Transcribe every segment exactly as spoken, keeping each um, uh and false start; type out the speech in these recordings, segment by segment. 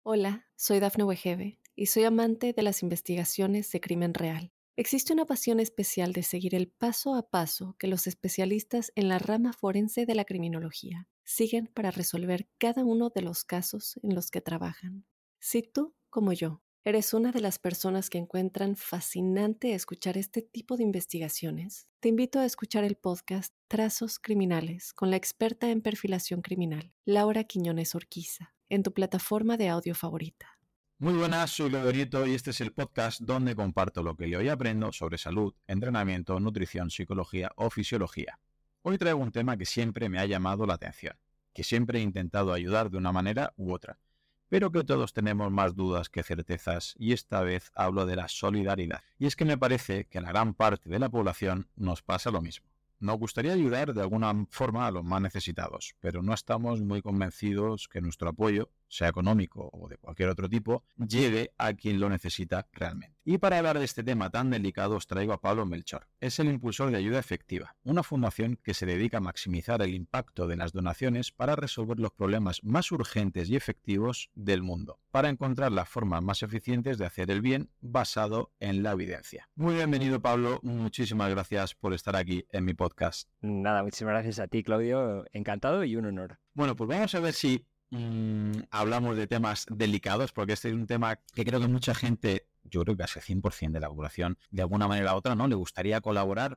Hola, soy Dafne Wegebe y soy amante de las investigaciones de crimen real. Existe una pasión especial de seguir el paso a paso que los especialistas en la rama forense de la criminología siguen para resolver cada uno de los casos en los que trabajan. Si tú, como yo, eres una de las personas que encuentran fascinante escuchar este tipo de investigaciones, te invito a escuchar el podcast Trazos Criminales con la experta en perfilación criminal, Laura Quiñones Orquiza, en tu plataforma de audio favorita. Muy buenas, soy Lodorito y este es el podcast donde comparto lo que leo y aprendo sobre salud, entrenamiento, nutrición, psicología o fisiología. Hoy traigo un tema que siempre me ha llamado la atención, que siempre he intentado ayudar de una manera u otra, pero que todos tenemos más dudas que certezas, y esta vez hablo de la solidaridad. Y es que me parece que a la gran parte de la población nos pasa lo mismo. Nos gustaría ayudar de alguna forma a los más necesitados, pero no estamos muy convencidos que nuestro apoyo, sea económico o de cualquier otro tipo, llegue a quien lo necesita realmente. Y para hablar de este tema tan delicado os traigo a Pablo Melchor. Es el impulsor de Ayuda Efectiva, una fundación que se dedica a maximizar el impacto de las donaciones para resolver los problemas más urgentes y efectivos del mundo, para encontrar las formas más eficientes de hacer el bien basado en la evidencia. Muy bienvenido, Pablo, muchísimas gracias por estar aquí en mi podcast. Nada, muchísimas gracias a ti, Claudio, encantado y un honor. Bueno, pues vamos a ver si mmm, hablamos de temas delicados, porque este es un tema que creo que mucha gente, yo creo que casi cien por ciento de la población, de alguna manera u otra, ¿no? Le gustaría colaborar,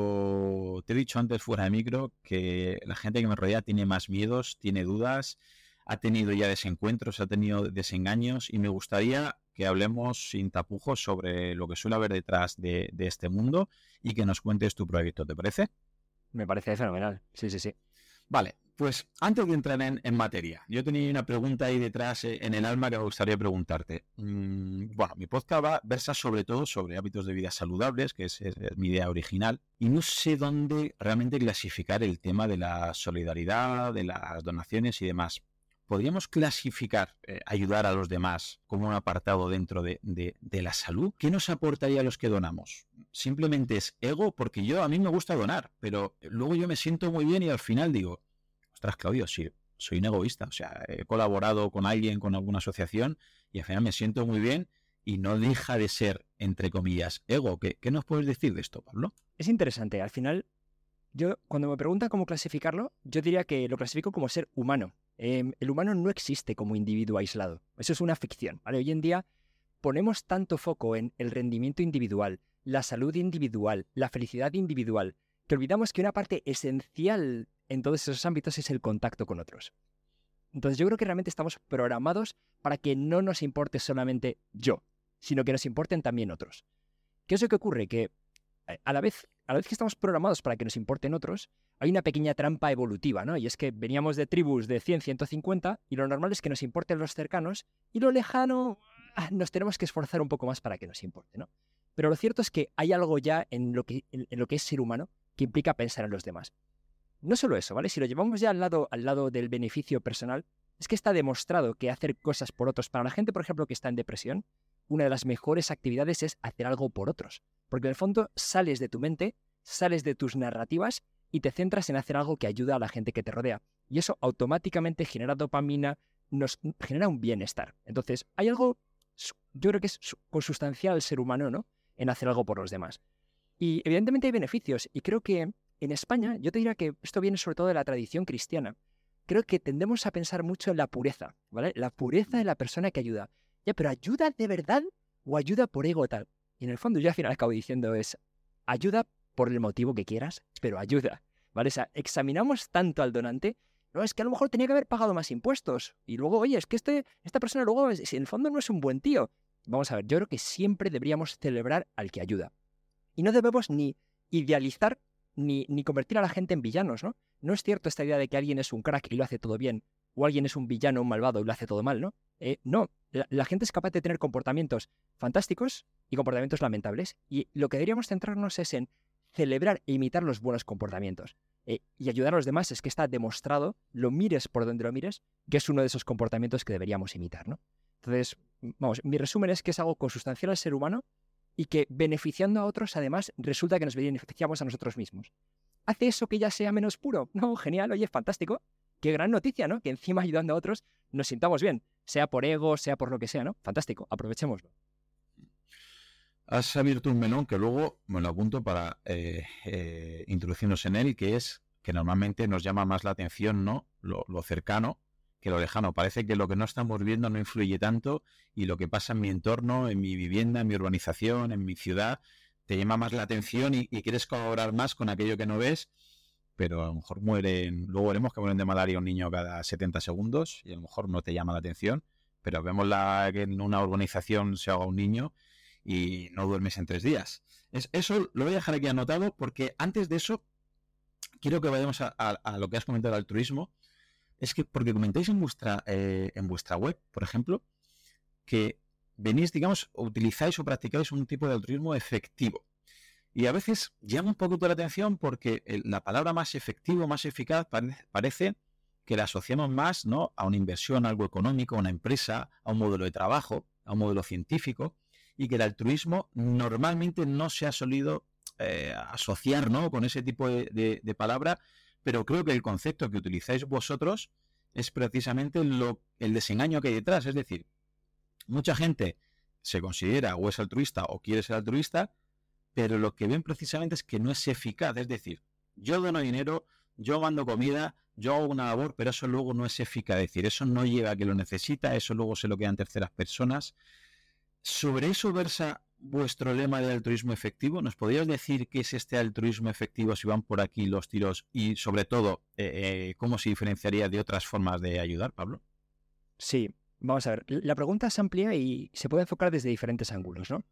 pero te he dicho antes fuera de micro que la gente que me rodea tiene más miedos, tiene dudas, ha tenido ya desencuentros, ha tenido desengaños, y me gustaría que hablemos sin tapujos sobre lo que suele haber detrás de, de este mundo y que nos cuentes tu proyecto, ¿te parece? Me parece fenomenal, sí, sí, sí. Vale, pues antes de entrar en, en materia, yo tenía una pregunta ahí detrás eh, en el alma que me gustaría preguntarte. Mm, bueno, mi podcast va, versa sobre todo sobre hábitos de vida saludables, que es, es, es mi idea original, y no sé dónde realmente clasificar el tema de la solidaridad, de las donaciones y demás. ¿Podríamos clasificar eh, ayudar a los demás como un apartado dentro de, de, de la salud? ¿Qué nos aportaría a los que donamos? ¿Simplemente es ego? Porque yo a mí me gusta donar, pero luego yo me siento muy bien y al final digo, ostras, Claudio, sí, soy un egoísta. O sea, he colaborado con alguien, con alguna asociación, y al final me siento muy bien y no deja de ser, entre comillas, ego. ¿Qué, qué nos puedes decir de esto, Pablo? Es interesante. Al final, yo cuando me preguntan cómo clasificarlo, yo diría que lo clasifico como ser humano. Eh, el humano no existe como individuo aislado. Eso es una ficción, ¿vale? Hoy en día ponemos tanto foco en el rendimiento individual, la salud individual, la felicidad individual, que olvidamos que una parte esencial en todos esos ámbitos es el contacto con otros. Entonces yo creo que realmente estamos programados para que no nos importe solamente yo, sino que nos importen también otros. ¿Qué es lo que ocurre? Que a la vez, a la vez que estamos programados para que nos importen otros, hay una pequeña trampa evolutiva, ¿no? Y es que veníamos de tribus de cien, ciento cincuenta, y lo normal es que nos importen los cercanos, y lo lejano nos tenemos que esforzar un poco más para que nos importe, ¿no? Pero lo cierto es que hay algo ya en lo que, en lo que es ser humano que implica pensar en los demás. No solo eso, ¿vale? Si lo llevamos ya al lado, al lado del beneficio personal, es que está demostrado que hacer cosas por otros, para la gente, por ejemplo, que está en depresión, una de las mejores actividades es hacer algo por otros. Porque en el fondo sales de tu mente, sales de tus narrativas y te centras en hacer algo que ayuda a la gente que te rodea. Y eso automáticamente genera dopamina, nos genera un bienestar. Entonces, hay algo, yo creo que es consustancial al ser humano, ¿no? En hacer algo por los demás. Y evidentemente hay beneficios. Y creo que en España, yo te diría que esto viene sobre todo de la tradición cristiana. Creo que tendemos a pensar mucho en la pureza, ¿vale? La pureza de la persona que ayuda. Ya, pero ¿ayuda de verdad o ayuda por ego tal? Y en el fondo yo al final acabo diciendo es ayuda por el motivo que quieras, pero ayuda, ¿vale? O sea, examinamos tanto al donante, no, es que a lo mejor tenía que haber pagado más impuestos. Y luego, oye, es que este, esta persona luego, si en el fondo no es un buen tío. Vamos a ver, yo creo que siempre deberíamos celebrar al que ayuda. Y no debemos ni idealizar ni, ni convertir a la gente en villanos, ¿no? No es cierto esta idea de que alguien es un crack y lo hace todo bien, o alguien es un villano, un malvado y lo hace todo mal, ¿no? Eh, no, la, la gente es capaz de tener comportamientos fantásticos y comportamientos lamentables, y lo que deberíamos centrarnos es en celebrar e imitar los buenos comportamientos. Eh, y ayudar a los demás es que está demostrado, lo mires por donde lo mires, que es uno de esos comportamientos que deberíamos imitar, ¿no? Entonces, vamos, mi resumen es que es algo consustancial al ser humano y que beneficiando a otros, además, resulta que nos beneficiamos a nosotros mismos. ¿Hace eso que ya sea menos puro? No, genial, oye, fantástico. qué gran noticia, ¿no? Que encima ayudando a otros nos sintamos bien, sea por ego, sea por lo que sea, ¿no? Fantástico, aprovechémoslo. Has abierto un melón que luego me lo apunto para eh, eh, introducirnos en él, que es que normalmente nos llama más la atención, ¿no? Lo, lo cercano que lo lejano. Parece que lo que no estamos viendo no influye tanto y lo que pasa en mi entorno, en mi vivienda, en mi urbanización, en mi ciudad, te llama más la atención y, y quieres colaborar más con aquello que no ves, pero a lo mejor mueren, luego veremos que mueren de malaria un niño cada setenta segundos y a lo mejor no te llama la atención, pero vemos la, que en una urbanización se ahoga un niño y no duermes en tres días. Es, eso lo voy a dejar aquí anotado porque antes de eso quiero que vayamos a, a, a lo que has comentado del altruismo. Es que porque comentáis en vuestra, eh, en vuestra web, por ejemplo, que venís, digamos, utilizáis o practicáis un tipo de altruismo efectivo. Y a veces llama un poco la atención porque el, la palabra más efectivo, más eficaz, pare, parece que la asociamos más, ¿no?, a una inversión, a algo económico, a una empresa, a un modelo de trabajo, a un modelo científico, y que el altruismo normalmente no se ha solido eh, asociar, ¿no?, con ese tipo de, de, de palabra. Pero creo que el concepto que utilizáis vosotros es precisamente lo, el desengaño que hay detrás. Es decir, mucha gente se considera o es altruista o quiere ser altruista, pero lo que ven precisamente es que no es eficaz. Es decir, yo dono dinero, yo mando comida, yo hago una labor, pero eso luego no es eficaz. Es decir, eso no lleva a que lo necesita, eso luego se lo quedan terceras personas. Sobre eso versa vuestro lema de altruismo efectivo. ¿Nos podrías decir qué es este altruismo efectivo, si van por aquí los tiros y sobre todo eh, eh, cómo se diferenciaría de otras formas de ayudar, Pablo? Sí, vamos a ver. La pregunta es amplia y se puede enfocar desde diferentes ángulos, ¿no?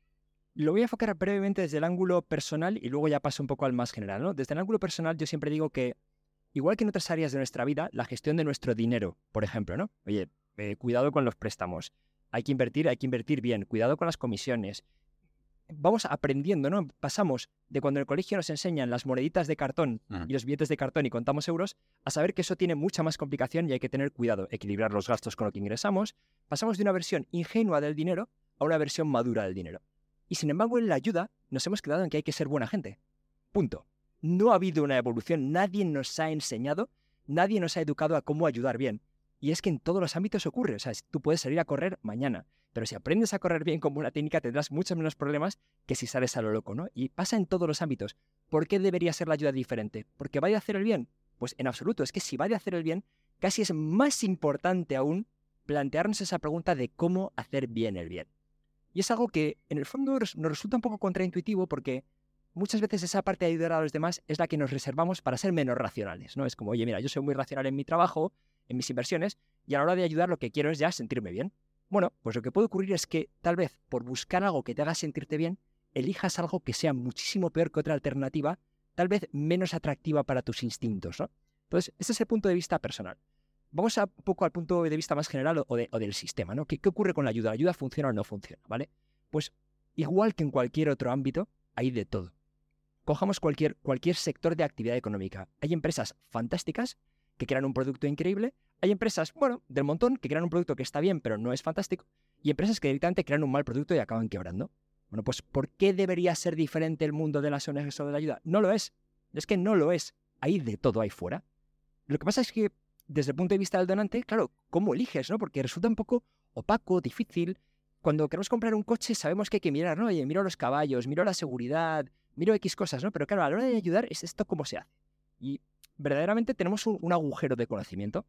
Lo voy a enfocar brevemente desde el ángulo personal y luego ya paso un poco al más general, ¿no? Desde el ángulo personal yo siempre digo que, igual que en otras áreas de nuestra vida, la gestión de nuestro dinero, por ejemplo, ¿no? Oye, eh, cuidado con los préstamos. Hay que invertir, hay que invertir bien. Cuidado con las comisiones. Vamos aprendiendo, ¿no? Pasamos de cuando en el colegio nos enseñan las moneditas de cartón uh-huh. y los billetes de cartón y contamos euros, a saber que eso tiene mucha más complicación y hay que tener cuidado, equilibrar los gastos con lo que ingresamos. Pasamos de una versión ingenua del dinero a una versión madura del dinero. Y sin embargo, en la ayuda nos hemos quedado en que hay que ser buena gente. Punto. No ha habido una evolución, nadie nos ha enseñado, nadie nos ha educado a cómo ayudar bien. Y es que en todos los ámbitos ocurre. O sea, tú puedes salir a correr mañana, pero si aprendes a correr bien como una técnica tendrás muchos menos problemas que si sales a lo loco, ¿no? Y pasa en todos los ámbitos. ¿Por qué debería ser la ayuda diferente? ¿Porque vaya a hacer el bien? Pues en absoluto. Es que si vaya a hacer el bien, casi es más importante aún plantearnos esa pregunta de cómo hacer bien el bien. Y es algo que en el fondo nos resulta un poco contraintuitivo porque muchas veces esa parte de ayudar a los demás es la que nos reservamos para ser menos racionales, ¿no? Es como, oye, mira, yo soy muy racional en mi trabajo, en mis inversiones, y a la hora de ayudar lo que quiero es ya sentirme bien. Bueno, pues lo que puede ocurrir es que tal vez por buscar algo que te haga sentirte bien, elijas algo que sea muchísimo peor que otra alternativa, tal vez menos atractiva para tus instintos, ¿no? Entonces, ese es el punto de vista personal. Vamos a, un poco al punto de vista más general o, de, o del sistema, ¿no? ¿Qué, ¿Qué ocurre con la ayuda? ¿La ayuda funciona o no funciona? ¿Vale? Pues igual que en cualquier otro ámbito, hay de todo. Cojamos cualquier, cualquier sector de actividad económica. Hay empresas fantásticas que crean un producto increíble. Hay empresas, bueno, del montón, que crean un producto que está bien, pero no es fantástico. Y empresas que directamente crean un mal producto y acaban quebrando. Bueno, pues ¿por qué debería ser diferente el mundo de las O N Ges o de la ayuda? No lo es. Es que no lo es. Hay de todo ahí fuera. Lo que pasa es que, desde el punto de vista del donante, claro, ¿cómo eliges, no? Porque resulta un poco opaco, difícil. Cuando queremos comprar un coche sabemos que hay que mirar, ¿no? Oye, miro los caballos, miro la seguridad, miro X cosas, ¿no? Pero claro, a la hora de ayudar es esto cómo se hace. Y verdaderamente tenemos un, un agujero de conocimiento.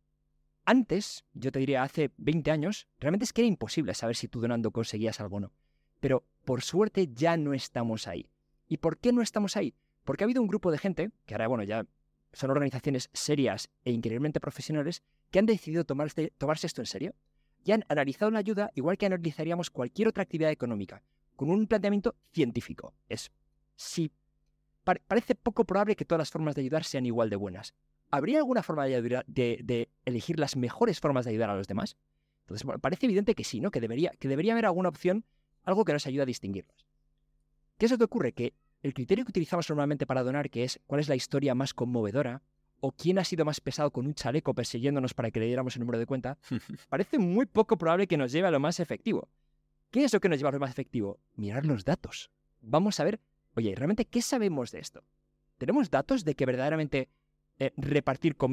Antes, yo te diría hace veinte años, realmente es que era imposible saber si tú donando conseguías algo o no. Pero por suerte ya no estamos ahí. ¿Y por qué no estamos ahí? Porque ha habido un grupo de gente, que ahora, bueno, ya son organizaciones serias e increíblemente profesionales, que han decidido tomarse, tomarse esto en serio y han analizado la ayuda igual que analizaríamos cualquier otra actividad económica, con un planteamiento científico. Es, si pa- parece poco probable que todas las formas de ayudar sean igual de buenas. ¿Habría alguna forma de, ayudar, de, de elegir las mejores formas de ayudar a los demás? Entonces, bueno, parece evidente que sí, ¿no? Que debería, que debería haber alguna opción, algo que nos ayude a distinguirlos. ¿Qué es lo que ocurre? Que el criterio que utilizamos normalmente para donar, que es cuál es la historia más conmovedora, o quién ha sido más pesado con un chaleco persiguiéndonos para que le diéramos el número de cuenta, parece muy poco probable que nos lleve a lo más efectivo. ¿Qué es lo que nos lleva a lo más efectivo? Mirar los datos. Vamos a ver, oye, ¿realmente qué sabemos de esto? ¿Tenemos datos de que verdaderamente eh, repartir comida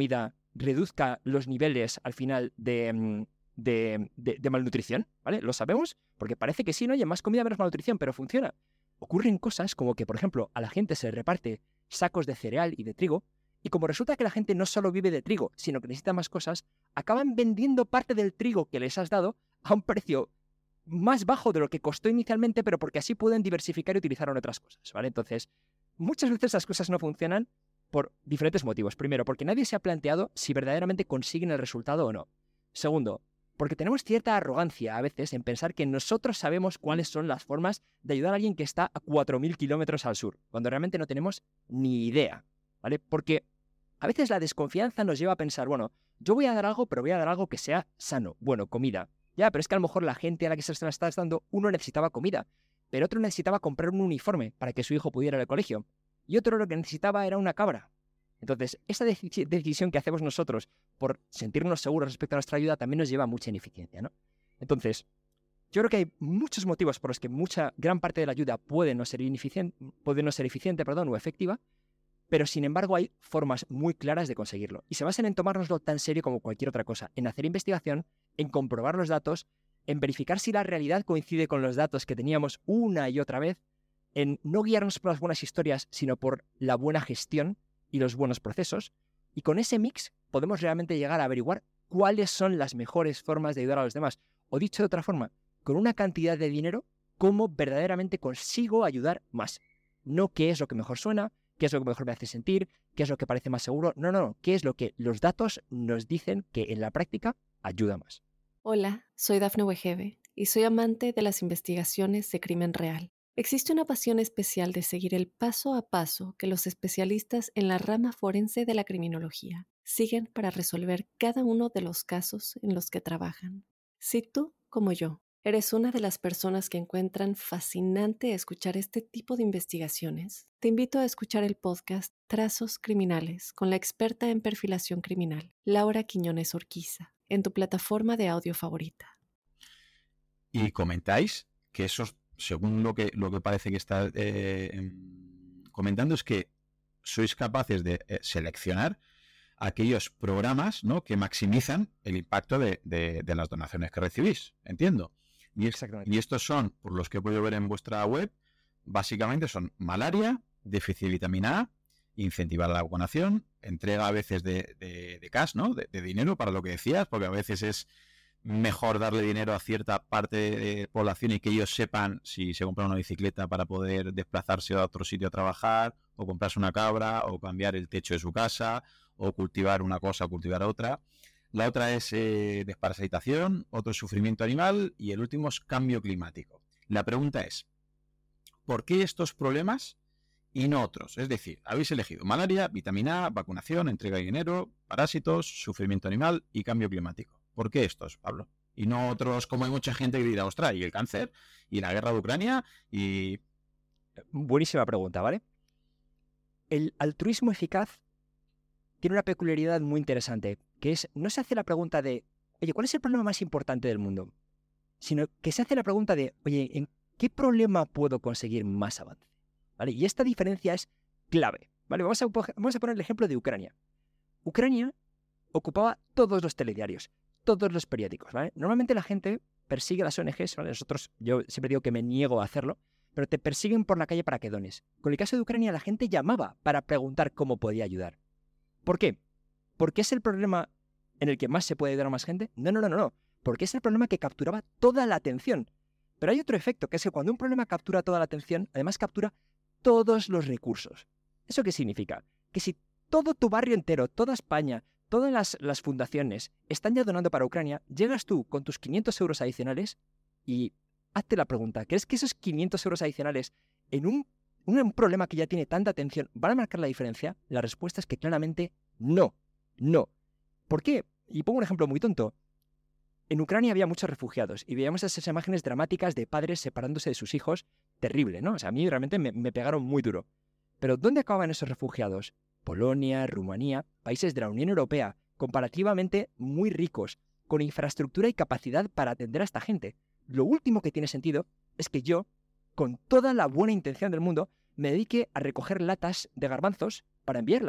reduzca los niveles al final de, de, de, de malnutrición, ¿vale? Lo sabemos porque parece que sí, ¿no? Oye, más comida, menos malnutrición, pero funciona. Ocurren cosas como que, por ejemplo, a la gente se le reparte sacos de cereal y de trigo, y como resulta que la gente no solo vive de trigo, sino que necesita más cosas, acaban vendiendo parte del trigo que les has dado a un precio más bajo de lo que costó inicialmente, pero porque así pueden diversificar y utilizar en otras cosas, ¿vale? Entonces, muchas veces las cosas no funcionan por diferentes motivos. Primero, porque nadie se ha planteado si verdaderamente consiguen el resultado o no. Segundo, porque tenemos cierta arrogancia a veces en pensar que nosotros sabemos cuáles son las formas de ayudar a alguien que está a cuatro mil kilómetros al sur, cuando realmente no tenemos ni idea, ¿vale? Porque a veces la desconfianza nos lleva a pensar, bueno, yo voy a dar algo, pero voy a dar algo que sea sano, bueno, comida. Ya, pero es que a lo mejor la gente a la que se la estás dando, uno necesitaba comida, pero otro necesitaba comprar un uniforme para que su hijo pudiera ir al colegio, y otro lo que necesitaba era una cabra. Entonces, esa dec- decisión que hacemos nosotros por sentirnos seguros respecto a nuestra ayuda también nos lleva a mucha ineficiencia, ¿no? Entonces, yo creo que hay muchos motivos por los que mucha, gran parte de la ayuda puede no ser ineficiente, puede no ser eficiente, perdón, o efectiva, pero sin embargo hay formas muy claras de conseguirlo. Y se basan en tomárnoslo tan serio como cualquier otra cosa, en hacer investigación, en comprobar los datos, en verificar si la realidad coincide con los datos que teníamos una y otra vez, en no guiarnos por las buenas historias, sino por la buena gestión y los buenos procesos, y con ese mix podemos realmente llegar a averiguar cuáles son las mejores formas de ayudar a los demás. O dicho de otra forma, con una cantidad de dinero, cómo verdaderamente consigo ayudar más. No qué es lo que mejor suena, qué es lo que mejor me hace sentir, qué es lo que parece más seguro. No, no, no, qué es lo que los datos nos dicen que en la práctica ayuda más. Hola, soy Dafne Wegebe y soy amante de las investigaciones de crimen real. Existe una pasión especial de seguir el paso a paso que los especialistas en la rama forense de la criminología siguen para resolver cada uno de los casos en los que trabajan. Si tú, como yo, eres una de las personas que encuentran fascinante escuchar este tipo de investigaciones, te invito a escuchar el podcast Trazos Criminales con la experta en perfilación criminal, Laura Quiñones Orquiza, en tu plataforma de audio favorita. Y comentáis que esos, según lo que, lo que parece que está eh, comentando, es que sois capaces de eh, seleccionar aquellos programas, ¿no?, que maximizan el impacto de, de, de las donaciones que recibís, entiendo. Y, es, y estos son, por los que he podido ver en vuestra web, básicamente son malaria, déficit de vitamina A, incentivar la vacunación, entrega a veces de, de, de cash, ¿no?, de, de dinero, para lo que decías, porque a veces es mejor darle dinero a cierta parte de población y que ellos sepan si se compra una bicicleta para poder desplazarse a otro sitio a trabajar, o comprarse una cabra, o cambiar el techo de su casa, o cultivar una cosa o cultivar otra. La otra es eh, desparasitación, otro es sufrimiento animal, y el último es cambio climático. La pregunta es, ¿por qué estos problemas y no otros? Es decir, habéis elegido malaria, vitamina A, vacunación, entrega de dinero, parásitos, sufrimiento animal y cambio climático. ¿Por qué estos, Pablo? Y no otros, como hay mucha gente que dirá, ostras, y el cáncer, y la guerra de Ucrania, y... Buenísima pregunta, ¿vale? El altruismo eficaz tiene una peculiaridad muy interesante, que es, no se hace la pregunta de, oye, ¿cuál es el problema más importante del mundo? Sino que se hace la pregunta de, oye, ¿en qué problema puedo conseguir más avance? ¿Vale? Y esta diferencia es clave, ¿vale? Vamos a, vamos a poner el ejemplo de Ucrania. Ucrania ocupaba todos los telediarios, todos los periódicos, ¿vale? Normalmente la gente persigue a las O N Ges, ¿vale? Nosotros, yo siempre digo que me niego a hacerlo, pero te persiguen por la calle para que dones. Con el caso de Ucrania, la gente llamaba para preguntar cómo podía ayudar. ¿Por qué? ¿Porque es el problema en el que más se puede ayudar a más gente? No, no, no, no, no. Porque es el problema que capturaba toda la atención. Pero hay otro efecto, que es que cuando un problema captura toda la atención, además captura todos los recursos. ¿Eso qué significa? Que si todo tu barrio entero, toda España, todas las, las fundaciones están ya donando para Ucrania, llegas tú con tus quinientos euros adicionales y hazte la pregunta, ¿crees que esos quinientos euros adicionales en un, un problema que ya tiene tanta atención van a marcar la diferencia? La respuesta es que claramente no, no. ¿Por qué? Y pongo un ejemplo muy tonto. En Ucrania había muchos refugiados y veíamos esas imágenes dramáticas de padres separándose de sus hijos, terrible, ¿no? O sea, a mí realmente me, me pegaron muy duro. Pero ¿dónde acababan esos refugiados? Polonia, Rumanía, países de la Unión Europea, comparativamente muy ricos, con infraestructura y capacidad para atender a esta gente. Lo último que tiene sentido es que yo, con toda la buena intención del mundo, me dedique a recoger latas de garbanzos para enviarlas.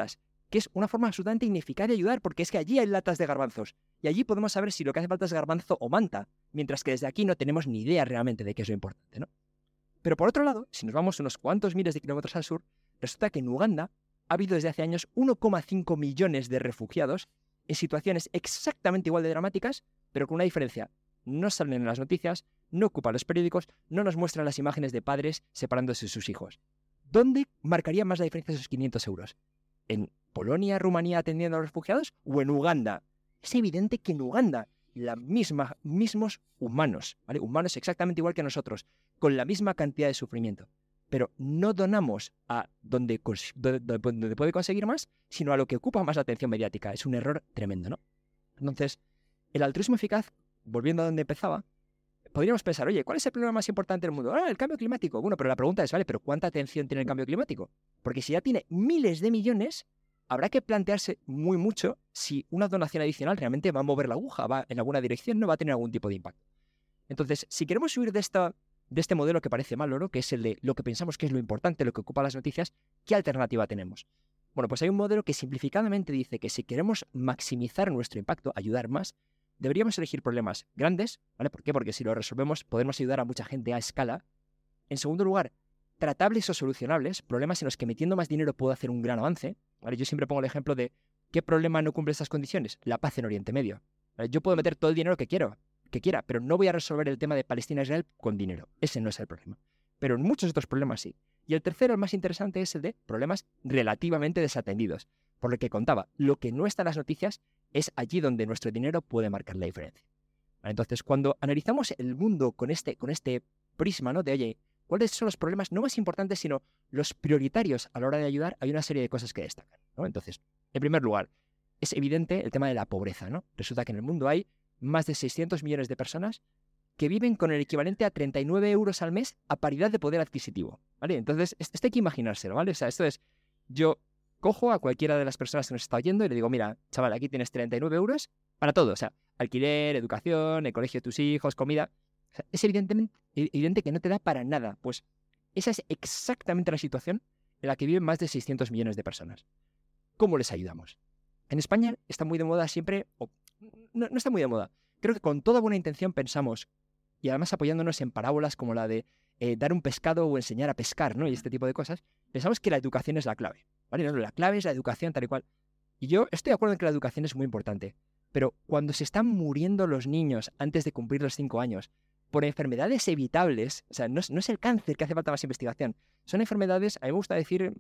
que es una forma absolutamente ineficaz de ayudar, porque es que allí hay latas de garbanzos, y allí podemos saber si lo que hace falta es garbanzo o manta, mientras que desde aquí no tenemos ni idea realmente de qué es lo importante, ¿no? Pero por otro lado, si nos vamos unos cuantos miles de kilómetros al sur, resulta que en Uganda ha habido desde hace años uno coma cinco millones de refugiados en situaciones exactamente igual de dramáticas, pero con una diferencia. No salen en las noticias, no ocupan los periódicos, no nos muestran las imágenes de padres separándose de sus hijos. ¿Dónde marcaría más la diferencia esos quinientos euros? ¿En Polonia, Rumanía atendiendo a los refugiados o en Uganda? Es evidente que en Uganda, la misma, mismos humanos, ¿vale? Humanos exactamente igual que nosotros, con la misma cantidad de sufrimiento. Pero no donamos a donde, donde, donde puede conseguir más, sino a lo que ocupa más la atención mediática. Es un error tremendo, ¿no? Entonces, el altruismo eficaz, volviendo a donde empezaba, podríamos pensar, oye, ¿cuál es el problema más importante del mundo? Ah, el cambio climático. Bueno, pero la pregunta es, ¿vale? ¿Pero cuánta atención tiene el cambio climático? Porque si ya tiene miles de millones, habrá que plantearse muy mucho si una donación adicional realmente va a mover la aguja, va en alguna dirección, no va a tener algún tipo de impacto. Entonces, si queremos huir de, esta, de este modelo que parece malo, ¿no? Que es el de lo que pensamos que es lo importante, lo que ocupa las noticias, ¿qué alternativa tenemos? Bueno, pues hay un modelo que simplificadamente dice que si queremos maximizar nuestro impacto, ayudar más, deberíamos elegir problemas grandes, ¿vale? ¿Por qué? Porque si lo resolvemos podemos ayudar a mucha gente a escala. En segundo lugar, tratables o solucionables, problemas en los que metiendo más dinero puedo hacer un gran avance, ¿vale? Yo siempre pongo el ejemplo de ¿qué problema no cumple estas condiciones? La paz en Oriente Medio, ¿vale? Yo puedo meter todo el dinero que quiero, que quiera, pero no voy a resolver el tema de Palestina-Israel con dinero. Ese no es el problema. Pero en muchos otros problemas sí. Y el tercero, el más interesante, es el de problemas relativamente desatendidos. Por lo que contaba, lo que no está en las noticias es allí donde nuestro dinero puede marcar la diferencia. ¿Vale? Entonces, cuando analizamos el mundo con este, con este prisma, ¿no? De, oye, ¿cuáles son los problemas no más importantes, sino los prioritarios a la hora de ayudar? Hay una serie de cosas que destacan, ¿no? Entonces, en primer lugar, es evidente el tema de la pobreza, ¿no? Resulta que en el mundo hay más de seiscientos millones de personas que viven con el equivalente a treinta y nueve euros al mes a paridad de poder adquisitivo, ¿vale? Entonces, esto hay que imaginárselo, ¿vale? O sea, esto es, yo cojo a cualquiera de las personas que nos está oyendo y le digo, mira, chaval, aquí tienes treinta y nueve euros para todo, o sea, alquiler, educación, el colegio de tus hijos, comida. O sea, es evidentemente, evidente que no te da para nada. Pues esa es exactamente la situación en la que viven más de seiscientos millones de personas. ¿Cómo les ayudamos? En España está muy de moda siempre, o no, no está muy de moda, creo que con toda buena intención pensamos, y además apoyándonos en parábolas como la de eh, dar un pescado o enseñar a pescar, ¿no? Y este tipo de cosas, pensamos que la educación es la clave, ¿vale? No, la clave es la educación tal y cual. Y yo estoy de acuerdo en que la educación es muy importante, pero cuando se están muriendo los niños antes de cumplir los cinco años por enfermedades evitables, o sea, no es, no es el cáncer que hace falta más investigación, son enfermedades, a mí me gusta decir,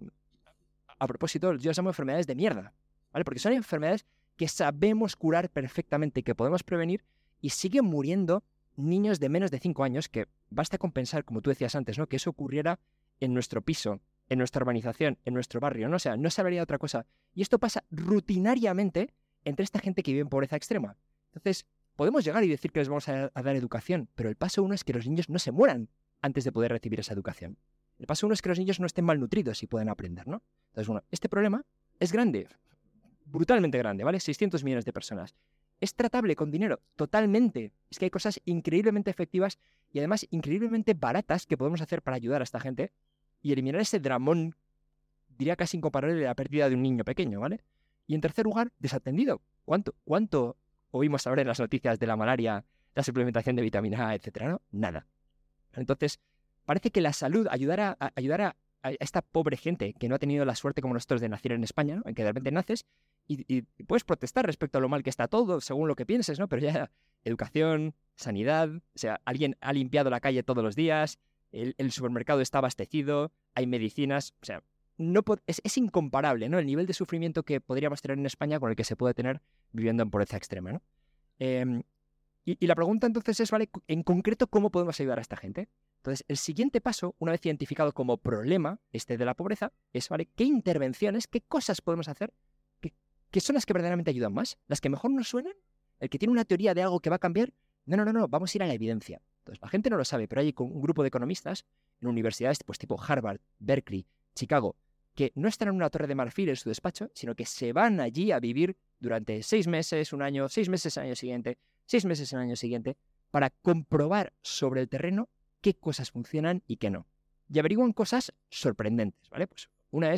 a propósito, yo las llamo enfermedades de mierda, ¿vale? Porque son enfermedades que sabemos curar perfectamente, que podemos prevenir, y siguen muriendo niños de menos de cinco años, que basta con pensar, como tú decías antes, ¿no? Que eso ocurriera en nuestro piso, en nuestra urbanización, en nuestro barrio, ¿no? O sea, no se habría otra cosa. Y esto pasa rutinariamente entre esta gente que vive en pobreza extrema. Entonces, podemos llegar y decir que les vamos a, a dar educación, pero el paso uno es que los niños no se mueran antes de poder recibir esa educación. El paso uno es que los niños no estén malnutridos y puedan aprender, ¿no? Entonces, bueno, este problema es grande, brutalmente grande, ¿vale? seiscientos millones de personas. ¿Es tratable con dinero? Totalmente. Es que hay cosas increíblemente efectivas y además increíblemente baratas que podemos hacer para ayudar a esta gente y eliminar ese dramón, diría casi incomparable, de la pérdida de un niño pequeño, ¿vale? Y en tercer lugar, desatendido. ¿Cuánto, cuánto oímos ahora en las noticias de la malaria, la suplementación de vitamina A, etcétera, ¿no? Nada. Entonces, parece que la salud, ayudar a, a ayudar a, a esta pobre gente que no ha tenido la suerte como nosotros de nacer en España, ¿no? En que de repente naces y, y puedes protestar respecto a lo mal que está todo, según lo que pienses, ¿no? Pero ya educación, sanidad, o sea, alguien ha limpiado la calle todos los días, el, el supermercado está abastecido, hay medicinas, o sea, no es, es incomparable, ¿no? El nivel de sufrimiento que podríamos tener en España con el que se puede tener viviendo en pobreza extrema, ¿no? Eh, y, y la pregunta entonces es, ¿vale? En concreto, ¿cómo podemos ayudar a esta gente? Entonces, el siguiente paso, una vez identificado como problema este de la pobreza, es, ¿vale? ¿Qué intervenciones, qué cosas podemos hacer que, que son las que verdaderamente ayudan más? ¿Las que mejor nos suenan? ¿El que tiene una teoría de algo que va a cambiar? No, no, no, no, vamos a ir a la evidencia. Entonces, la gente no lo sabe, pero hay un grupo de economistas en universidades pues, tipo Harvard, Berkeley, Chicago, que no están en una torre de marfil en su despacho, sino que se van allí a vivir durante seis meses, un año, seis meses al año siguiente, seis meses al año siguiente, para comprobar sobre el terreno qué cosas funcionan y qué no. Y averiguan cosas sorprendentes, ¿vale? Pues una es,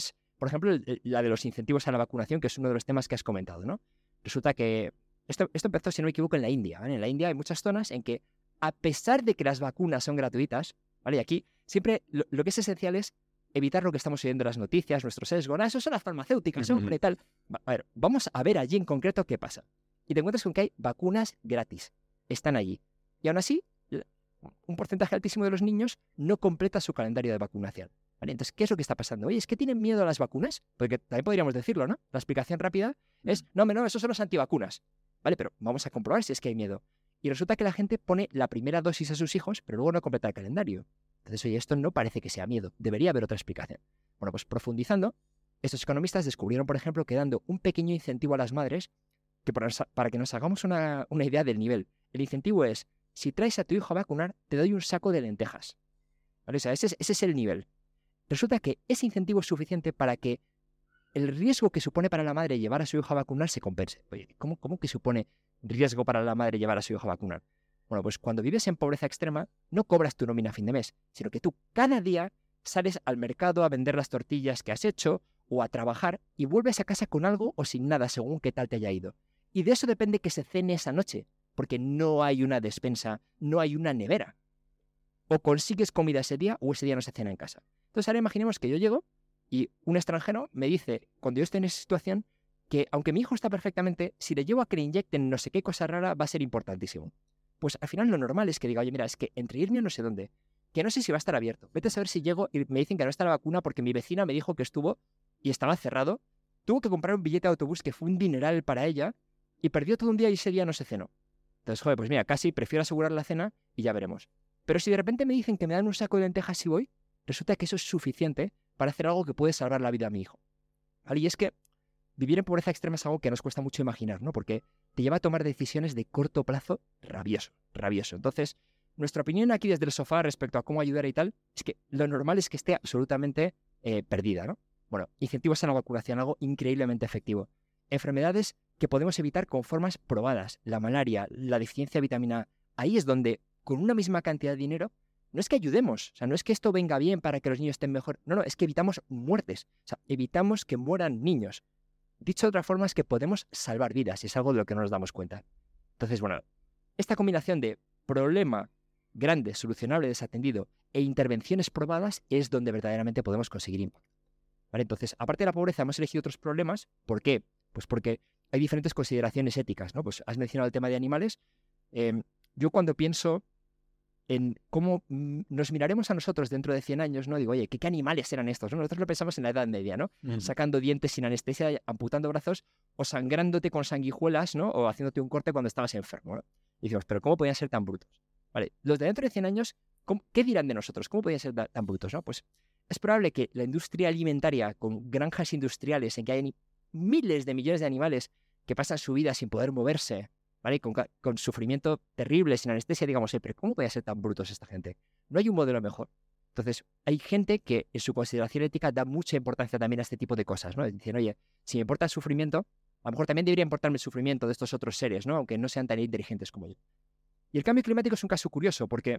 por ejemplo, la de los incentivos a la vacunación, que es uno de los temas que has comentado, ¿no? Resulta que esto, esto empezó, si no me equivoco, en la India, ¿vale? En la India hay muchas zonas en que, a pesar de que las vacunas son gratuitas, ¿vale? Y aquí siempre lo, lo que es esencial es evitar lo que estamos oyendo en las noticias, nuestro sesgo, ¿no? Eso son las farmacéuticas, Uh-huh. hombre, tal. A ver, vamos a ver allí en concreto qué pasa. Y te encuentras con que hay vacunas gratis. Están allí. Y aún así, un porcentaje altísimo de los niños no completa su calendario de vacunación. ¿Vale? Entonces, ¿qué es lo que está pasando? Oye, ¿es que tienen miedo a las vacunas? Porque también podríamos decirlo, ¿no? La explicación rápida es, no, no, esos son los antivacunas. ¿Vale? Pero vamos a comprobar si es que hay miedo. Y resulta que la gente pone la primera dosis a sus hijos, pero luego no completa el calendario. Entonces, oye, esto no parece que sea miedo. Debería haber otra explicación. Bueno, pues profundizando, estos economistas descubrieron, por ejemplo, que dando un pequeño incentivo a las madres, que para, para que nos hagamos una, una idea del nivel, el incentivo es, si traes a tu hijo a vacunar, te doy un saco de lentejas. ¿Vale? O sea, ese es, ese es el nivel. Resulta que ese incentivo es suficiente para que el riesgo que supone para la madre llevar a su hijo a vacunar se compense. Oye, ¿cómo, cómo que supone riesgo para la madre llevar a su hijo a vacunar? Bueno, pues cuando vives en pobreza extrema, no cobras tu nómina a fin de mes, sino que tú cada día sales al mercado a vender las tortillas que has hecho o a trabajar y vuelves a casa con algo o sin nada según qué tal te haya ido. Y de eso depende que se cene esa noche, porque no hay una despensa, no hay una nevera. O consigues comida ese día o ese día no se cena en casa. Entonces ahora imaginemos que yo llego y un extranjero me dice, cuando yo estoy en esa situación, que aunque mi hijo está perfectamente, si le llevo a que le inyecten no sé qué cosa rara va a ser importantísimo. Pues al final lo normal es que diga, oye, mira, es que entre irme a no sé dónde, que no sé si va a estar abierto, vete a saber si llego y me dicen que no está la vacuna porque mi vecina me dijo que estuvo y estaba cerrado, tuvo que comprar un billete de autobús que fue un dineral para ella y perdió todo un día y ese día no se cenó. Entonces, joder, pues mira, casi prefiero asegurar la cena y ya veremos. Pero si de repente me dicen que me dan un saco de lentejas si voy, resulta que eso es suficiente para hacer algo que puede salvar la vida a mi hijo. ¿Vale? Y es que vivir en pobreza extrema es algo que nos cuesta mucho imaginar, ¿no? Porque te lleva a tomar decisiones de corto plazo rabioso, rabioso. Entonces, nuestra opinión aquí desde el sofá respecto a cómo ayudar y tal, es que lo normal es que esté absolutamente eh, perdida, ¿no? Bueno, incentivos a la vacunación, algo increíblemente efectivo. Enfermedades que podemos evitar con formas probadas. La malaria, la deficiencia de vitamina A. Ahí es donde, con una misma cantidad de dinero, no es que ayudemos, o sea, no es que esto venga bien para que los niños estén mejor. No, no, es que evitamos muertes. O sea, evitamos que mueran niños. Dicho de otra forma, es que podemos salvar vidas y es algo de lo que no nos damos cuenta. Entonces, bueno, esta combinación de problema grande, solucionable, desatendido e intervenciones probadas es donde verdaderamente podemos conseguir impacto. ¿Vale? Entonces, aparte de la pobreza, hemos elegido otros problemas. ¿Por qué? Pues porque hay diferentes consideraciones éticas, ¿no? Pues has mencionado el tema de animales. Eh, yo cuando pienso en cómo mm, nos miraremos a nosotros dentro de cien años, ¿no? Digo, oye, ¿qué, qué animales eran estos? ¿no? Nosotros lo pensamos en la Edad Media, ¿no? Mm. Sacando dientes sin anestesia, amputando brazos o sangrándote con sanguijuelas, ¿no? O haciéndote un corte cuando estabas enfermo, ¿no? Y decimos, ¿pero cómo podían ser tan brutos? Vale, los de dentro de cien años, ¿cómo, ¿qué dirán de nosotros? ¿Cómo podían ser tan brutos, no? Pues es probable que la industria alimentaria, con granjas industriales en que hay miles de millones de animales que pasan su vida sin poder moverse, ¿vale? Con, con sufrimiento terrible, sin anestesia, digamos, eh, pero ¿cómo puede ser tan brutos esta gente? No hay un modelo mejor. Entonces, hay gente que en su consideración ética da mucha importancia también a este tipo de cosas, ¿no? Dicen, oye, si me importa el sufrimiento, a lo mejor también debería importarme el sufrimiento de estos otros seres, ¿no? Aunque no sean tan inteligentes como yo. Y el cambio climático es un caso curioso porque,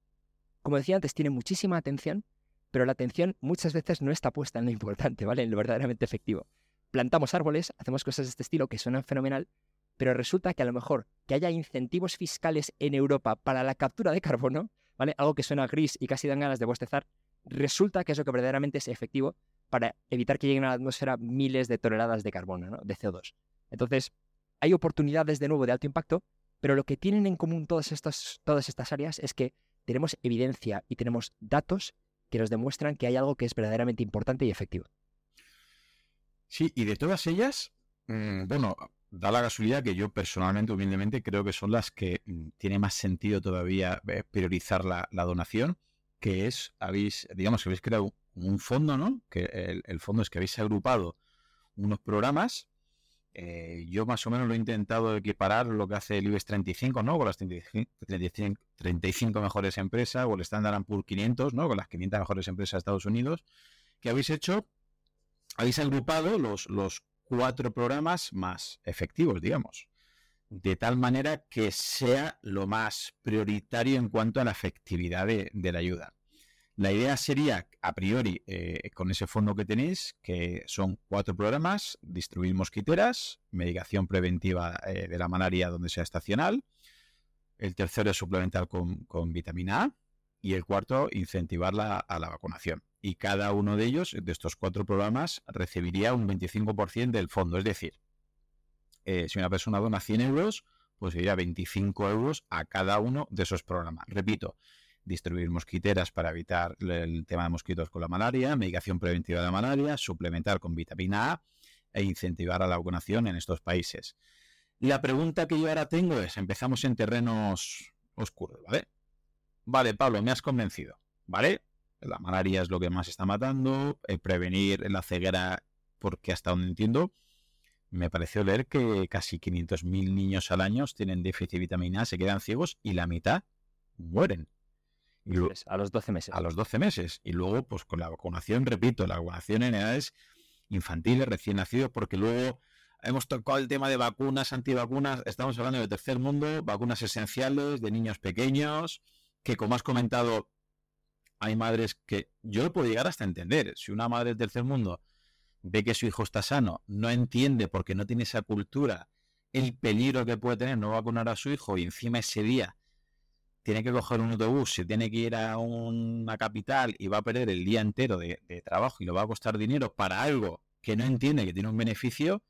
como decía antes, tiene muchísima atención, pero la atención muchas veces no está puesta en lo importante, ¿vale? En lo verdaderamente efectivo. Plantamos árboles, hacemos cosas de este estilo que suenan fenomenal, pero resulta que a lo mejor que haya incentivos fiscales en Europa para la captura de carbono, ¿vale? Algo que suena gris y casi dan ganas de bostezar, resulta que es lo que verdaderamente es efectivo para evitar que lleguen a la atmósfera miles de toneladas de carbono, ¿no? De C O dos. Entonces, hay oportunidades de nuevo de alto impacto, pero lo que tienen en común todas estas, todas estas áreas es que tenemos evidencia y tenemos datos que nos demuestran que hay algo que es verdaderamente importante y efectivo. Sí, y de todas ellas, mmm, bueno, da la casualidad que yo personalmente, humildemente, creo que son las que mmm, tiene más sentido todavía eh, priorizar la, la donación, que es, habéis, digamos que habéis creado un fondo, ¿no? Que el, el fondo es que habéis agrupado unos programas. Eh, yo más o menos lo he intentado equiparar lo que hace el IBEX treinta y cinco, ¿no? Con las treinta y cinco mejores empresas, o el Standard and Poor's quinientos, ¿no? Con las quinientas mejores empresas de Estados Unidos, que habéis hecho, habéis agrupado los, los cuatro programas más efectivos, digamos, de tal manera que sea lo más prioritario en cuanto a la efectividad de, de la ayuda. La idea sería, a priori, eh, con ese fondo que tenéis, que son cuatro programas: distribuir mosquiteras, medicación preventiva eh, de la malaria donde sea estacional, el tercero es suplementar con, con vitamina A, y el cuarto, incentivar la, a la vacunación. Y cada uno de ellos, de estos cuatro programas, recibiría un veinticinco por ciento del fondo. Es decir, eh, si una persona dona cien euros, pues sería veinticinco euros a cada uno de esos programas. Repito, distribuir mosquiteras para evitar el tema de mosquitos con la malaria, medicación preventiva de la malaria, suplementar con vitamina A e incentivar a la vacunación en estos países. La pregunta que yo ahora tengo es, empezamos en terrenos oscuros, ¿vale? Vale, Pablo, me has convencido, ¿vale? La malaria es lo que más está matando, el prevenir la ceguera, porque hasta donde entiendo, me pareció leer que casi quinientos mil niños al año tienen déficit de vitamina A, se quedan ciegos y la mitad mueren. Y luego, a los doce meses. A los doce meses. Y luego, pues con la vacunación, repito, la vacunación en edades infantiles, recién nacidos, porque luego hemos tocado el tema de vacunas, antivacunas, estamos hablando del tercer mundo, vacunas esenciales de niños pequeños, que como has comentado, hay madres que yo lo puedo llegar hasta entender. Si una madre del tercer mundo ve que su hijo está sano, no entiende porque no tiene esa cultura el peligro que puede tener no vacunar a su hijo, y encima ese día tiene que coger un autobús, se tiene que ir a una capital y va a perder el día entero de, de trabajo y le va a costar dinero para algo que no entiende que tiene un beneficio,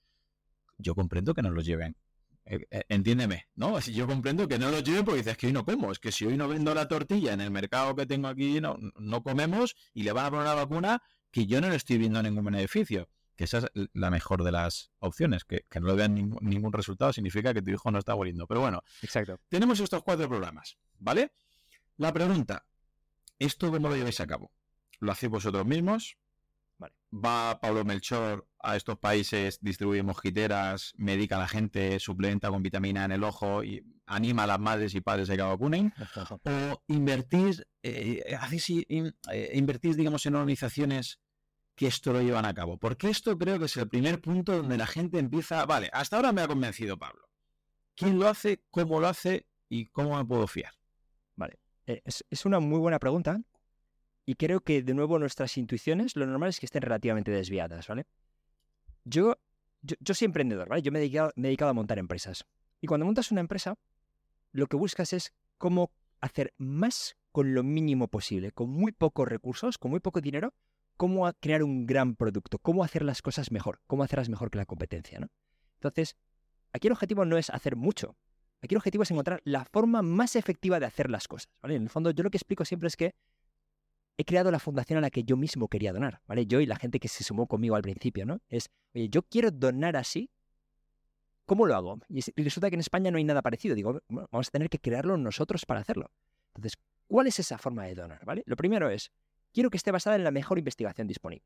yo comprendo que no lo lleven. Eh, eh, entiéndeme, ¿no? Yo comprendo que no lo lleven porque dices que hoy no como, es que si hoy no vendo la tortilla en el mercado que tengo aquí, no, no comemos, y le van a poner una vacuna que yo no le estoy viendo ningún beneficio. Que esa es la mejor de las opciones, que, que no le vean ningún, ningún resultado significa que tu hijo no está muriendo. Pero bueno, exacto. Tenemos estos cuatro programas, ¿vale? La pregunta, ¿esto cómo lo lleváis a cabo? ¿Lo hacéis vosotros mismos? Vale. ¿Va Pablo Melchor a estos países, distribuye mosquiteras, medica a la gente, suplementa con vitamina en el ojo y anima a las madres y padres a que vacunen? ¿O invertís, eh, hacéis, in, eh, invertís, digamos, en organizaciones que esto lo llevan a cabo? Porque esto creo que es el primer punto donde la gente empieza, vale, hasta ahora me ha convencido Pablo. ¿Quién lo hace? ¿Cómo lo hace? ¿Y cómo me puedo fiar? Vale, eh, es, es una muy buena pregunta, y creo que de nuevo nuestras intuiciones, lo normal es que estén relativamente desviadas, ¿vale? Yo, yo, yo soy emprendedor, ¿vale? Yo me he, dedicado, me he dedicado a montar empresas. Y cuando montas una empresa, lo que buscas es cómo hacer más con lo mínimo posible, con muy pocos recursos, con muy poco dinero, cómo crear un gran producto, cómo hacer las cosas mejor, cómo hacerlas mejor que la competencia, ¿no? Entonces, aquí el objetivo no es hacer mucho. Aquí el objetivo es encontrar la forma más efectiva de hacer las cosas, ¿vale? En el fondo, yo lo que explico siempre es que he creado la fundación a la que yo mismo quería donar, ¿vale? Yo y la gente que se sumó conmigo al principio, ¿no? Es, oye, yo quiero donar así, ¿cómo lo hago? Y resulta que en España no hay nada parecido. Digo, bueno, vamos a tener que crearlo nosotros para hacerlo. Entonces, ¿cuál es esa forma de donar, ¿vale? Lo primero es, quiero que esté basada en la mejor investigación disponible.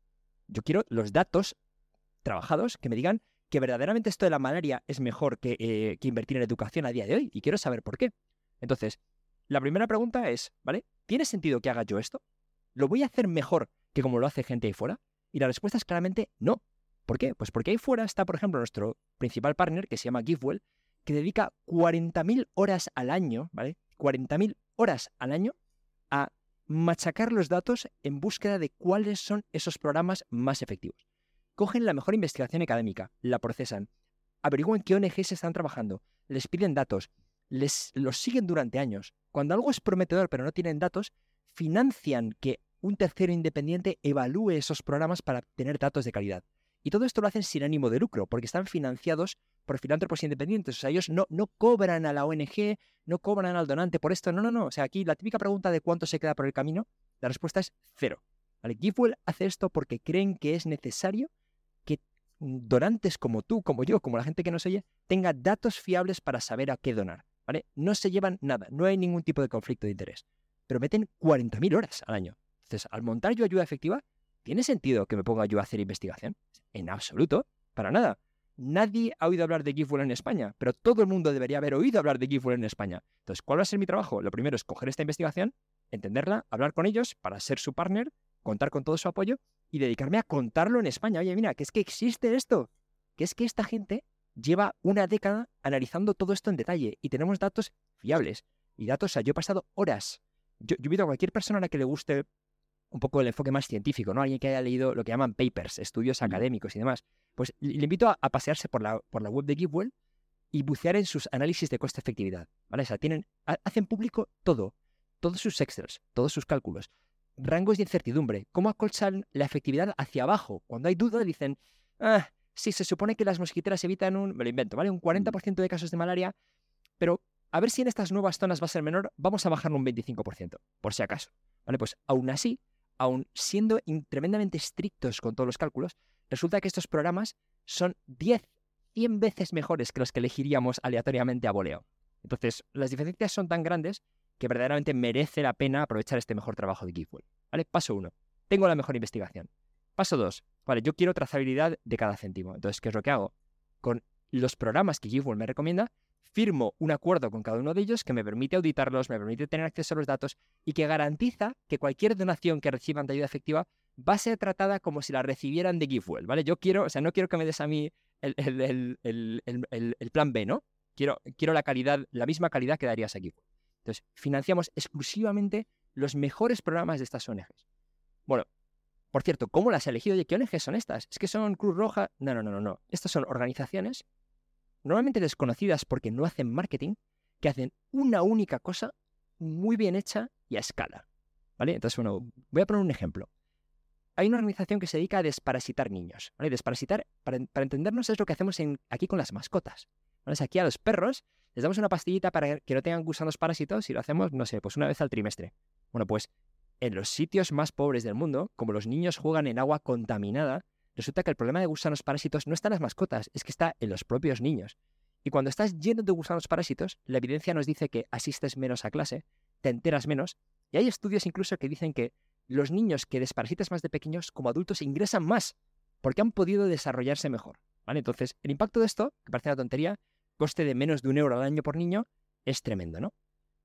Yo quiero los datos trabajados que me digan que verdaderamente esto de la malaria es mejor que, eh, que invertir en educación a día de hoy, y quiero saber por qué. Entonces, la primera pregunta es, ¿vale? ¿Tiene sentido que haga yo esto? ¿Lo voy a hacer mejor que como lo hace gente ahí fuera? Y la respuesta es claramente no. ¿Por qué? Pues porque ahí fuera está, por ejemplo, nuestro principal partner, que se llama GiveWell, que dedica cuarenta mil horas al año, ¿vale? cuarenta mil horas al año a machacar los datos en búsqueda de cuáles son esos programas más efectivos. Cogen la mejor investigación académica, la procesan, averiguan qué O N Ges están trabajando, les piden datos, les los siguen durante años. Cuando algo es prometedor pero no tienen datos, financian que un tercero independiente evalúe esos programas para tener datos de calidad. Y todo esto lo hacen sin ánimo de lucro, porque están financiados por filántropos independientes. O sea, ellos no, no cobran a la O N Ge, no cobran al donante por esto. No, no, no. O sea, aquí la típica pregunta de cuánto se queda por el camino, la respuesta es cero. ¿Vale? GiveWell hace esto porque creen que es necesario que donantes como tú, como yo, como la gente que nos oye, tenga datos fiables para saber a qué donar, ¿vale? No se llevan nada, no hay ningún tipo de conflicto de interés, pero meten cuarenta mil horas al año. Entonces, al montar yo ayuda efectiva, ¿tiene sentido que me ponga yo a hacer investigación? En absoluto, para nada. Nadie ha oído hablar de GiveWell en España, pero todo el mundo debería haber oído hablar de GiveWell en España. Entonces, ¿cuál va a ser mi trabajo? Lo primero es coger esta investigación, entenderla, hablar con ellos para ser su partner, contar con todo su apoyo y dedicarme a contarlo en España. Oye, mira, que es que existe esto, que es que esta gente lleva una década analizando todo esto en detalle y tenemos datos fiables. Y datos, o sea, yo he pasado horas Yo, yo invito a cualquier persona a la que le guste un poco el enfoque más científico, ¿no? Alguien que haya leído lo que llaman papers, estudios académicos y demás, pues le invito a, a pasearse por la, por la web de GiveWell y bucear en sus análisis de coste-efectividad, ¿vale? O sea, tienen, ha, hacen público todo, todos sus Excels, todos sus cálculos, rangos de incertidumbre, cómo acolchan la efectividad hacia abajo. Cuando hay duda dicen, ah, sí, se supone que las mosquiteras evitan un, me lo invento, ¿vale? Un cuarenta por ciento de casos de malaria, pero a ver si en estas nuevas zonas va a ser menor, vamos a bajarlo un veinticinco por ciento, por si acaso, ¿vale? Pues aún así, aún siendo tremendamente estrictos con todos los cálculos, resulta que estos programas son diez, cien veces mejores que los que elegiríamos aleatoriamente a voleo. Entonces, las diferencias son tan grandes que verdaderamente merece la pena aprovechar este mejor trabajo de GiveWell, ¿vale? Paso uno, tengo la mejor investigación. Paso dos, vale, yo quiero trazabilidad de cada céntimo. Entonces, ¿qué es lo que hago? Con los programas que GiveWell me recomienda, firmo un acuerdo con cada uno de ellos que me permite auditarlos, me permite tener acceso a los datos y que garantiza que cualquier donación que reciban de ayuda efectiva va a ser tratada como si la recibieran de GiveWell, ¿vale? Yo quiero, o sea, no quiero que me des a mí el, el, el, el, el, el plan B, ¿no? Quiero, quiero la calidad, la misma calidad que darías a GiveWell. Entonces, financiamos exclusivamente los mejores programas de estas O N Ges. Bueno, por cierto, ¿cómo las he elegido? Oye, ¿qué O N Ges son estas? ¿Es que son Cruz Roja? No, no, no, no, no. Estas son organizaciones normalmente desconocidas porque no hacen marketing, que hacen una única cosa muy bien hecha y a escala, ¿vale? Entonces, bueno, voy a poner un ejemplo. Hay una organización que se dedica a desparasitar niños, ¿vale? Desparasitar, para, para entendernos, es lo que hacemos en, aquí con las mascotas, ¿vale? O sea, aquí a los perros les damos una pastillita para que no tengan gusanos parásitos y lo hacemos, no sé, pues una vez al trimestre. Bueno, pues en los sitios más pobres del mundo, como los niños juegan en agua contaminada, resulta que el problema de gusanos parásitos no está en las mascotas, es que está en los propios niños. Y cuando estás lleno de gusanos parásitos, la evidencia nos dice que asistes menos a clase, te enteras menos, y hay estudios incluso que dicen que los niños que desparasitas más de pequeños, como adultos, ingresan más, porque han podido desarrollarse mejor, ¿vale? Entonces, el impacto de esto, que parece una tontería, coste de menos de un euro al año por niño, es tremendo, ¿no?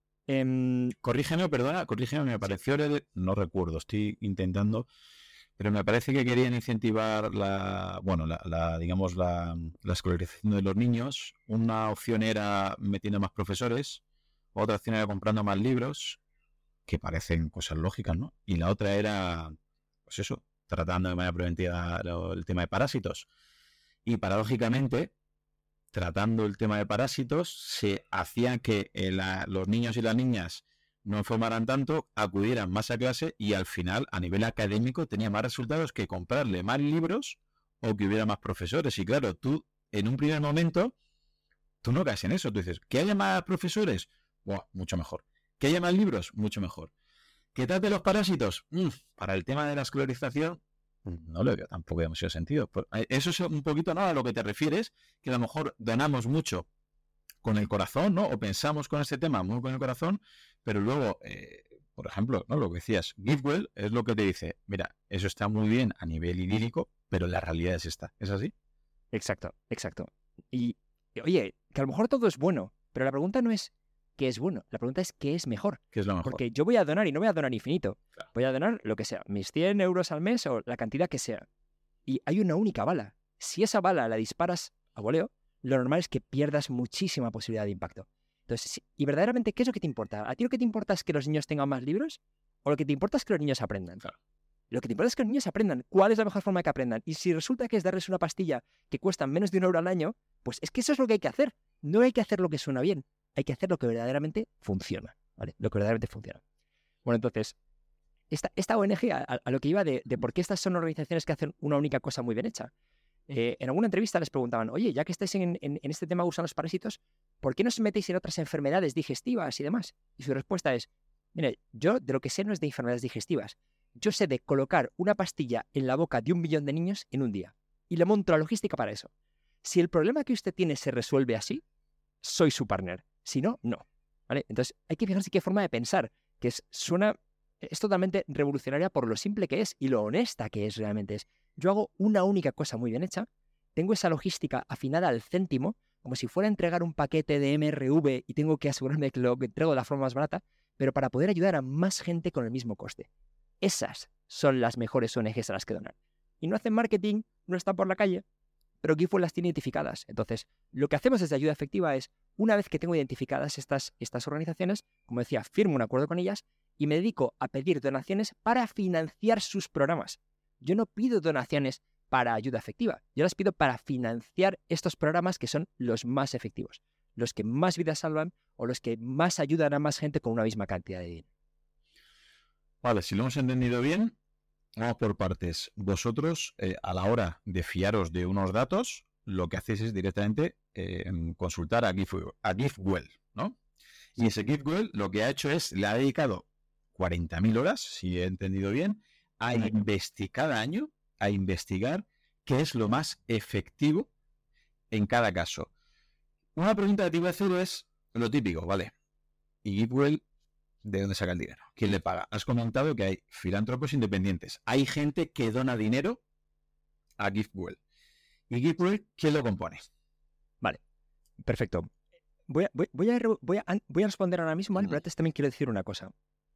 Eh... Corrígeme, perdona, corrígeme, me pareció, no recuerdo, estoy intentando... Pero me parece que querían incentivar la, bueno, la, la digamos la, la escolarización de los niños. Una opción era metiendo más profesores, otra opción era comprando más libros, que parecen cosas lógicas, ¿no? Y la otra era, pues eso, tratando de manera preventiva el tema de parásitos. Y paradójicamente, tratando el tema de parásitos, se hacía que la, los niños y las niñas no informaran tanto, acudieran más a clase y al final, a nivel académico, tenía más resultados que comprarle más libros o que hubiera más profesores. Y claro, tú, en un primer momento, tú no caes en eso. Tú dices, ¿que haya más profesores? Buah, mucho mejor. ¿Que haya más libros? Mucho mejor. ¿Que trate los parásitos? Mm, para el tema de la escolarización, no le veo tampoco demasiado sentido. Eso es un poquito, ¿no?, a lo que te refieres, que a lo mejor donamos mucho con el corazón, ¿no? O pensamos con este tema muy con el corazón, pero luego, eh, por ejemplo, ¿no?, lo que decías, GiveWell es lo que te dice, mira, eso está muy bien a nivel idílico, pero la realidad es esta. ¿Es así? Exacto, exacto. Y, oye, que a lo mejor todo es bueno, pero la pregunta no es qué es bueno, la pregunta es qué es mejor. ¿Qué es lo mejor? Porque yo voy a donar y no voy a donar infinito. Claro. Voy a donar lo que sea, mis cien euros al mes o la cantidad que sea. Y hay una única bala. Si esa bala la disparas a voleo, lo normal es que pierdas muchísima posibilidad de impacto. Entonces, y verdaderamente, ¿qué es lo que te importa? ¿A ti lo que te importa es que los niños tengan más libros? ¿O lo que te importa es que los niños aprendan? Claro. Lo que te importa es que los niños aprendan. ¿Cuál es la mejor forma de que aprendan? Y si resulta que es darles una pastilla que cuesta menos de un euro al año, pues es que eso es lo que hay que hacer. No hay que hacer lo que suena bien. Hay que hacer lo que verdaderamente funciona, ¿vale? Lo que verdaderamente funciona. Bueno, entonces, esta, esta O N G, a, a lo que iba de, de por qué estas son organizaciones que hacen una única cosa muy bien hecha. Eh, en alguna entrevista les preguntaban, oye, ya que estáis en, en, en este tema de gusanos parásitos, ¿por qué no os metéis en otras enfermedades digestivas y demás? Y su respuesta es, mire, yo de lo que sé no es de enfermedades digestivas. Yo sé de colocar una pastilla en la boca de un millón de niños en un día. Y le monto la logística para eso. Si el problema que usted tiene se resuelve así, soy su partner. Si no, no. ¿Vale? Entonces hay que fijarse qué forma de pensar, que es, suena, es totalmente revolucionaria por lo simple que es y lo honesta que es realmente es. Yo hago una única cosa muy bien hecha, tengo esa logística afinada al céntimo, como si fuera a entregar un paquete de M R V y tengo que asegurarme que lo entrego de la forma más barata, pero para poder ayudar a más gente con el mismo coste. Esas son las mejores O N Ges a las que donar. Y no hacen marketing, no están por la calle, pero Givefuel las tiene identificadas. Entonces, lo que hacemos desde Ayuda Efectiva es, una vez que tengo identificadas estas, estas organizaciones, como decía, firmo un acuerdo con ellas y me dedico a pedir donaciones para financiar sus programas. Yo no pido donaciones para Ayuda Efectiva, yo las pido para financiar estos programas que son los más efectivos, los que más vidas salvan o los que más ayudan a más gente con una misma cantidad de dinero. Vale, si lo hemos entendido bien, vamos por partes. Vosotros, eh, a la hora de fiaros de unos datos, lo que hacéis es directamente eh, consultar a Givefuel, a Givefuel, ¿no? Y ese Givefuel lo que ha hecho es, le ha dedicado cuarenta mil horas, si he entendido bien, a investigar cada año, a investigar qué es lo más efectivo en cada caso. Una pregunta que te iba a hacer es lo típico, ¿vale? ¿Y Givefuel de dónde saca el dinero? ¿Quién le paga? Has comentado que hay filántropos independientes. Hay gente que dona dinero a Givefuel. ¿Y Givefuel quién lo compone? Vale, perfecto. Voy a, voy, voy a, voy a, voy a responder ahora mismo, ¿vale? Pero antes también quiero decir una cosa.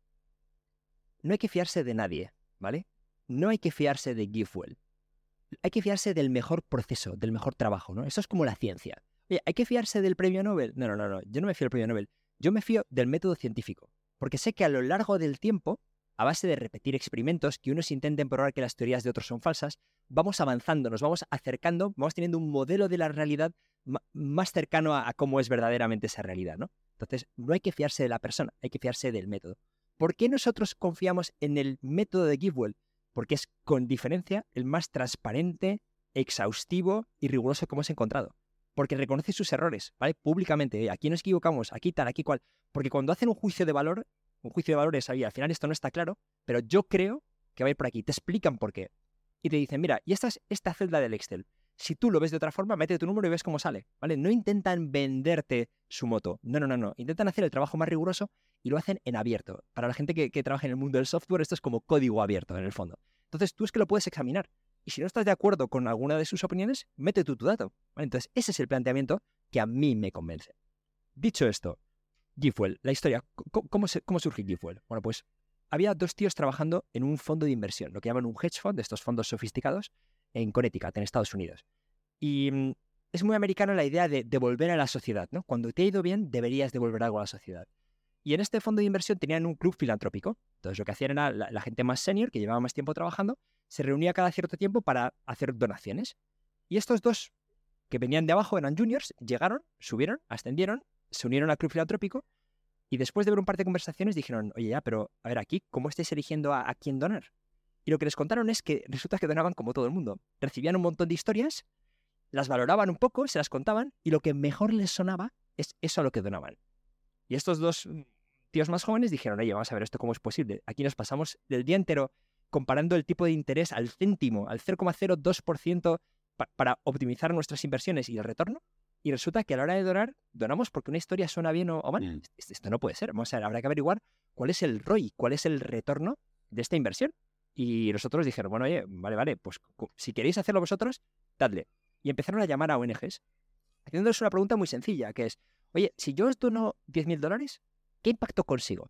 No hay que fiarse de nadie, ¿vale? No hay que fiarse de Givefuel. Hay que fiarse del mejor proceso, del mejor trabajo, ¿no? Eso es como la ciencia. Oye, ¿hay que fiarse del premio Nobel? No, no, no, no. Yo no me fío del premio Nobel. Yo me fío del método científico. Porque sé que a lo largo del tiempo, a base de repetir experimentos, que unos intenten probar que las teorías de otros son falsas, vamos avanzando, nos vamos acercando, vamos teniendo un modelo de la realidad más cercano a, a cómo es verdaderamente esa realidad, ¿no? Entonces, no hay que fiarse de la persona, hay que fiarse del método. ¿Por qué nosotros confiamos en el método de Givefuel? Porque es, con diferencia, el más transparente, exhaustivo y riguroso que hemos encontrado. Porque reconoce sus errores, ¿vale? Públicamente, ¿eh? Aquí nos equivocamos, aquí tal, aquí cual. Porque cuando hacen un juicio de valor, un juicio de valor es, ahí, al final esto no está claro, pero yo creo que va a ir por aquí. Te explican por qué. Y te dicen, mira, y esta es esta celda del Excel. Si tú lo ves de otra forma, mete tu número y ves cómo sale, ¿vale? No intentan venderte su moto. No, no, no, no. Intentan hacer el trabajo más riguroso y lo hacen en abierto. Para la gente que, que trabaja en el mundo del software, esto es como código abierto, en el fondo. Entonces, tú es que lo puedes examinar. Y si no estás de acuerdo con alguna de sus opiniones, mete tú tu dato, ¿vale? Entonces, ese es el planteamiento que a mí me convence. Dicho esto, Givefuel, la historia. ¿Cómo, cómo, se, cómo surge Givefuel? Bueno, pues había dos tíos trabajando en un fondo de inversión, lo que llaman un hedge fund, de estos fondos sofisticados, en Connecticut, en Estados Unidos. Y mm, es muy americano la idea de devolver a la sociedad, ¿no? Cuando te ha ido bien, deberías devolver algo a la sociedad. Y en este fondo de inversión tenían un club filantrópico. Entonces, lo que hacían era la, la gente más senior, que llevaba más tiempo trabajando, se reunía cada cierto tiempo para hacer donaciones. Y estos dos, que venían de abajo, eran juniors, llegaron, subieron, ascendieron, se unieron al club filantrópico y después de ver un par de conversaciones dijeron, oye, ya, pero a ver, aquí, ¿cómo estáis eligiendo a, a quién donar? Y lo que les contaron es que resulta que donaban como todo el mundo. Recibían un montón de historias, las valoraban un poco, se las contaban y lo que mejor les sonaba es eso a lo que donaban. Y estos dos tíos más jóvenes dijeron, oye, vamos a ver esto cómo es posible. Aquí nos pasamos del día entero comparando el tipo de interés al céntimo, al cero coma cero dos por ciento pa para optimizar nuestras inversiones y el retorno. Y resulta que a la hora de donar, donamos porque una historia suena bien o, o mal. Mm. Esto no puede ser. Vamos a ver, habrá que averiguar cuál es el R O I, cuál es el retorno de esta inversión. Y nosotros dijeron, bueno, oye, vale, vale, pues si queréis hacerlo vosotros, dadle. Y empezaron a llamar a O N Ges, haciéndoles una pregunta muy sencilla, que es, oye, si yo os dono diez mil dólares, ¿qué impacto consigo?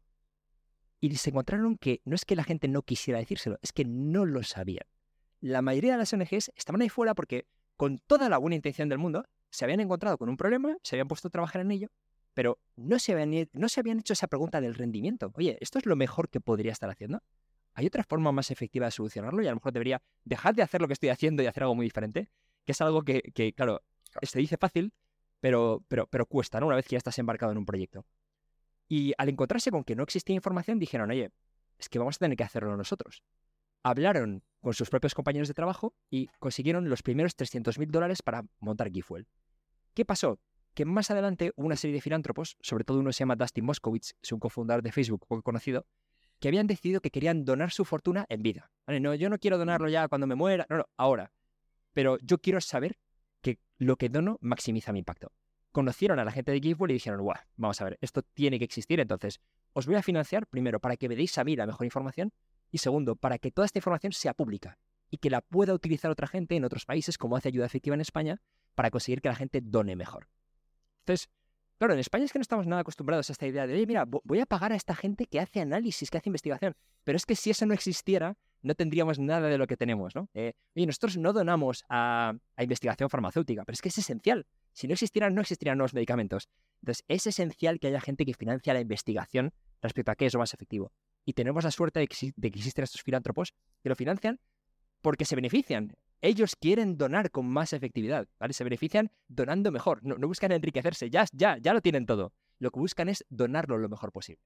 Y se encontraron que no es que la gente no quisiera decírselo, es que no lo sabían. La mayoría de las O N Ges estaban ahí fuera porque, con toda la buena intención del mundo, se habían encontrado con un problema, se habían puesto a trabajar en ello, pero no se habían, no se habían hecho esa pregunta del rendimiento. Oye, ¿esto es lo mejor que podría estar haciendo? ¿Hay otra forma más efectiva de solucionarlo? Y a lo mejor debería dejar de hacer lo que estoy haciendo y hacer algo muy diferente, que es algo que, que claro, se dice fácil, pero, pero, pero cuesta, ¿no? Una vez que ya estás embarcado en un proyecto. Y al encontrarse con que no existía información, dijeron, oye, es que vamos a tener que hacerlo nosotros. Hablaron con sus propios compañeros de trabajo y consiguieron los primeros trescientos mil dólares para montar Givefuel. ¿Qué pasó? Que más adelante hubo una serie de filántropos, sobre todo uno se llama Dustin Moskovitz, es un cofundador de Facebook poco conocido, que habían decidido que querían donar su fortuna en vida. ¿Vale? No, yo no quiero donarlo ya cuando me muera, no, no, ahora. Pero yo quiero saber que lo que dono maximiza mi impacto. Conocieron a la gente de Givefuel y dijeron, guau, vamos a ver, esto tiene que existir, entonces os voy a financiar, primero, para que me deis a mí la mejor información, y segundo, para que toda esta información sea pública y que la pueda utilizar otra gente en otros países, como hace Ayuda Efectiva en España, para conseguir que la gente done mejor. Entonces, claro, en España es que no estamos nada acostumbrados a esta idea de, oye, mira, voy a pagar a esta gente que hace análisis, que hace investigación, pero es que si eso no existiera, no tendríamos nada de lo que tenemos, ¿no? Eh, oye, nosotros no donamos a, a investigación farmacéutica, pero es que es esencial. Si no existieran, no existirían nuevos medicamentos. Entonces, es esencial que haya gente que financia la investigación respecto a qué es lo más efectivo. Y tenemos la suerte de que, de que existen estos filántropos que lo financian porque se benefician. Ellos quieren donar con más efectividad, ¿vale? Se benefician donando mejor. No, no buscan enriquecerse, ya, ya, ya lo tienen todo. Lo que buscan es donarlo lo mejor posible.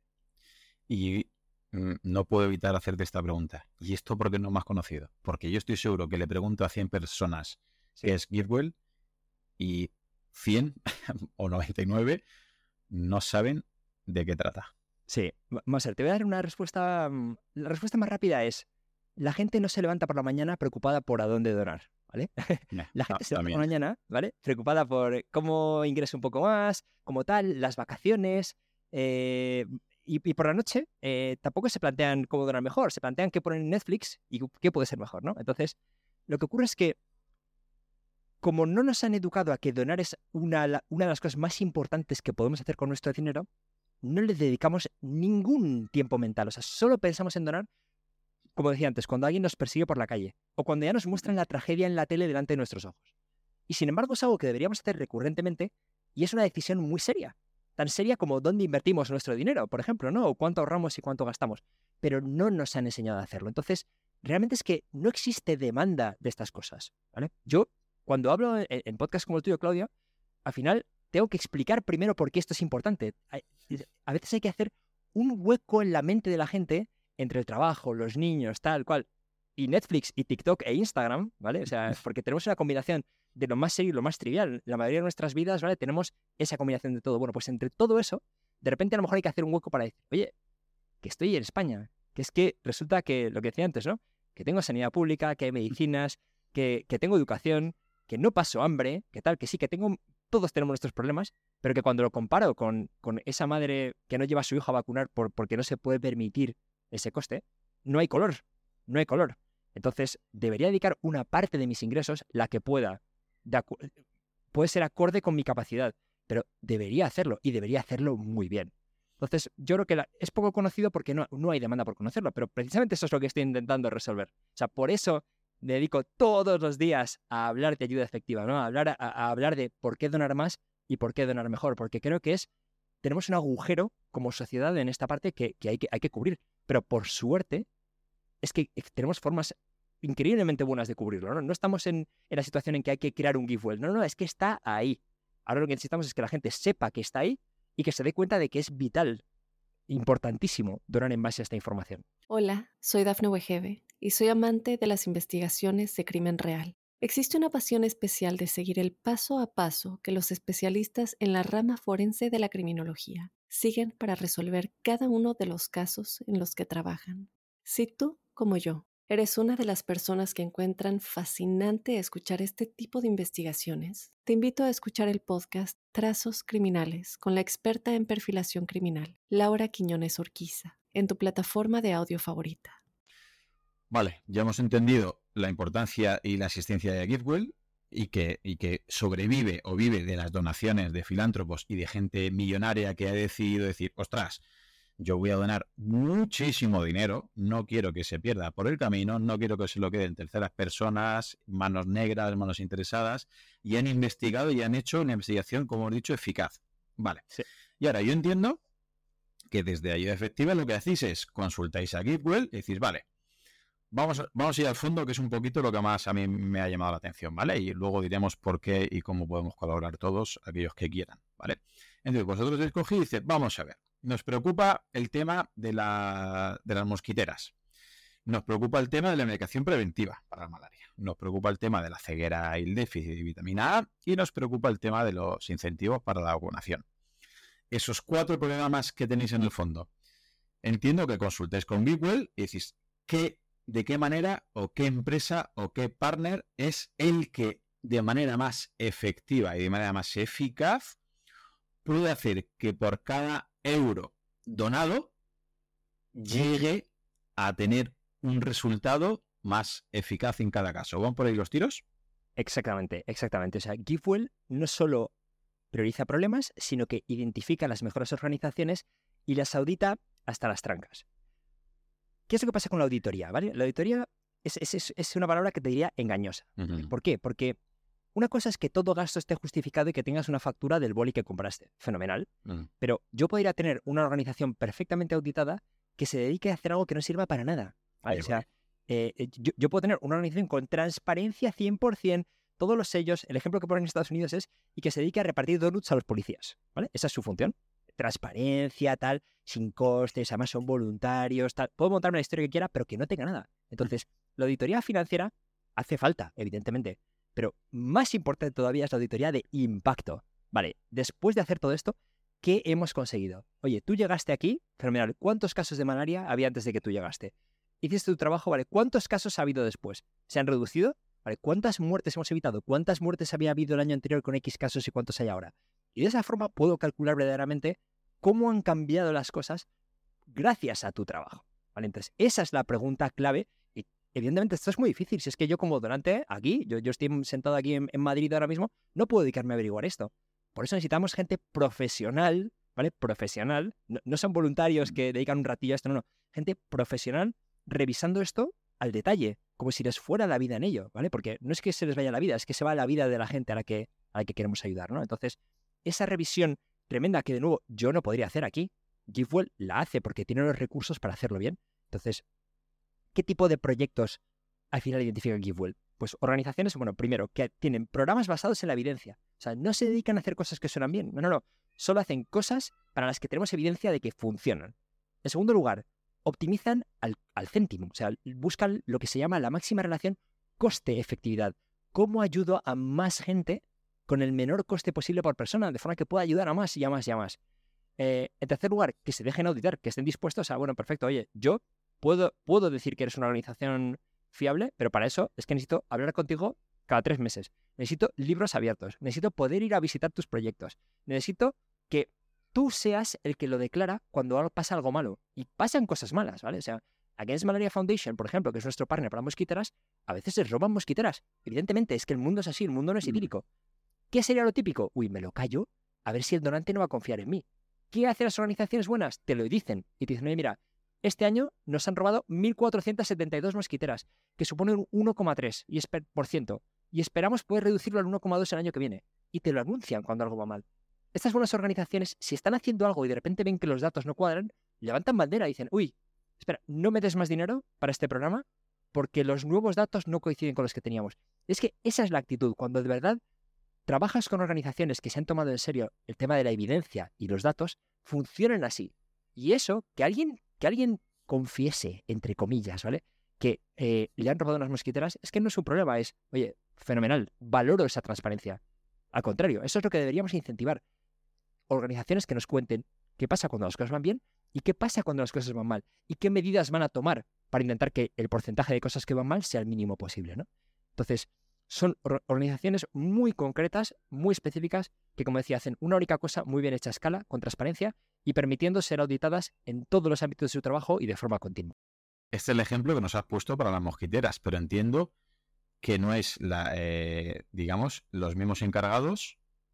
Y mm, no puedo evitar hacerte esta pregunta. ¿Y esto por qué no me has conocido? Porque yo estoy seguro que le pregunto a cien personas Sí. qué es GiveWell y cien o noventa y nueve no saben de qué trata. Sí, Maser, te voy a dar una respuesta. La respuesta más rápida es: la gente no se levanta por la mañana preocupada por a dónde donar, ¿vale? Yeah, La gente no, se levanta también. por la mañana, ¿vale? Preocupada por cómo ingreso un poco más, como tal, las vacaciones, eh, y, y por la noche eh, tampoco se plantean cómo donar mejor, se plantean qué poner en Netflix y qué puede ser mejor, ¿no? Entonces, lo que ocurre es que como no nos han educado a que donar es una, una de las cosas más importantes que podemos hacer con nuestro dinero, no le dedicamos ningún tiempo mental. O sea, solo pensamos en donar, como decía antes, cuando alguien nos persigue por la calle o cuando ya nos muestran la tragedia en la tele delante de nuestros ojos. Y sin embargo es algo que deberíamos hacer recurrentemente y es una decisión muy seria. Tan seria como dónde invertimos nuestro dinero, por ejemplo, ¿no? O cuánto ahorramos y cuánto gastamos. Pero no nos han enseñado a hacerlo. Entonces, realmente es que no existe demanda de estas cosas, ¿vale? Yo, cuando hablo en, en podcasts como el tuyo, Claudia, al final tengo que explicar primero por qué esto es importante. A veces hay que hacer un hueco en la mente de la gente entre el trabajo, los niños, tal cual, y Netflix y TikTok e Instagram, ¿vale? O sea, porque tenemos una combinación de lo más serio y lo más trivial. La mayoría de nuestras vidas, ¿vale? Tenemos esa combinación de todo. Bueno, pues entre todo eso, de repente a lo mejor hay que hacer un hueco para decir, oye, que estoy en España, que es que resulta que, lo que decía antes, ¿no? Que tengo sanidad pública, que hay medicinas, que, que tengo educación, que no paso hambre, que tal, que sí, que tengo... Todos tenemos nuestros problemas, pero que cuando lo comparo con, con esa madre que no lleva a su hijo a vacunar por, porque no se puede permitir ese coste, no hay color, no hay color. Entonces, debería dedicar una parte de mis ingresos, la que pueda, de puede ser acorde con mi capacidad, pero debería hacerlo y debería hacerlo muy bien. Entonces, yo creo que la, es poco conocido porque no, no hay demanda por conocerlo, pero precisamente eso es lo que estoy intentando resolver. O sea, por eso me dedico todos los días a hablar de ayuda efectiva, ¿no? A hablar, a, a hablar de por qué donar más y por qué donar mejor, porque creo que es, tenemos un agujero como sociedad en esta parte que, que, hay, que hay que cubrir, pero por suerte es que tenemos formas increíblemente buenas de cubrirlo, ¿no? No estamos en, en la situación en que hay que crear un GiveWell, no, no, es que está ahí. Ahora lo que necesitamos es que la gente sepa que está ahí y que se dé cuenta de que es vital, importantísimo, donar en base a esta información. Hola, soy Dafne Wegebe y soy amante de las investigaciones de crimen real. Existe una pasión especial de seguir el paso a paso que los especialistas en la rama forense de la criminología siguen para resolver cada uno de los casos en los que trabajan. Si tú, como yo, eres una de las personas que encuentran fascinante escuchar este tipo de investigaciones, te invito a escuchar el podcast Trazos Criminales con la experta en perfilación criminal, Laura Quiñones Orquiza, en tu plataforma de audio favorita. Vale, ya hemos entendido la importancia y la existencia de GiveWell y que, y que sobrevive o vive de las donaciones de filántropos y de gente millonaria que ha decidido decir, ostras, yo voy a donar muchísimo dinero, no quiero que se pierda por el camino, no quiero que se lo queden terceras personas, manos negras, manos interesadas, y han investigado y han hecho una investigación, como hemos dicho, eficaz. Vale. Sí. Y ahora yo entiendo que desde Ayuda Efectiva lo que hacéis es consultáis a GiveWell y decís, vale, vamos a, vamos a ir al fondo, que es un poquito lo que más a mí me ha llamado la atención, ¿vale? Y luego diremos por qué y cómo podemos colaborar todos aquellos que quieran, ¿vale? Entonces vosotros escogís y dices, vamos a ver. Nos preocupa el tema de, la, de las mosquiteras. Nos preocupa el tema de la medicación preventiva para la malaria. Nos preocupa el tema de la ceguera y el déficit de vitamina A. Y nos preocupa el tema de los incentivos para la vacunación. Esos cuatro problemas que tenéis en el fondo. Entiendo que consultéis con GiveWell y decís qué, de qué manera o qué empresa o qué partner es el que de manera más efectiva y de manera más eficaz puede hacer que por cada euro donado llegue a tener un resultado más eficaz en cada caso. ¿Van por ahí los tiros? Exactamente, exactamente. O sea, GiveWell no solo prioriza problemas, sino que identifica las mejores organizaciones y las audita hasta las trancas. ¿Qué es lo que pasa con la auditoría? ¿Vale? La auditoría es, es, es, es una palabra que te diría engañosa. Uh-huh. ¿Por qué? Porque una cosa es que todo gasto esté justificado y que tengas una factura del boli que compraste. Fenomenal. Uh-huh. Pero yo podría tener una organización perfectamente auditada que se dedique a hacer algo que no sirva para nada. ¿Vale? Ahí O sea, voy. eh, yo, yo puedo tener una organización con transparencia cien por ciento, todos los sellos. El ejemplo que ponen en Estados Unidos es y que se dedique a repartir donuts a los policías. ¿Vale? Esa es su función. Transparencia, tal, sin costes, además son voluntarios, tal. Puedo montarme la historia que quiera, pero que no tenga nada. Entonces, la auditoría financiera hace falta, evidentemente, pero más importante todavía es la auditoría de impacto. Vale, después de hacer todo esto, ¿qué hemos conseguido? Oye, tú llegaste aquí, fenomenal. ¿Cuántos casos de malaria había antes de que tú llegaste? Hiciste tu trabajo, vale. ¿Cuántos casos ha habido después? ¿Se han reducido? Vale, ¿cuántas muertes hemos evitado? ¿Cuántas muertes había habido el año anterior con X casos y cuántos hay ahora? Y de esa forma puedo calcular verdaderamente cómo han cambiado las cosas gracias a tu trabajo. ¿Vale? Entonces, esa es la pregunta clave. Y evidentemente esto es muy difícil. Si es que yo como donante aquí, yo, yo estoy sentado aquí en, en Madrid ahora mismo, no puedo dedicarme a averiguar esto. Por eso necesitamos gente profesional, ¿vale? Profesional. No, no son voluntarios que dedican un ratillo a esto, no, no. Gente profesional revisando esto al detalle, como si les fuera la vida en ello, ¿vale? Porque no es que se les vaya la vida, es que se va la vida de la gente a la que, a la que queremos ayudar, ¿no? Entonces, esa revisión tremenda que, de nuevo, yo no podría hacer aquí, GiveWell la hace porque tiene los recursos para hacerlo bien. Entonces, ¿qué tipo de proyectos al final identifica GiveWell? Pues organizaciones, bueno, primero, que tienen programas basados en la evidencia. O sea, no se dedican a hacer cosas que suenan bien. No, no, no. Solo hacen cosas para las que tenemos evidencia de que funcionan. En segundo lugar, optimizan al, al céntimo. O sea, buscan lo que se llama la máxima relación coste-efectividad. ¿Cómo ayudo a más gente con el menor coste posible por persona, de forma que pueda ayudar a más y a más y a más? Eh, en tercer lugar, que se dejen auditar, que estén dispuestos a, bueno, perfecto, oye, yo puedo, puedo decir que eres una organización fiable, pero para eso es que necesito hablar contigo cada tres meses. Necesito libros abiertos, necesito poder ir a visitar tus proyectos, necesito que tú seas el que lo declara cuando pasa algo malo. Y pasan cosas malas, ¿vale? O sea, Against Malaria Foundation, por ejemplo, que es nuestro partner para mosquiteras, a veces les roban mosquiteras. Evidentemente, es que el mundo es así, el mundo no es idílico. ¿Qué sería lo típico? Uy, me lo callo, a ver si el donante no va a confiar en mí. ¿Qué hacen las organizaciones buenas? Te lo dicen. Y te dicen, oye, mira, este año nos han robado mil cuatrocientas setenta y dos mosquiteras, que supone un uno coma tres por ciento. Y esperamos poder reducirlo al uno coma dos el año que viene. Y te lo anuncian cuando algo va mal. Estas buenas organizaciones, si están haciendo algo y de repente ven que los datos no cuadran, levantan bandera y dicen, uy, espera, no me des más dinero para este programa porque los nuevos datos no coinciden con los que teníamos. Es que esa es la actitud. Cuando de verdad trabajas con organizaciones que se han tomado en serio el tema de la evidencia y los datos, funcionan así. Y eso, que alguien, que alguien confiese, entre comillas, ¿vale? Que eh, le han robado unas mosquiteras, es que no es un problema, es, oye, fenomenal, valoro esa transparencia. Al contrario, eso es lo que deberíamos incentivar. Organizaciones que nos cuenten qué pasa cuando las cosas van bien y qué pasa cuando las cosas van mal y qué medidas van a tomar para intentar que el porcentaje de cosas que van mal sea el mínimo posible, ¿no? Entonces, son organizaciones muy concretas, muy específicas, que, como decía, hacen una única cosa muy bien hecha a escala, con transparencia y permitiendo ser auditadas en todos los ámbitos de su trabajo y de forma continua. Este es el ejemplo que nos has puesto para las mosquiteras, pero entiendo que no es, la, eh, digamos, los mismos encargados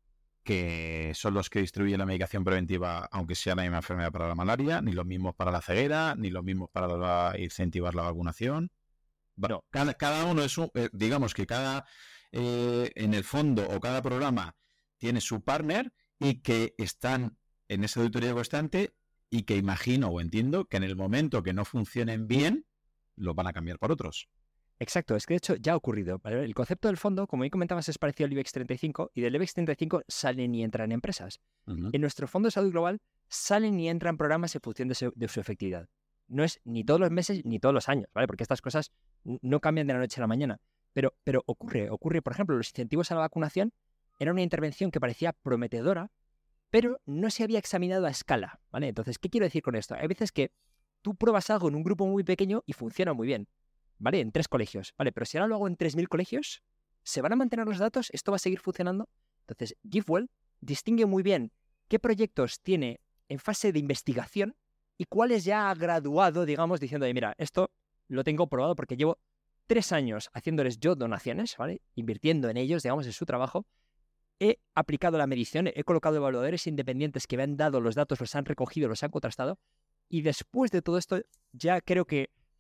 que son los que distribuyen la medicación preventiva, aunque sea la misma enfermedad para la malaria, ni los mismos para la ceguera, ni los mismos para la, incentivar la vacunación. No. Cada, cada uno es un, eh, digamos que cada, eh, en el fondo o cada programa tiene su partner y que están en esa auditoría constante y que imagino o entiendo que en el momento que no funcionen bien, los van a cambiar por otros. Exacto, es que de hecho ya ha ocurrido. ¿Vale? El concepto del fondo, como bien comentabas, es parecido al IBEX treinta y cinco y del IBEX treinta y cinco salen y entran empresas. Uh-huh. En nuestro fondo de salud global salen y entran programas en función de su, de su efectividad. No es ni todos los meses ni todos los años, ¿vale? Porque estas cosas no cambian de la noche a la mañana. Pero, pero ocurre, ocurre. Por ejemplo, los incentivos a la vacunación era una intervención que parecía prometedora, pero no se había examinado a escala, ¿vale? Entonces, ¿qué quiero decir con esto? Hay veces que tú pruebas algo en un grupo muy pequeño y funciona muy bien, ¿vale? En tres colegios, ¿vale? Pero si ahora lo hago en tres mil colegios, ¿se van a mantener los datos? ¿Esto va a seguir funcionando? Entonces, GiveWell distingue muy bien qué proyectos tiene en fase de investigación y cuáles ya ha graduado, digamos, diciendo, mira, esto lo tengo probado porque llevo tres años haciéndoles yo donaciones, ¿vale? Invirtiendo en ellos, digamos, en su trabajo. He aplicado la medición, he colocado evaluadores independientes que me han dado los datos, los han recogido, los han contrastado. Y después de todo esto, ya creo que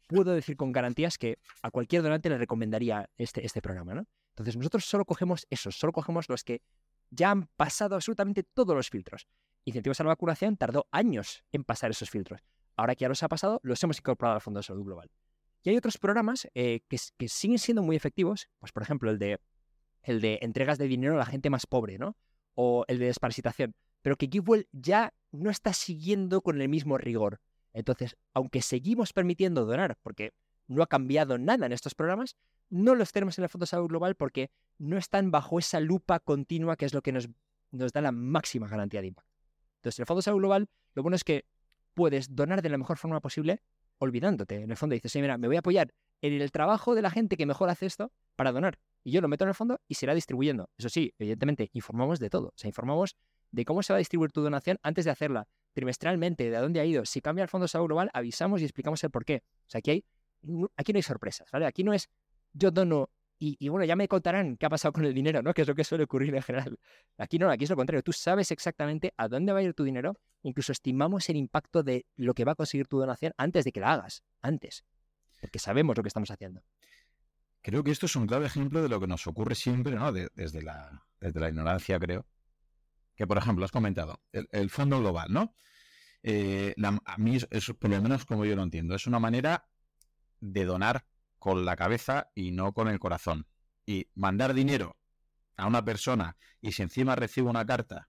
puedo decir con garantías que a cualquier donante le recomendaría este, este programa, ¿no? Entonces nosotros solo cogemos esos, solo cogemos los que ya han pasado absolutamente todos los filtros. Incentivos a la Vacunación tardó años en pasar esos filtros. Ahora que ya los ha pasado, los hemos incorporado al Fondo de Salud Global. Y hay otros programas eh, que, que siguen siendo muy efectivos, pues por ejemplo el de, el de entregas de dinero a la gente más pobre, ¿no? O el de desparasitación, pero que GiveWell ya no está siguiendo con el mismo rigor. Entonces, aunque seguimos permitiendo donar, porque no ha cambiado nada en estos programas, no los tenemos en el Fondo de Salud Global porque no están bajo esa lupa continua que es lo que nos, nos da la máxima garantía de impacto. Entonces, en el Fondo de Salud Global, lo bueno es que puedes donar de la mejor forma posible olvidándote. En el fondo dices, sí, mira, me voy a apoyar en el trabajo de la gente que mejor hace esto para donar. Y yo lo meto en el fondo y se irá distribuyendo. Eso sí, evidentemente, informamos de todo. O sea, informamos de cómo se va a distribuir tu donación antes de hacerla, trimestralmente, de a dónde ha ido. Si cambia el Fondo de Salud Global, avisamos y explicamos el porqué. O sea, aquí, hay, aquí no hay sorpresas, ¿vale? Aquí no es yo dono y, y bueno, ya me contarán qué ha pasado con el dinero, ¿no? Que es lo que suele ocurrir en general. Aquí no, aquí es lo contrario. Tú sabes exactamente a dónde va a ir tu dinero. Incluso estimamos el impacto de lo que va a conseguir tu donación antes de que la hagas. Antes. Porque sabemos lo que estamos haciendo. Creo que esto es un claro ejemplo de lo que nos ocurre siempre, ¿no? De, desde, la, desde la ignorancia, creo. Que, por ejemplo, has comentado, el, el Fondo Global, ¿no? Eh, la, a mí, es, por lo menos como yo lo entiendo, es una manera de donar con la cabeza y no con el corazón. Y mandar dinero a una persona y si encima recibo una carta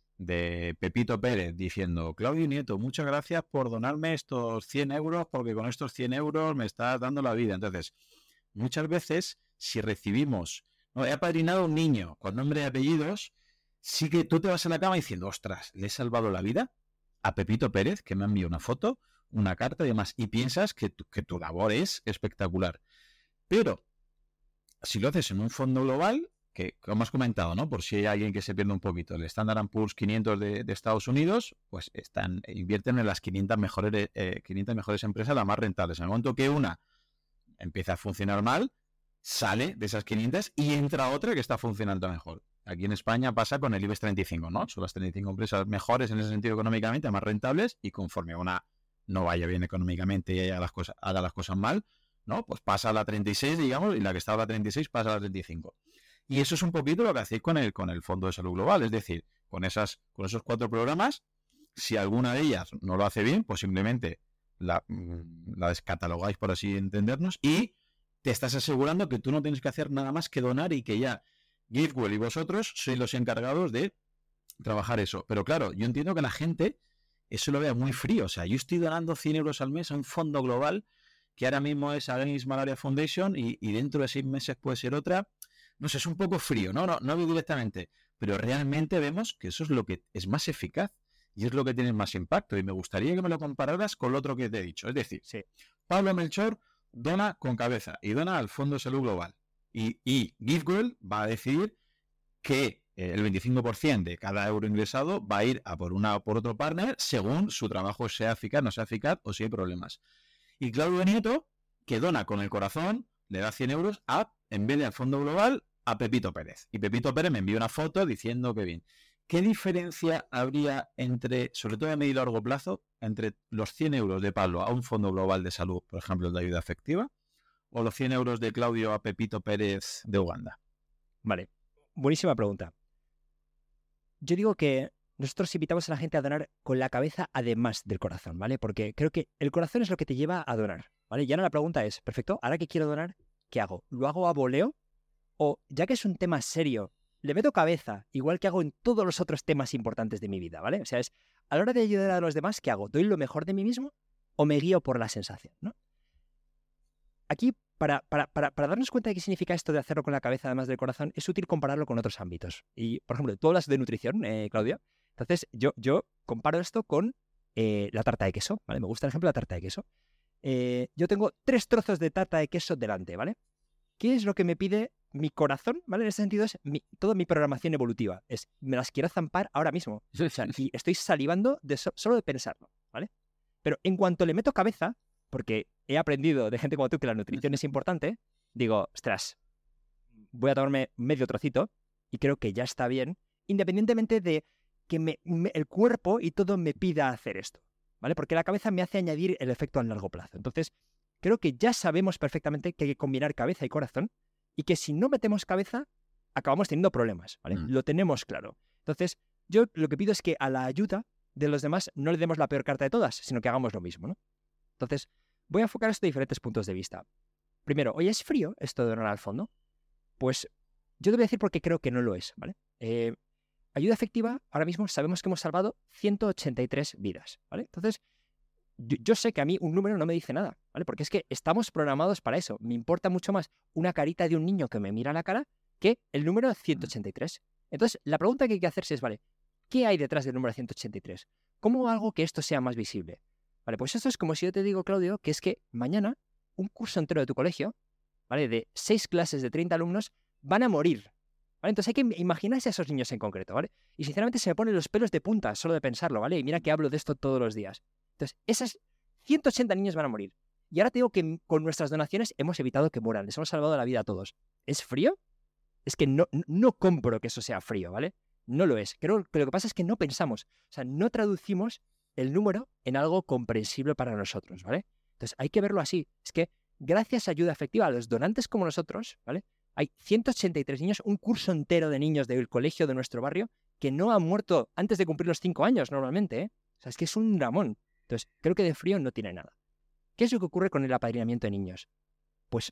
de Pepito Pérez diciendo, Claudio Nieto, muchas gracias por donarme estos cien euros porque con estos cien euros me estás dando la vida. Entonces, muchas veces, si recibimos, no, he apadrinado a un niño con nombre y apellidos, sí que tú te vas a la cama diciendo, ostras, le he salvado la vida a Pepito Pérez, que me ha enviado una foto, una carta y demás, y piensas que tu, que tu labor es espectacular. Pero, si lo haces en un fondo global, que como has comentado, ¿no? Por si hay alguien que se pierde un poquito, el Standard and Poor's quinientos de, de Estados Unidos, pues están, invierten en las quinientas mejores, eh, quinientas mejores empresas, las más rentables. En el momento que una empieza a funcionar mal, sale de esas quinientas y entra otra que está funcionando mejor. Aquí en España pasa con el IBEX treinta y cinco, ¿no? Son las treinta y cinco empresas mejores en ese sentido económicamente, más rentables, y conforme una no vaya bien económicamente y haga las cosas, haga las cosas mal, ¿no? Pues pasa a la treinta y seis, digamos, y la que estaba a la treinta y seis pasa a la treinta y cinco. Y eso es un poquito lo que hacéis con el, con el Fondo de Salud Global, es decir, con, esas, con esos cuatro programas, si alguna de ellas no lo hace bien, pues simplemente la, la descatalogáis, por así entendernos, y te estás asegurando que tú no tienes que hacer nada más que donar y que ya GiveWell y vosotros sois los encargados de trabajar eso. Pero claro, yo entiendo que la gente eso lo vea muy frío. O sea, yo estoy donando cien euros al mes a un fondo global que ahora mismo es Against Malaria Foundation y, y dentro de seis meses puede ser otra. No sé, es un poco frío, no, no, no directamente, pero realmente vemos que eso es lo que es más eficaz y es lo que tiene más impacto. Y me gustaría que me lo compararas con lo otro que te he dicho. Es decir, sí. Pablo Melchor dona con cabeza y dona al Fondo de Salud Global. Y, y GiveWell va a decidir que el veinticinco por ciento de cada euro ingresado va a ir a por una o por otro partner según su trabajo sea eficaz, no sea eficaz o si hay problemas. Y Claudio Nieto, que dona con el corazón, le da cien euros a, en vez de al Fondo Global, a Pepito Pérez. Y Pepito Pérez me envió una foto diciendo que bien. ¿Qué diferencia habría entre, sobre todo a medio y largo plazo, entre los cien euros de Pablo a un Fondo Global de Salud, por ejemplo, el de ayuda efectiva, o los cien euros de Claudio a Pepito Pérez de Uganda? Vale, buenísima pregunta. Yo digo que nosotros invitamos a la gente a donar con la cabeza además del corazón, ¿vale? Porque creo que el corazón es lo que te lleva a donar, ¿vale? Y ahora la pregunta es, perfecto, ahora que quiero donar, ¿qué hago? ¿Lo hago a voleo? O, ya que es un tema serio, le meto cabeza, igual que hago en todos los otros temas importantes de mi vida, ¿vale? O sea, es, a la hora de ayudar a los demás, ¿qué hago? ¿Doy lo mejor de mí mismo o me guío por la sensación, ¿no? Aquí, para, para, para, para darnos cuenta de qué significa esto de hacerlo con la cabeza además del corazón, es útil compararlo con otros ámbitos. Y, por ejemplo, tú hablas de nutrición, eh, Claudia. Entonces, yo, yo comparo esto con eh, la tarta de queso, ¿vale? Me gusta el ejemplo de la tarta de queso. Eh, yo tengo tres trozos de tarta de queso delante, ¿vale? ¿Qué es lo que me pide mi corazón? ¿Vale? En ese sentido es mi, toda mi programación evolutiva. Es, me las quiero zampar ahora mismo. O sea, y estoy salivando de so, solo de pensarlo, ¿vale? Pero en cuanto le meto cabeza, porque he aprendido de gente como tú que la nutrición es importante, digo, ostras, voy a tomarme medio trocito y creo que ya está bien, independientemente de que me, me, el cuerpo y todo me pida hacer esto, ¿vale? Porque la cabeza me hace añadir el efecto a largo plazo. Entonces, creo que ya sabemos perfectamente que hay que combinar cabeza y corazón y que si no metemos cabeza, acabamos teniendo problemas, ¿vale? Mm. Lo tenemos claro. Entonces, yo lo que pido es que a la ayuda de los demás no le demos la peor carta de todas, sino que hagamos lo mismo, ¿no? Entonces, voy a enfocar esto de diferentes puntos de vista. Primero, oye, ¿es frío esto de donar al fondo? Pues yo te voy a decir por qué creo que no lo es, ¿vale? Eh, ayuda efectiva, ahora mismo sabemos que hemos salvado ciento ochenta y tres vidas, ¿vale? Entonces, yo, yo sé que a mí un número no me dice nada, ¿vale? Porque es que estamos programados para eso. Me importa mucho más una carita de un niño que me mira a la cara que el número ciento ochenta y tres. Entonces, la pregunta que hay que hacerse es, vale, ¿qué hay detrás del número ciento ochenta y tres? ¿Cómo hago que esto sea más visible? Vale, pues esto es como si yo te digo, Claudio, que es que mañana un curso entero de tu colegio, ¿vale? De seis clases de treinta alumnos van a morir, ¿vale? Entonces hay que imaginarse a esos niños en concreto, ¿vale? Y sinceramente se me ponen los pelos de punta solo de pensarlo, ¿vale? Y mira que hablo de esto todos los días. Entonces, esos ciento ochenta niños van a morir. Y ahora te digo que con nuestras donaciones hemos evitado que mueran, les hemos salvado la vida a todos. ¿Es frío? Es que no, no compro que eso sea frío, ¿vale? No lo es. Creo que lo que pasa es que no pensamos, o sea, no traducimos el número en algo comprensible para nosotros, ¿vale? Entonces hay que verlo así. Es que gracias a ayuda efectiva a los donantes como nosotros, ¿vale? Hay ciento ochenta y tres niños, un curso entero de niños del colegio de nuestro barrio que no han muerto antes de cumplir los cinco años normalmente, ¿eh? O sea, es que es un dramón. Entonces, creo que de frío no tiene nada. ¿Qué es lo que ocurre con el apadrinamiento de niños? Pues,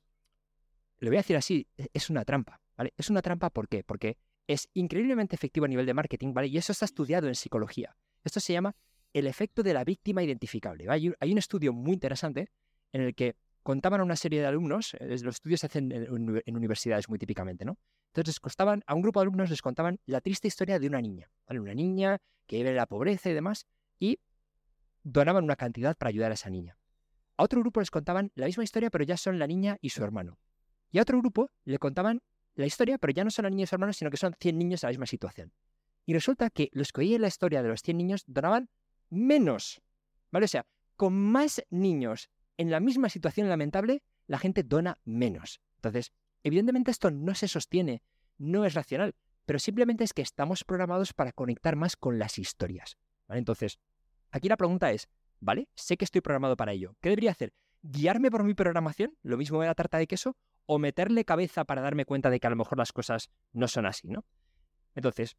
lo voy a decir así, es una trampa, ¿vale? Es una trampa, ¿por qué? Porque es increíblemente efectivo a nivel de marketing, ¿vale? Y eso está estudiado en psicología. Esto se llama el efecto de la víctima identificable, ¿vale? Hay, hay un estudio muy interesante en el que contaban a una serie de alumnos, eh, los estudios se hacen en, en universidades muy típicamente, ¿no? Entonces les contaban, a un grupo de alumnos les contaban la triste historia de una niña, ¿vale? Una niña que vive en la pobreza y demás, y donaban una cantidad para ayudar a esa niña. A otro grupo les contaban la misma historia, pero ya son la niña y su hermano. Y a otro grupo le contaban la historia, pero ya no son la niña y su hermano, sino que son cien niños en la misma situación. Y resulta que los que oían la historia de los cien niños donaban menos, ¿vale? O sea, con más niños en la misma situación lamentable, la gente dona menos. Entonces, evidentemente esto no se sostiene, no es racional, pero simplemente es que estamos programados para conectar más con las historias, ¿vale? Entonces, aquí la pregunta es, ¿vale? Sé que estoy programado para ello. ¿Qué debería hacer? ¿Guiarme por mi programación? ¿Lo mismo de la tarta de queso? ¿O meterle cabeza para darme cuenta de que a lo mejor las cosas no son así, ¿no? Entonces,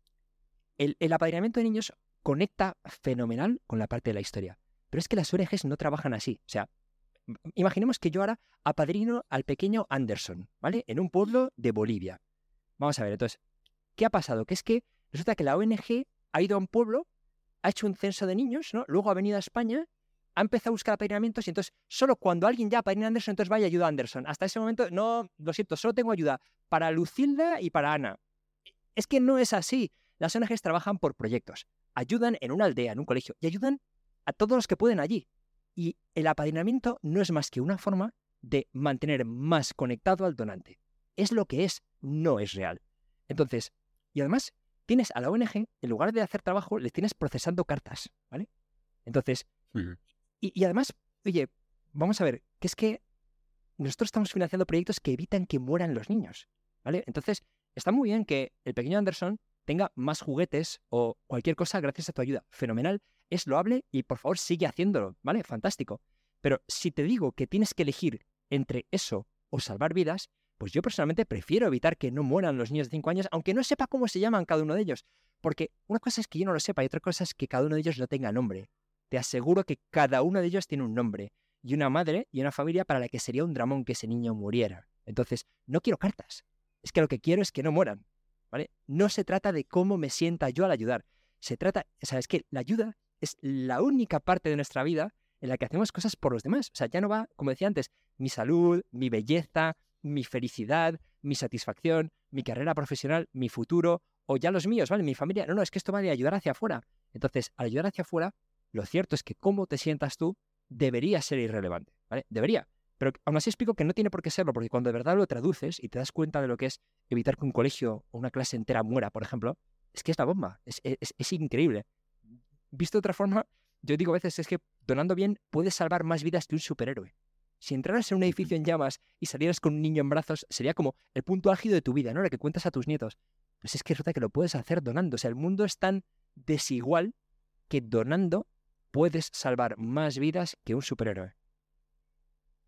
el, el apadrinamiento de niños conecta fenomenal con la parte de la historia. Pero es que las O N Ges no trabajan así. O sea, imaginemos que yo ahora apadrino al pequeño Anderson, ¿vale? En un pueblo de Bolivia. Vamos a ver, entonces, ¿qué ha pasado? Que es que resulta que la O N G ha ido a un pueblo, ha hecho un censo de niños, ¿no? Luego ha venido a España, ha empezado a buscar apadrinamientos y entonces solo cuando alguien ya apadrina a Anderson, entonces vaya ayuda a Anderson. Hasta ese momento, no, lo siento, solo tengo ayuda para Lucilda y para Ana. Es que no es así. Las O N Ges trabajan por proyectos. Ayudan en una aldea, en un colegio, y ayudan a todos los que pueden allí. Y el apadrinamiento no es más que una forma de mantener más conectado al donante. Es lo que es, no es real. Entonces, y además, tienes a la O N G, en lugar de hacer trabajo, le tienes procesando cartas, ¿vale? Entonces, uh-huh. y, y además, oye, vamos a ver, que es que nosotros estamos financiando proyectos que evitan que mueran los niños, ¿vale? Entonces, está muy bien que el pequeño Anderson tenga más juguetes o cualquier cosa gracias a tu ayuda. Fenomenal, es loable y por favor sigue haciéndolo, ¿vale? Fantástico. Pero si te digo que tienes que elegir entre eso o salvar vidas, pues yo personalmente prefiero evitar que no mueran los niños de cinco años, aunque no sepa cómo se llaman cada uno de ellos. Porque una cosa es que yo no lo sepa y otra cosa es que cada uno de ellos no tenga nombre. Te aseguro que cada uno de ellos tiene un nombre y una madre y una familia para la que sería un dramón que ese niño muriera. Entonces, no quiero cartas. Es que lo que quiero es que no mueran, ¿vale? No se trata de cómo me sienta yo al ayudar. Se trata, o sea, es que la ayuda es la única parte de nuestra vida en la que hacemos cosas por los demás. O sea, ya no va, como decía antes, mi salud, mi belleza, mi felicidad, mi satisfacción, mi carrera profesional, mi futuro, o ya los míos, ¿vale? Mi familia. No, no, es que esto va de ayudar hacia afuera. Entonces, al ayudar hacia afuera, lo cierto es que cómo te sientas tú debería ser irrelevante, ¿vale? Debería. Pero aún así explico que no tiene por qué serlo, porque cuando de verdad lo traduces y te das cuenta de lo que es evitar que un colegio o una clase entera muera, por ejemplo, es que es la bomba. Es, es, es increíble. Visto de otra forma, yo digo a veces es que donando bien puedes salvar más vidas que un superhéroe. Si entraras en un edificio en llamas y salieras con un niño en brazos, sería como el punto álgido de tu vida, ¿no? Lo que cuentas a tus nietos. Pues es que resulta que lo puedes hacer donando. O sea, el mundo es tan desigual que donando puedes salvar más vidas que un superhéroe.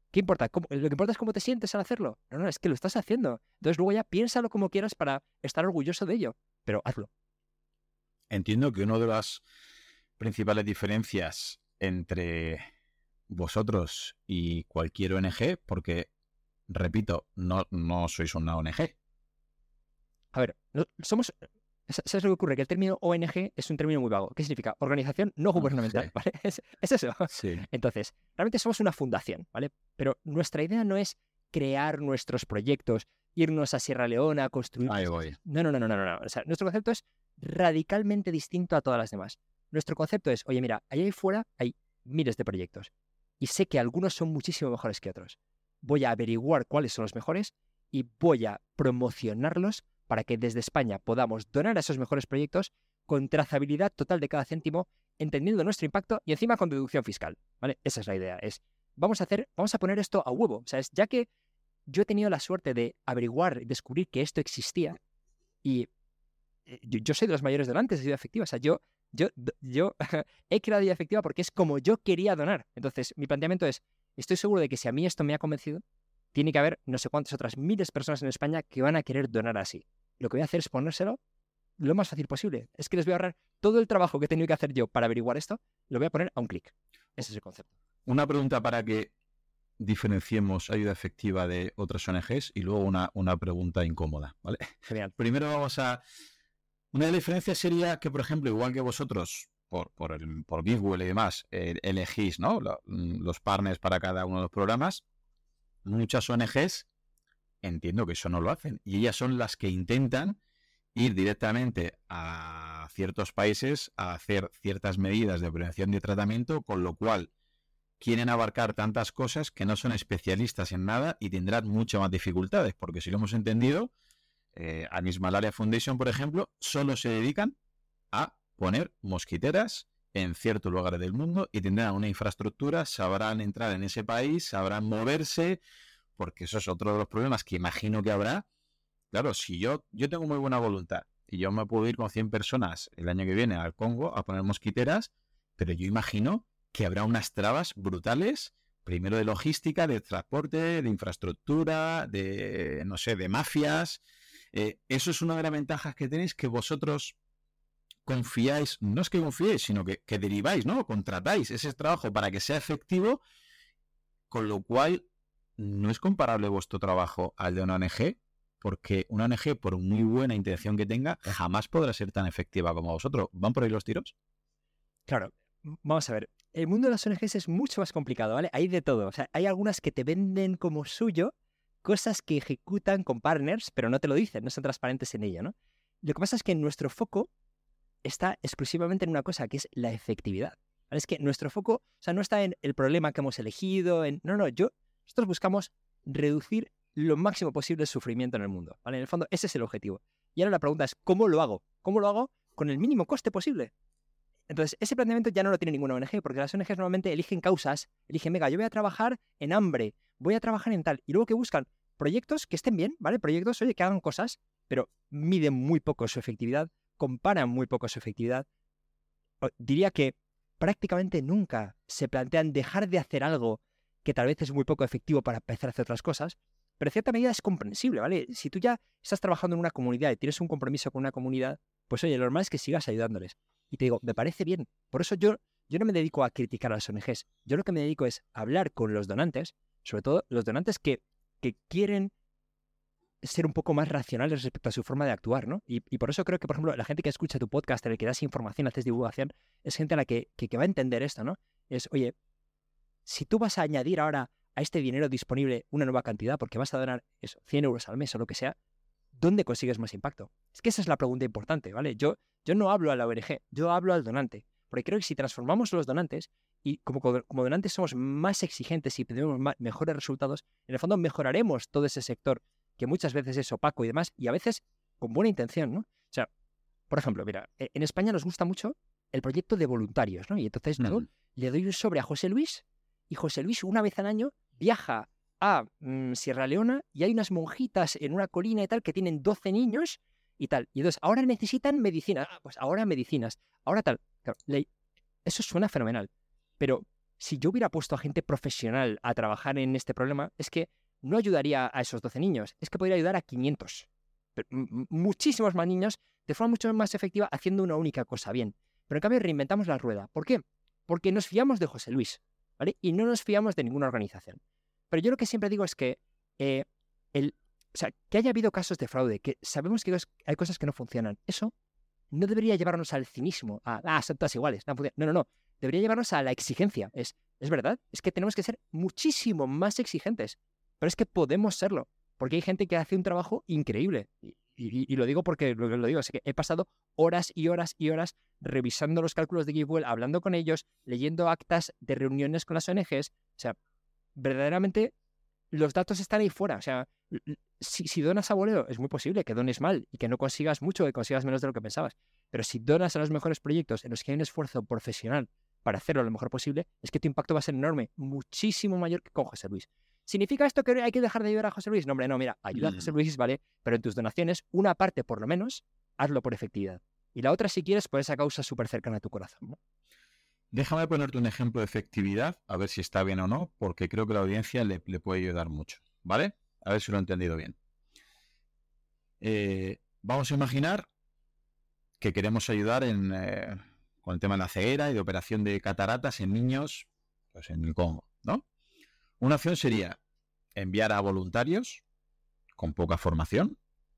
¿Qué importa? ¿Cómo? Lo que importa es cómo te sientes al hacerlo. No, no, es que lo estás haciendo. Entonces luego ya piénsalo como quieras para estar orgulloso de ello, pero hazlo. Entiendo que una de las principales diferencias entre vosotros y cualquier O N G, porque, repito, no, no sois una O N G. A ver, no, somos... ¿Sabes lo que ocurre? Que el término O N G es un término muy vago. ¿Qué significa? Organización no gubernamental, Okay. ¿vale? Es, es eso. Sí. Entonces, realmente somos una fundación, ¿vale? Pero nuestra idea no es crear nuestros proyectos, irnos a Sierra Leona, construir... Ahí voy. No, no, no, no, no, no. O sea, nuestro concepto es radicalmente distinto a todas las demás. Nuestro concepto es, oye, mira, allá ahí fuera hay miles de proyectos y sé que algunos son muchísimo mejores que otros. Voy a averiguar cuáles son los mejores y voy a promocionarlos para que desde España podamos donar a esos mejores proyectos con trazabilidad total de cada céntimo, entendiendo nuestro impacto y encima con deducción fiscal, ¿vale? Esa es la idea, es vamos a hacer, vamos a poner esto a huevo, o sea, es, ya que yo he tenido la suerte de averiguar y descubrir que esto existía y yo, yo soy de los mayores donantes de Ayuda Efectiva, o sea, yo, yo, yo he creado Ayuda Efectiva porque es como yo quería donar. Entonces, mi planteamiento es, estoy seguro de que si a mí esto me ha convencido, tiene que haber no sé cuántas otras miles de personas en España que van a querer donar así. Lo que voy a hacer es ponérselo lo más fácil posible. Es que les voy a ahorrar todo el trabajo que he tenido que hacer yo para averiguar esto, lo voy a poner a un clic. Ese es el concepto. Una pregunta para que diferenciemos Ayuda Efectiva de otras O N Ges y luego una, una pregunta incómoda, ¿vale? Genial. Primero vamos a... Una de las diferencias sería que, por ejemplo, igual que vosotros, por, por, el, por Bigwell y demás, eh, elegís, ¿no?, los partners para cada uno de los programas, muchas O N Ges entiendo que eso no lo hacen y ellas son las que intentan ir directamente a ciertos países a hacer ciertas medidas de prevención y tratamiento, con lo cual quieren abarcar tantas cosas que no son especialistas en nada y tendrán muchas más dificultades, porque si lo hemos entendido, eh, Anish Malaria Foundation, por ejemplo, solo se dedican a poner mosquiteras en ciertos lugares del mundo y tendrán una infraestructura, sabrán entrar en ese país, sabrán moverse, porque eso es otro de los problemas que imagino que habrá. Claro, si yo, yo tengo muy buena voluntad y yo me puedo ir con cien personas el año que viene al Congo a poner mosquiteras, pero yo imagino que habrá unas trabas brutales, primero de logística, de transporte, de infraestructura, de, no sé, de mafias. Eh, eso es una de las ventajas que tenéis, que vosotros confiáis, no es que confiéis, sino que, que deriváis, ¿no? Contratáis ese trabajo para que sea efectivo, con lo cual no es comparable vuestro trabajo al de una O N G, porque una O N G, por muy buena intención que tenga, jamás podrá ser tan efectiva como vosotros. ¿Van por ahí los tiros? Claro, vamos a ver. El mundo de las O N Ges es mucho más complicado, ¿vale? Hay de todo. O sea, hay algunas que te venden como suyo cosas que ejecutan con partners, pero no te lo dicen, no son transparentes en ello, ¿no? Lo que pasa es que nuestro foco está exclusivamente en una cosa, que es la efectividad, ¿vale? Es que nuestro foco, o sea, no está en el problema que hemos elegido, en... No, no, yo... Nosotros buscamos reducir lo máximo posible el sufrimiento en el mundo, ¿vale? En el fondo, ese es el objetivo. Y ahora la pregunta es, ¿cómo lo hago? ¿Cómo lo hago con el mínimo coste posible? Entonces, ese planteamiento ya no lo tiene ninguna O N G, porque las O N Ges normalmente eligen causas, eligen, venga, yo voy a trabajar en hambre, voy a trabajar en tal, y luego que buscan proyectos que estén bien, ¿vale? Proyectos, oye, que hagan cosas, pero miden muy poco su efectividad, comparan muy poco su efectividad. Diría que prácticamente nunca se plantean dejar de hacer algo que tal vez es muy poco efectivo para empezar a hacer otras cosas, pero en cierta medida es comprensible, ¿vale? Si tú ya estás trabajando en una comunidad y tienes un compromiso con una comunidad, pues oye, lo normal es que sigas ayudándoles. Y te digo, me parece bien. Por eso yo, yo no me dedico a criticar a las O N Ges. Yo lo que me dedico es a hablar con los donantes, sobre todo los donantes que, que quieren ser un poco más racionales respecto a su forma de actuar, ¿no? Y, y por eso creo que, por ejemplo, la gente que escucha tu podcast, en el que das información, haces divulgación, es gente a la que, que, que va a entender esto, ¿no? Es, oye, si tú vas a añadir ahora a este dinero disponible una nueva cantidad porque vas a donar eso, cien euros al mes o lo que sea, ¿dónde consigues más impacto? Es que esa es la pregunta importante, ¿vale? Yo, yo no hablo a la O N G, yo hablo al donante, porque creo que si transformamos los donantes y como, como donantes somos más exigentes y pedimos más, mejores resultados, en el fondo mejoraremos todo ese sector que muchas veces es opaco y demás, y a veces con buena intención, ¿no? O sea, por ejemplo, mira, en España nos gusta mucho el proyecto de voluntarios, ¿no? Y entonces yo mm. le doy un sobre a José Luis, y José Luis una vez al año viaja a mmm, Sierra Leona y hay unas monjitas en una colina y tal que tienen doce niños y tal. Y entonces, ahora necesitan medicina. Ah, pues ahora medicinas. Ahora tal. Claro, le... Eso suena fenomenal. Pero si yo hubiera puesto a gente profesional a trabajar en este problema, es que no ayudaría a esos doce niños, es que podría ayudar a quinientos. Pero, m- muchísimos más niños de forma mucho más efectiva haciendo una única cosa bien. Pero en cambio reinventamos la rueda. ¿Por qué? Porque nos fiamos de José Luis, ¿vale? Y no nos fiamos de ninguna organización. Pero yo lo que siempre digo es que, eh, el, o sea, que haya habido casos de fraude, que sabemos que hay cosas que no funcionan, eso no debería llevarnos al cinismo, a, ah, son todas iguales, no, no, no, no. Debería llevarnos a la exigencia. Es, es verdad, es que tenemos que ser muchísimo más exigentes, pero es que podemos serlo, porque hay gente que hace un trabajo increíble. Y, y, y lo digo porque lo, lo digo, es que he pasado horas y horas y horas revisando los cálculos de GiveWell, hablando con ellos, leyendo actas de reuniones con las O N Ges. O sea, verdaderamente los datos están ahí fuera. O sea, si, si donas a voleo, es muy posible que dones mal y que no consigas mucho, que consigas menos de lo que pensabas. Pero si donas a los mejores proyectos en los que hay un esfuerzo profesional para hacerlo lo mejor posible, es que tu impacto va a ser enorme, muchísimo mayor que con José Luis. ¿Significa esto que hay que dejar de ayudar a José Luis? No, hombre, no, mira, ayuda a José Luis, ¿vale? Pero en tus donaciones, una parte por lo menos, hazlo por efectividad. Y la otra, si quieres, por esa causa súper cercana a tu corazón, ¿no? Déjame ponerte un ejemplo de efectividad, a ver si está bien o no, porque creo que la audiencia le, le puede ayudar mucho, ¿vale? A ver si lo he entendido bien. Eh, vamos a imaginar que queremos ayudar en, eh, con el tema de la ceguera y de operación de cataratas en niños, pues en el Congo, ¿no? Una opción sería enviar a voluntarios con poca formación.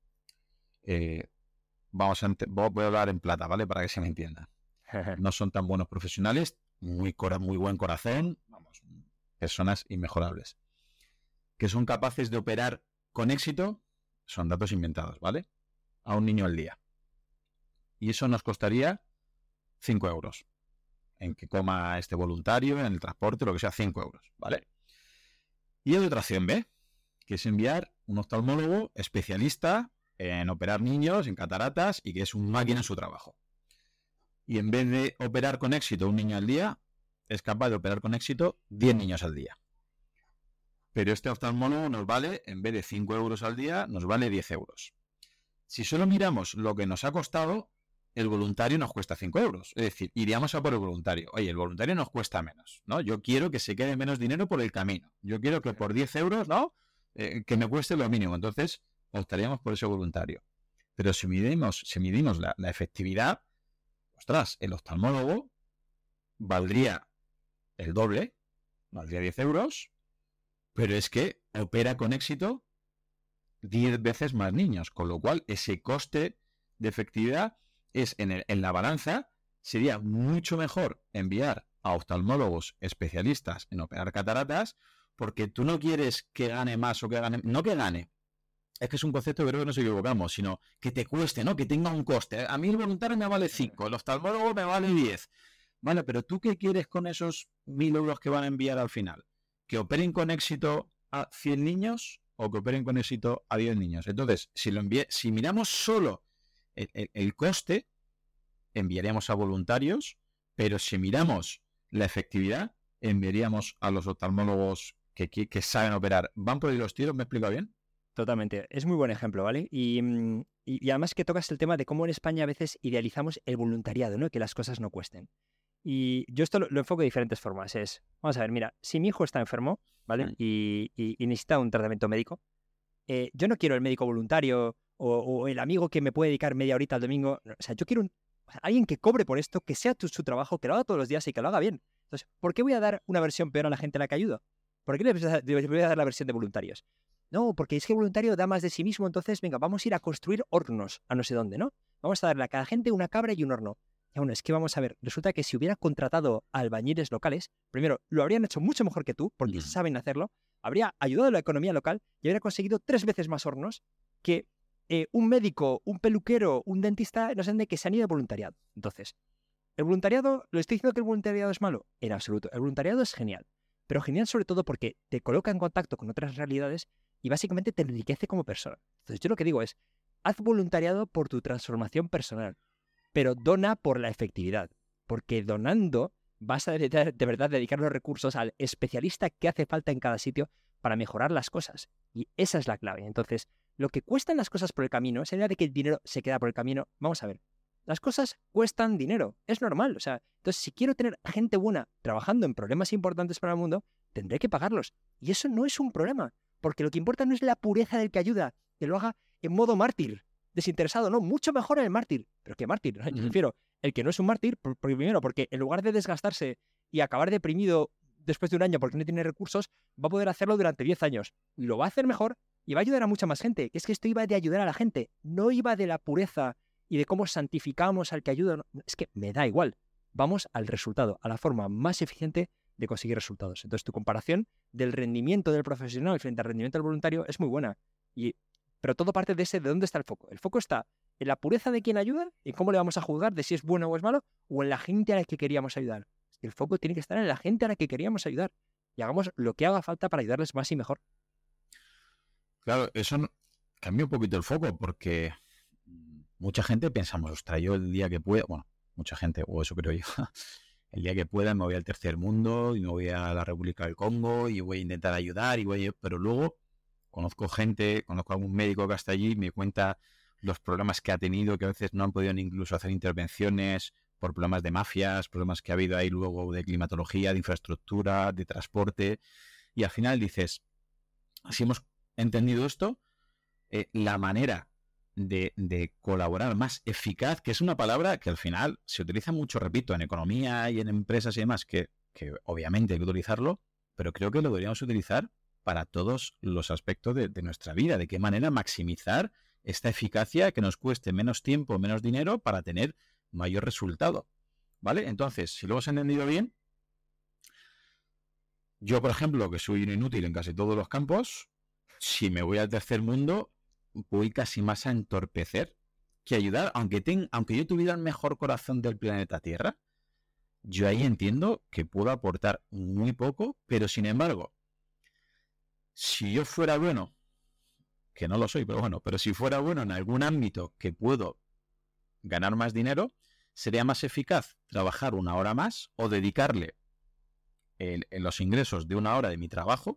Eh, vamos a voy a hablar en plata, ¿vale? Para que se me entienda. No son tan buenos profesionales, muy, muy buen corazón, vamos, personas inmejorables. Que son capaces de operar con éxito, son datos inventados, ¿vale? A un niño al día. Y eso nos costaría cinco euros. En que coma este voluntario, en el transporte, lo que sea, cinco euros, ¿vale? Y hay otra opción B, que es enviar un oftalmólogo especialista en operar niños, en cataratas, y que es un máquina en su trabajo. Y en vez de operar con éxito un niño al día, es capaz de operar con éxito diez niños al día. Pero este oftalmólogo nos vale, en vez de cinco euros al día, nos vale diez euros. Si solo miramos lo que nos ha costado, el voluntario nos cuesta cinco euros. Es decir, iríamos a por el voluntario. Oye, el voluntario nos cuesta menos, ¿no? Yo quiero que se quede menos dinero por el camino. Yo quiero que por diez euros, ¿no? Eh, que me cueste lo mínimo. Entonces, optaríamos por ese voluntario. Pero si midimos, si midimos la, la efectividad, ostras, el oftalmólogo valdría el doble, valdría diez euros, pero es que opera con éxito diez veces más niños, con lo cual ese coste de efectividad es en, el, en la balanza, sería mucho mejor enviar a oftalmólogos especialistas en operar cataratas, porque tú no quieres que gane más o que gane, no que gane, es que es un concepto que creo que nos equivocamos, sino que te cueste, ¿no? Que tenga un coste. A mí el voluntario me vale cinco, el oftalmólogo me vale diez. Vale, pero ¿tú qué quieres con esos mil euros que van a enviar al final? ¿Que operen con éxito a cien niños o que operen con éxito a diez niños? Entonces, si lo envié, si miramos solo el, el, el coste, enviaríamos a voluntarios, pero si miramos la efectividad, enviaríamos a los oftalmólogos que, que, que saben operar. ¿Van por ahí los tiros? ¿Me he explicado bien? Totalmente. Es muy buen ejemplo, ¿vale? Y, y, y además que tocas el tema de cómo en España a veces idealizamos el voluntariado, ¿no? Que las cosas no cuesten. Y yo esto lo, lo enfoco de diferentes formas. Es, vamos a ver, mira, si mi hijo está enfermo, ¿vale? Y, y, y necesita un tratamiento médico, eh, yo no quiero el médico voluntario o, o el amigo que me puede dedicar media horita al domingo. O sea, yo quiero un, o sea, alguien que cobre por esto, que sea tu, su trabajo, que lo haga todos los días y que lo haga bien. Entonces, ¿por qué voy a dar una versión peor a la gente a la que ayudo? ¿Por qué le voy a dar la versión de voluntarios? No, porque es que el voluntario da más de sí mismo, entonces, venga, vamos a ir a construir hornos a no sé dónde, ¿no? Vamos a darle a cada gente una cabra y un horno. Y bueno, es que vamos a ver, resulta que si hubiera contratado albañiles locales, primero, lo habrían hecho mucho mejor que tú, porque mm. saben hacerlo, habría ayudado a la economía local y habría conseguido tres veces más hornos que eh, un médico, un peluquero, un dentista, no sé de que se han ido de voluntariado. Entonces, ¿el voluntariado, lo estoy diciendo que el voluntariado es malo? En absoluto, el voluntariado es genial, pero genial sobre todo porque te coloca en contacto con otras realidades y básicamente te enriquece como persona. Entonces yo lo que digo es, haz voluntariado por tu transformación personal, pero dona por la efectividad, porque donando vas a de, de verdad dedicar los recursos al especialista que hace falta en cada sitio para mejorar las cosas. Y esa es la clave. Entonces, lo que cuestan las cosas por el camino, esa idea de que el dinero se queda por el camino, vamos a ver, Las cosas cuestan dinero, es normal. O sea, entonces, si quiero tener gente buena trabajando en problemas importantes para el mundo, tendré que pagarlos. Y eso no es un problema, porque lo que importa no es la pureza del que ayuda, que lo haga en modo mártir, desinteresado, no, mucho mejor el mártir. Pero ¿qué mártir? ¿No? Yo prefiero el que no es un mártir, por, por, primero, porque en lugar de desgastarse y acabar deprimido después de un año porque no tiene recursos, va a poder hacerlo durante diez años. Lo va a hacer mejor y va a ayudar a mucha más gente. Que es que esto iba de ayudar a la gente, no iba de la pureza y de cómo santificamos al que ayuda. No, es que me da igual. Vamos al resultado, a la forma más eficiente de conseguir resultados. Entonces, tu comparación del rendimiento del profesional frente al rendimiento del voluntario es muy buena. Y, pero todo parte de ese, ¿de dónde está el foco? El foco está en la pureza de quien ayuda, en cómo le vamos a juzgar de si es bueno o es malo, o en la gente a la que queríamos ayudar. El foco tiene que estar en la gente a la que queríamos ayudar. Y hagamos lo que haga falta para ayudarles más y mejor. Claro, eso no... cambia un poquito el foco, porque mucha gente pensamos, ostras, yo el día que pueda, bueno, mucha gente, o eso creo yo, el día que pueda me voy al tercer mundo y me voy a la República del Congo y voy a intentar ayudar, y voy a... pero luego conozco gente, conozco a algún médico que está allí y me cuenta los problemas que ha tenido, que a veces no han podido ni incluso hacer intervenciones por problemas de mafias, problemas que ha habido ahí luego de climatología, de infraestructura, de transporte, y al final dices, si hemos entendido esto, eh, la manera de, de colaborar más eficaz, que es una palabra que al final se utiliza mucho, repito, en economía y en empresas y demás, que, que obviamente hay que utilizarlo, pero creo que lo deberíamos utilizar para todos los aspectos de, de nuestra vida, de qué manera maximizar esta eficacia que nos cueste menos tiempo, menos dinero para tener mayor resultado, ¿vale? Entonces, si lo has entendido bien, yo, por ejemplo, que soy un inútil en casi todos los campos, si me voy al tercer mundo, voy casi más a entorpecer que ayudar, aunque, ten, aunque yo tuviera el mejor corazón del planeta Tierra, yo ahí entiendo que puedo aportar muy poco, pero sin embargo, si yo fuera bueno, que no lo soy, pero bueno, pero si fuera bueno en algún ámbito que puedo ganar más dinero, sería más eficaz trabajar una hora más o dedicarle el, el, los ingresos de una hora de mi trabajo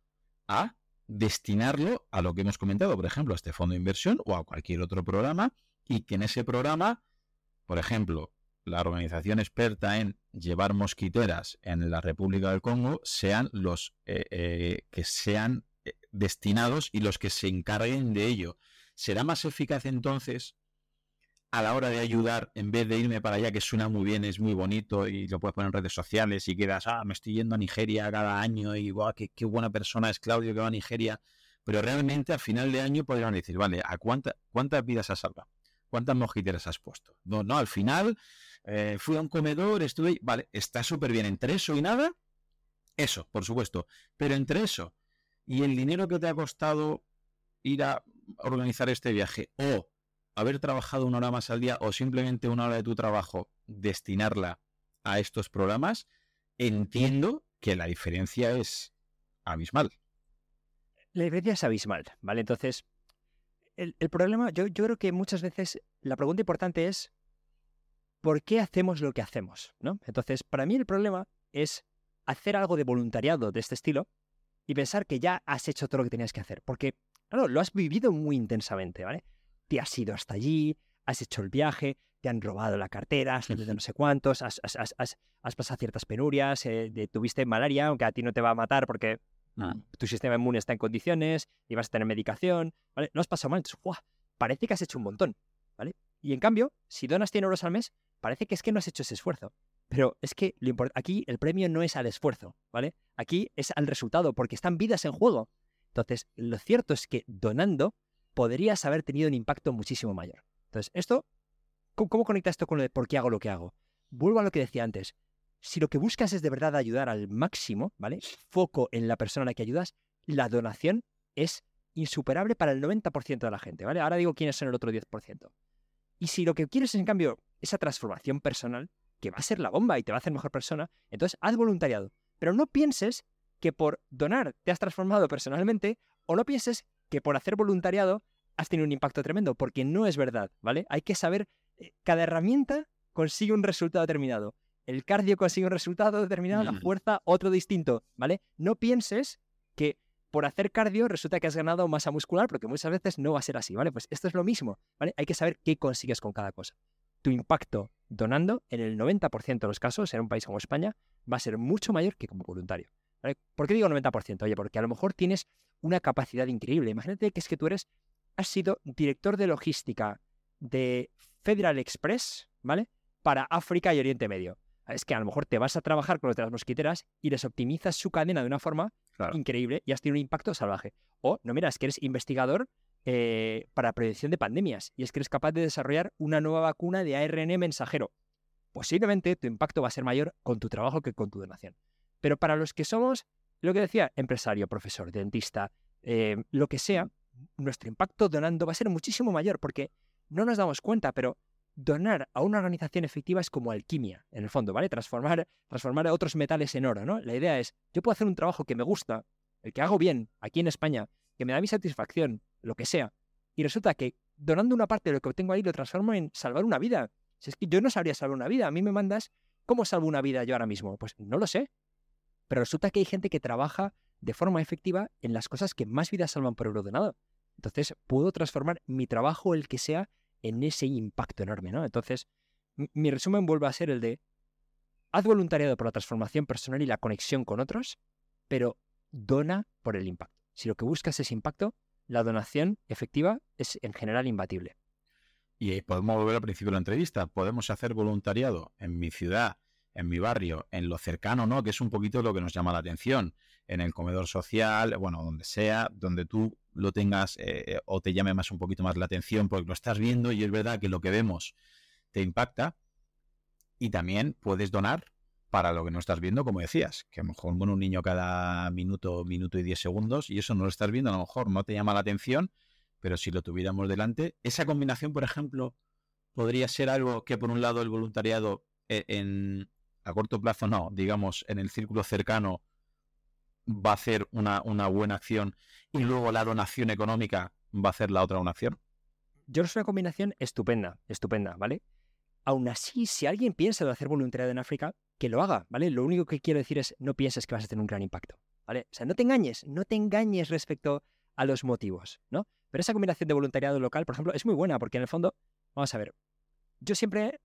a destinarlo a lo que hemos comentado, por ejemplo, a este fondo de inversión o a cualquier otro programa, y que en ese programa, por ejemplo, la organización experta en llevar mosquiteras en la República del Congo sean los eh, eh, que sean eh, destinados y los que se encarguen de ello. ¿Será más eficaz entonces a la hora de ayudar, en vez de irme para allá, que suena muy bien, es muy bonito y lo puedes poner en redes sociales y quedas, ah, me estoy yendo a Nigeria cada año y wow, qué, qué buena persona es Claudio que va a Nigeria, pero realmente a final de año podrían decir, vale, ¿a cuánta, cuántas vidas has salvado? ¿Cuántas mosquiteras has puesto? No, no, al final eh, fui a un comedor, estuve, vale, está súper bien, entre eso y nada, eso, por supuesto, pero entre eso y el dinero que te ha costado ir a organizar este viaje, o haber trabajado una hora más al día, o simplemente una hora de tu trabajo destinarla a estos programas, entiendo que la diferencia es abismal. La diferencia es abismal, ¿vale? Entonces, el, el problema, yo, yo creo que muchas veces la pregunta importante es ¿por qué hacemos lo que hacemos? ¿No? Entonces, para mí el problema es hacer algo de voluntariado de este estilo y pensar que ya has hecho todo lo que tenías que hacer. Porque, claro, lo has vivido muy intensamente, ¿vale? Te has ido hasta allí, has hecho el viaje, te han robado la cartera, has tenido no sé cuántos, has, has, has, has, has pasado ciertas penurias, eh, de, tuviste malaria, aunque a ti no te va a matar porque ah. tu sistema inmune está en condiciones y vas a tener medicación, ¿vale? No has pasado mal, entonces, ¡guau! Parece que has hecho un montón, ¿vale? Y en cambio, si donas cien euros al mes, parece que es que no has hecho ese esfuerzo. Pero es que lo import- aquí el premio no es al esfuerzo, ¿vale? Aquí es al resultado, porque están vidas en juego. Entonces, lo cierto es que donando podrías haber tenido un impacto muchísimo mayor. Entonces, esto, ¿cómo, cómo conecta esto con lo de por qué hago lo que hago? Vuelvo a lo que decía antes. Si lo que buscas es de verdad ayudar al máximo, ¿vale? Foco en la persona a la que ayudas, la donación es insuperable para el noventa por ciento de la gente, ¿vale? Ahora digo quiénes son el otro diez por ciento. Y si lo que quieres es, en cambio, esa transformación personal, que va a ser la bomba y te va a hacer mejor persona, entonces haz voluntariado. Pero no pienses que por donar te has transformado personalmente, o no pienses que por hacer voluntariado has tenido un impacto tremendo, porque no es verdad, ¿vale? Hay que saber, eh, cada herramienta consigue un resultado determinado. El cardio consigue un resultado determinado, la fuerza otro distinto, ¿vale? No pienses que por hacer cardio resulta que has ganado masa muscular, porque muchas veces no va a ser así, ¿vale? Pues esto es lo mismo, ¿vale? Hay que saber qué consigues con cada cosa. tu impacto donando, en el noventa por ciento de los casos, en un país como España, va a ser mucho mayor que como voluntario. ¿Vale? ¿Por qué digo noventa por ciento? Oye, porque a lo mejor tienes una capacidad increíble. Imagínate que es que tú eres, has sido director de logística de Federal Express, ¿vale? Para África y Oriente Medio. Es que a lo mejor te vas a trabajar con los de las mosquiteras y les optimizas su cadena de una forma claro. increíble y has tenido un impacto salvaje. O, no, mira, es que eres investigador eh, para prevención de pandemias y es que eres capaz de desarrollar una nueva vacuna de A R N mensajero. Posiblemente tu impacto va a ser mayor con tu trabajo que con tu donación. Pero para los que somos, lo que decía, empresario, profesor, dentista, eh, lo que sea, nuestro impacto donando va a ser muchísimo mayor porque no nos damos cuenta, pero donar a una organización efectiva es como alquimia, en el fondo, ¿vale? Transformar, transformar otros metales en oro, ¿no? La idea es, yo puedo hacer un trabajo que me gusta, el que hago bien aquí en España, que me da mi satisfacción, lo que sea, y resulta que donando una parte de lo que obtengo ahí lo transformo en salvar una vida. Si es que yo no sabría salvar una vida, a mí me mandas, ¿cómo salvo una vida yo ahora mismo? Pues no lo sé. Pero resulta que hay gente que trabaja de forma efectiva en las cosas que más vidas salvan por euro donado. Entonces, puedo transformar mi trabajo, el que sea, en ese impacto enorme, ¿no? Entonces, mi resumen vuelve a ser el de haz voluntariado por la transformación personal y la conexión con otros, pero dona por el impacto. Si lo que buscas es impacto, la donación efectiva es en general imbatible. Y ahí podemos volver al principio de la entrevista. Podemos hacer voluntariado en mi ciudad, en mi barrio, en lo cercano, ¿no? Que es un poquito lo que nos llama la atención. En el comedor social, bueno, donde sea, donde tú lo tengas eh, o te llame más un poquito más la atención porque lo estás viendo y es verdad que lo que vemos te impacta. Y también puedes donar para lo que no estás viendo, como decías, que a lo mejor bueno, un niño cada minuto, minuto y diez segundos y eso no lo estás viendo, a lo mejor no te llama la atención, pero si lo tuviéramos delante, esa combinación, por ejemplo, podría ser algo que por un lado el voluntariado en, en a corto plazo no, digamos en el círculo cercano va a hacer una, una buena acción y luego la donación económica va a hacer la otra una acción. Yo creo que es una combinación estupenda, estupenda, ¿vale? Aún así, si alguien piensa en hacer voluntariado en África, que lo haga, ¿vale? Lo único que quiero decir es no pienses que vas a tener un gran impacto, ¿vale? O sea, no te engañes, no te engañes respecto a los motivos, ¿no? Pero esa combinación de voluntariado local, por ejemplo, es muy buena porque en el fondo, vamos a ver, yo siempre,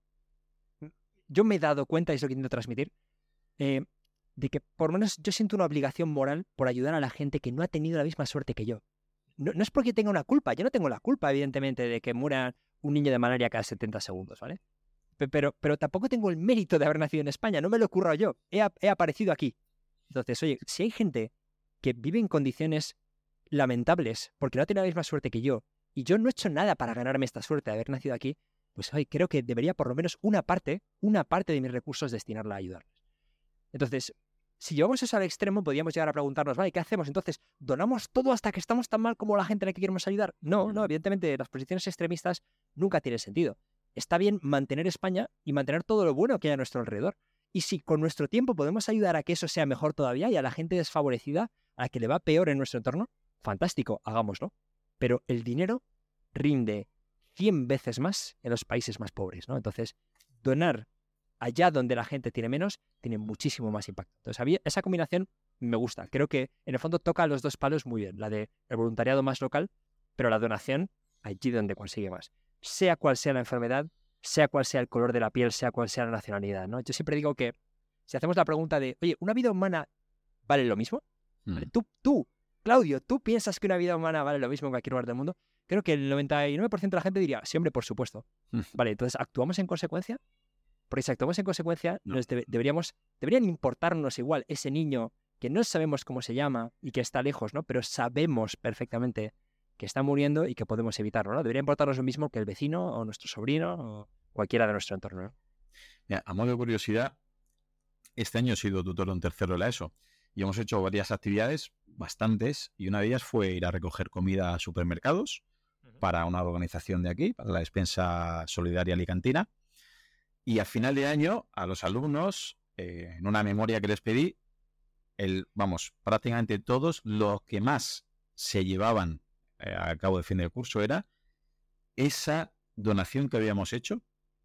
yo me he dado cuenta, y es lo que intento transmitir, eh, de que por lo menos yo siento una obligación moral por ayudar a la gente que no ha tenido la misma suerte que yo. No, no es porque tenga una culpa, yo no tengo la culpa, evidentemente, de que muera un niño de malaria cada setenta segundos, ¿vale? Pero, pero tampoco tengo el mérito de haber nacido en España, no me lo he currado yo, he, he aparecido aquí. Entonces, oye, si hay gente que vive en condiciones lamentables porque no ha tenido la misma suerte que yo y yo no he hecho nada para ganarme esta suerte de haber nacido aquí, pues hoy creo que debería por lo menos una parte, una parte de mis recursos destinarla a ayudarles. Entonces, si llevamos eso al extremo, podríamos llegar a preguntarnos, vale, ¿qué hacemos? Entonces, ¿donamos todo hasta que estamos tan mal como la gente a la que queremos ayudar? No, no, evidentemente las posiciones extremistas nunca tienen sentido. Está bien mantener España y mantener todo lo bueno que hay a nuestro alrededor. Y si con nuestro tiempo podemos ayudar a que eso sea mejor todavía y a la gente desfavorecida, a la que le va peor en nuestro entorno, fantástico, hagámoslo. Pero el dinero rinde cien veces más en los países más pobres, ¿no? Entonces, donar allá donde la gente tiene menos, tiene muchísimo más impacto. Entonces, a mí esa combinación me gusta. Creo que, en el fondo, toca los dos palos muy bien. La de el voluntariado más local, pero la donación allí donde consigue más. Sea cual sea la enfermedad, sea cual sea el color de la piel, sea cual sea la nacionalidad, ¿no? Yo siempre digo que si hacemos la pregunta de, oye, ¿una vida humana vale lo mismo? Mm. ¿Vale? Tú, tú, Claudio, ¿tú piensas que una vida humana vale lo mismo en cualquier lugar del mundo? Creo que el noventa y nueve por ciento de la gente diría, sí, hombre, por supuesto. Mm. Vale, entonces, ¿actuamos en consecuencia? Porque si actuamos en consecuencia, no. nos debe, deberíamos, deberían importarnos igual ese niño que no sabemos cómo se llama y que está lejos, ¿no? Pero sabemos perfectamente que está muriendo y que podemos evitarlo, ¿no? Debería importarnos lo mismo que el vecino o nuestro sobrino o cualquiera de nuestro entorno, ¿no? Mira, a modo de curiosidad, este año he sido tutor en tercero de la ESO y hemos hecho varias actividades, bastantes, y una de ellas fue ir a recoger comida a supermercados uh-huh. para una organización de aquí, para la Despensa Solidaria Alicantina. Y a final de año, a los alumnos, eh, en una memoria que les pedí, el, vamos, prácticamente todos los que más se llevaban eh, al cabo del fin del curso era esa donación que habíamos hecho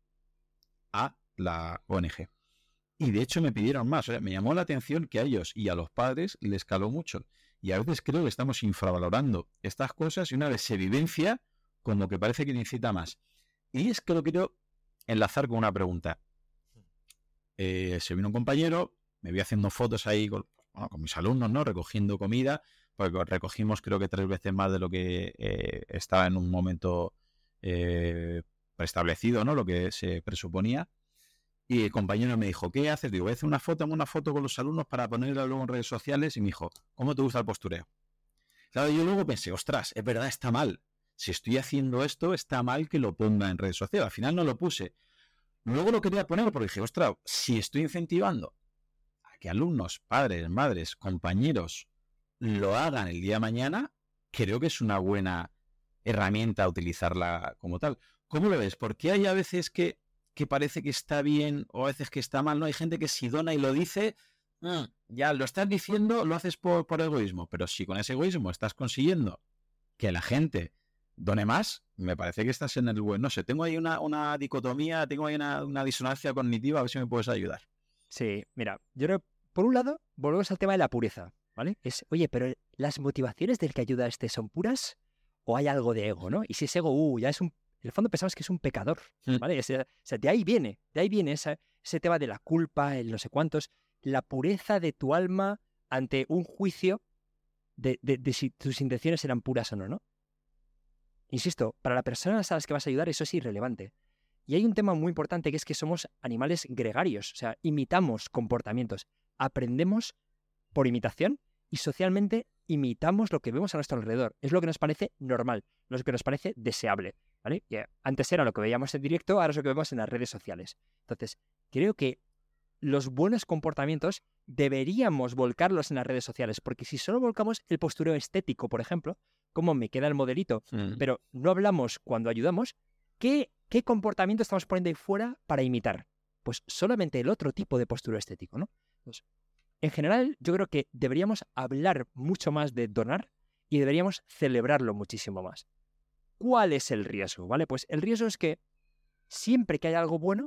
a la O N G. Y de hecho me pidieron más. O sea, me llamó la atención que a ellos y a los padres les caló mucho. Y a veces creo que estamos infravalorando estas cosas y una vez se vivencia, como que parece que necesita más. Y es que lo creo... enlazar con una pregunta. Eh, se vino un compañero, me vi haciendo fotos ahí con, bueno, con mis alumnos, ¿no? Recogiendo comida, porque recogimos creo que tres veces más de lo que eh, estaba en un momento eh, preestablecido, ¿no? Lo que se presuponía. Y el compañero me dijo, ¿qué haces? Digo, voy a hacer una foto, una foto con los alumnos para ponerla luego en redes sociales. Y me dijo, ¿cómo te gusta el postureo? Claro, yo luego pensé, ostras, es verdad, está mal. Si estoy haciendo esto, está mal que lo ponga en redes sociales. Al final no lo puse. Luego lo quería poner porque dije, ostras, si estoy incentivando a que alumnos, padres, madres, compañeros lo hagan el día de mañana, creo que es una buena herramienta a utilizarla como tal. ¿Cómo lo ves? Porque hay a veces que, que parece que está bien o a veces que está mal, ¿no? Hay gente que si dona y lo dice, mm, ya lo estás diciendo, lo haces por, por egoísmo, pero si con ese egoísmo estás consiguiendo que la gente done más, me parece que estás en el buen. No sé, tengo ahí una, una dicotomía, tengo ahí una, una disonancia cognitiva, a ver si me puedes ayudar. Sí, mira, yo creo, por un lado, volvemos al tema de la pureza, ¿vale? Es, oye, pero ¿las motivaciones del que ayuda a este son puras o hay algo de ego, ¿no? Y si es ego, uh, ya es un... En el fondo pensamos que es un pecador, ¿vale? O sea, o sea de ahí viene, de ahí viene esa, ese tema de la culpa, el no sé cuántos, la pureza de tu alma ante un juicio de, de, de si tus intenciones eran puras o no, ¿no? Insisto, para las personas a las que vas a ayudar eso es irrelevante. Y hay un tema muy importante que es que somos animales gregarios, o sea, imitamos comportamientos, aprendemos por imitación y socialmente imitamos lo que vemos a nuestro alrededor. Es lo que nos parece normal, lo que nos parece deseable, ¿vale? Y antes era lo que veíamos en directo, ahora es lo que vemos en las redes sociales. Entonces, creo que los buenos comportamientos deberíamos volcarlos en las redes sociales, porque si solo volcamos el postureo estético, por ejemplo, como me queda el modelito, mm. pero no hablamos cuando ayudamos, ¿qué, ¿qué comportamiento estamos poniendo ahí fuera para imitar? Pues solamente el otro tipo de postureo estético, ¿no? Entonces, en general, yo creo que deberíamos hablar mucho más de donar y deberíamos celebrarlo muchísimo más. ¿Cuál es el riesgo? ¿Vale? Pues el riesgo es que siempre que haya algo bueno,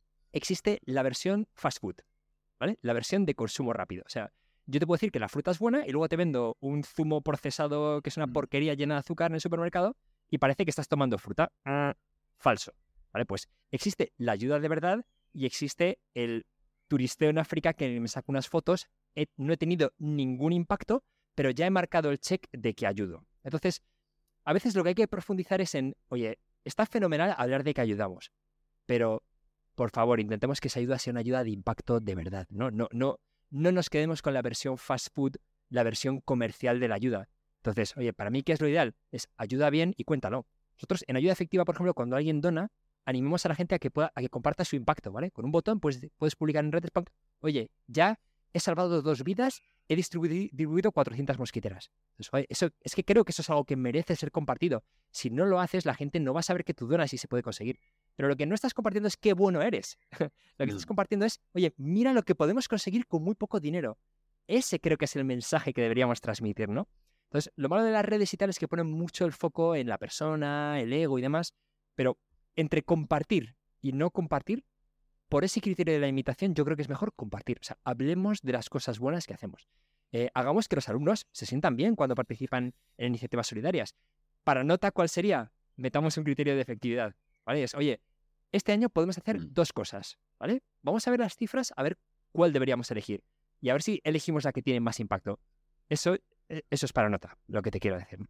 existe la versión fast food, ¿vale? La versión de consumo rápido. O sea, yo te puedo decir que la fruta es buena y luego te vendo un zumo procesado que es una porquería llena de azúcar en el supermercado y parece que estás tomando fruta. Ah, falso, ¿vale? Pues existe la ayuda de verdad y existe el turisteo en África que me saco unas fotos, he, no he tenido ningún impacto, pero ya he marcado el check de que ayudo. Entonces, a veces lo que hay que profundizar es en, oye, está fenomenal hablar de que ayudamos, pero por favor, intentemos que esa ayuda sea una ayuda de impacto de verdad, ¿no? No, no, no nos quedemos con la versión fast food, la versión comercial de la ayuda. Entonces, oye, para mí, ¿qué es lo ideal? Es ayuda bien y cuéntalo. Nosotros, en ayuda efectiva, por ejemplo, cuando alguien dona, animemos a la gente a que pueda, a que comparta su impacto, ¿vale? Con un botón, pues puedes publicar en redes, oye, ya he salvado dos vidas, he distribuido, distribuido cuatrocientas mosquiteras. Entonces, oye, eso, es que creo que eso es algo que merece ser compartido. Si no lo haces, la gente no va a saber que tú donas y se puede conseguir. Pero lo que no estás compartiendo es qué bueno eres. Lo que estás compartiendo es, oye, mira lo que podemos conseguir con muy poco dinero. Ese creo que es el mensaje que deberíamos transmitir, ¿no? Entonces, lo malo de las redes y tal es que ponen mucho el foco en la persona, el ego y demás, pero entre compartir y no compartir, por ese criterio de la imitación, yo creo que es mejor compartir. O sea, hablemos de las cosas buenas que hacemos. Eh, hagamos que los alumnos se sientan bien cuando participan en iniciativas solidarias. Para nota, ¿cuál sería? Metamos un criterio de efectividad, ¿vale? Es, oye, este año podemos hacer mm. dos cosas, ¿vale? Vamos a ver las cifras, a ver cuál deberíamos elegir y a ver si elegimos la que tiene más impacto. Eso, eso es para nota, lo que te quiero decir.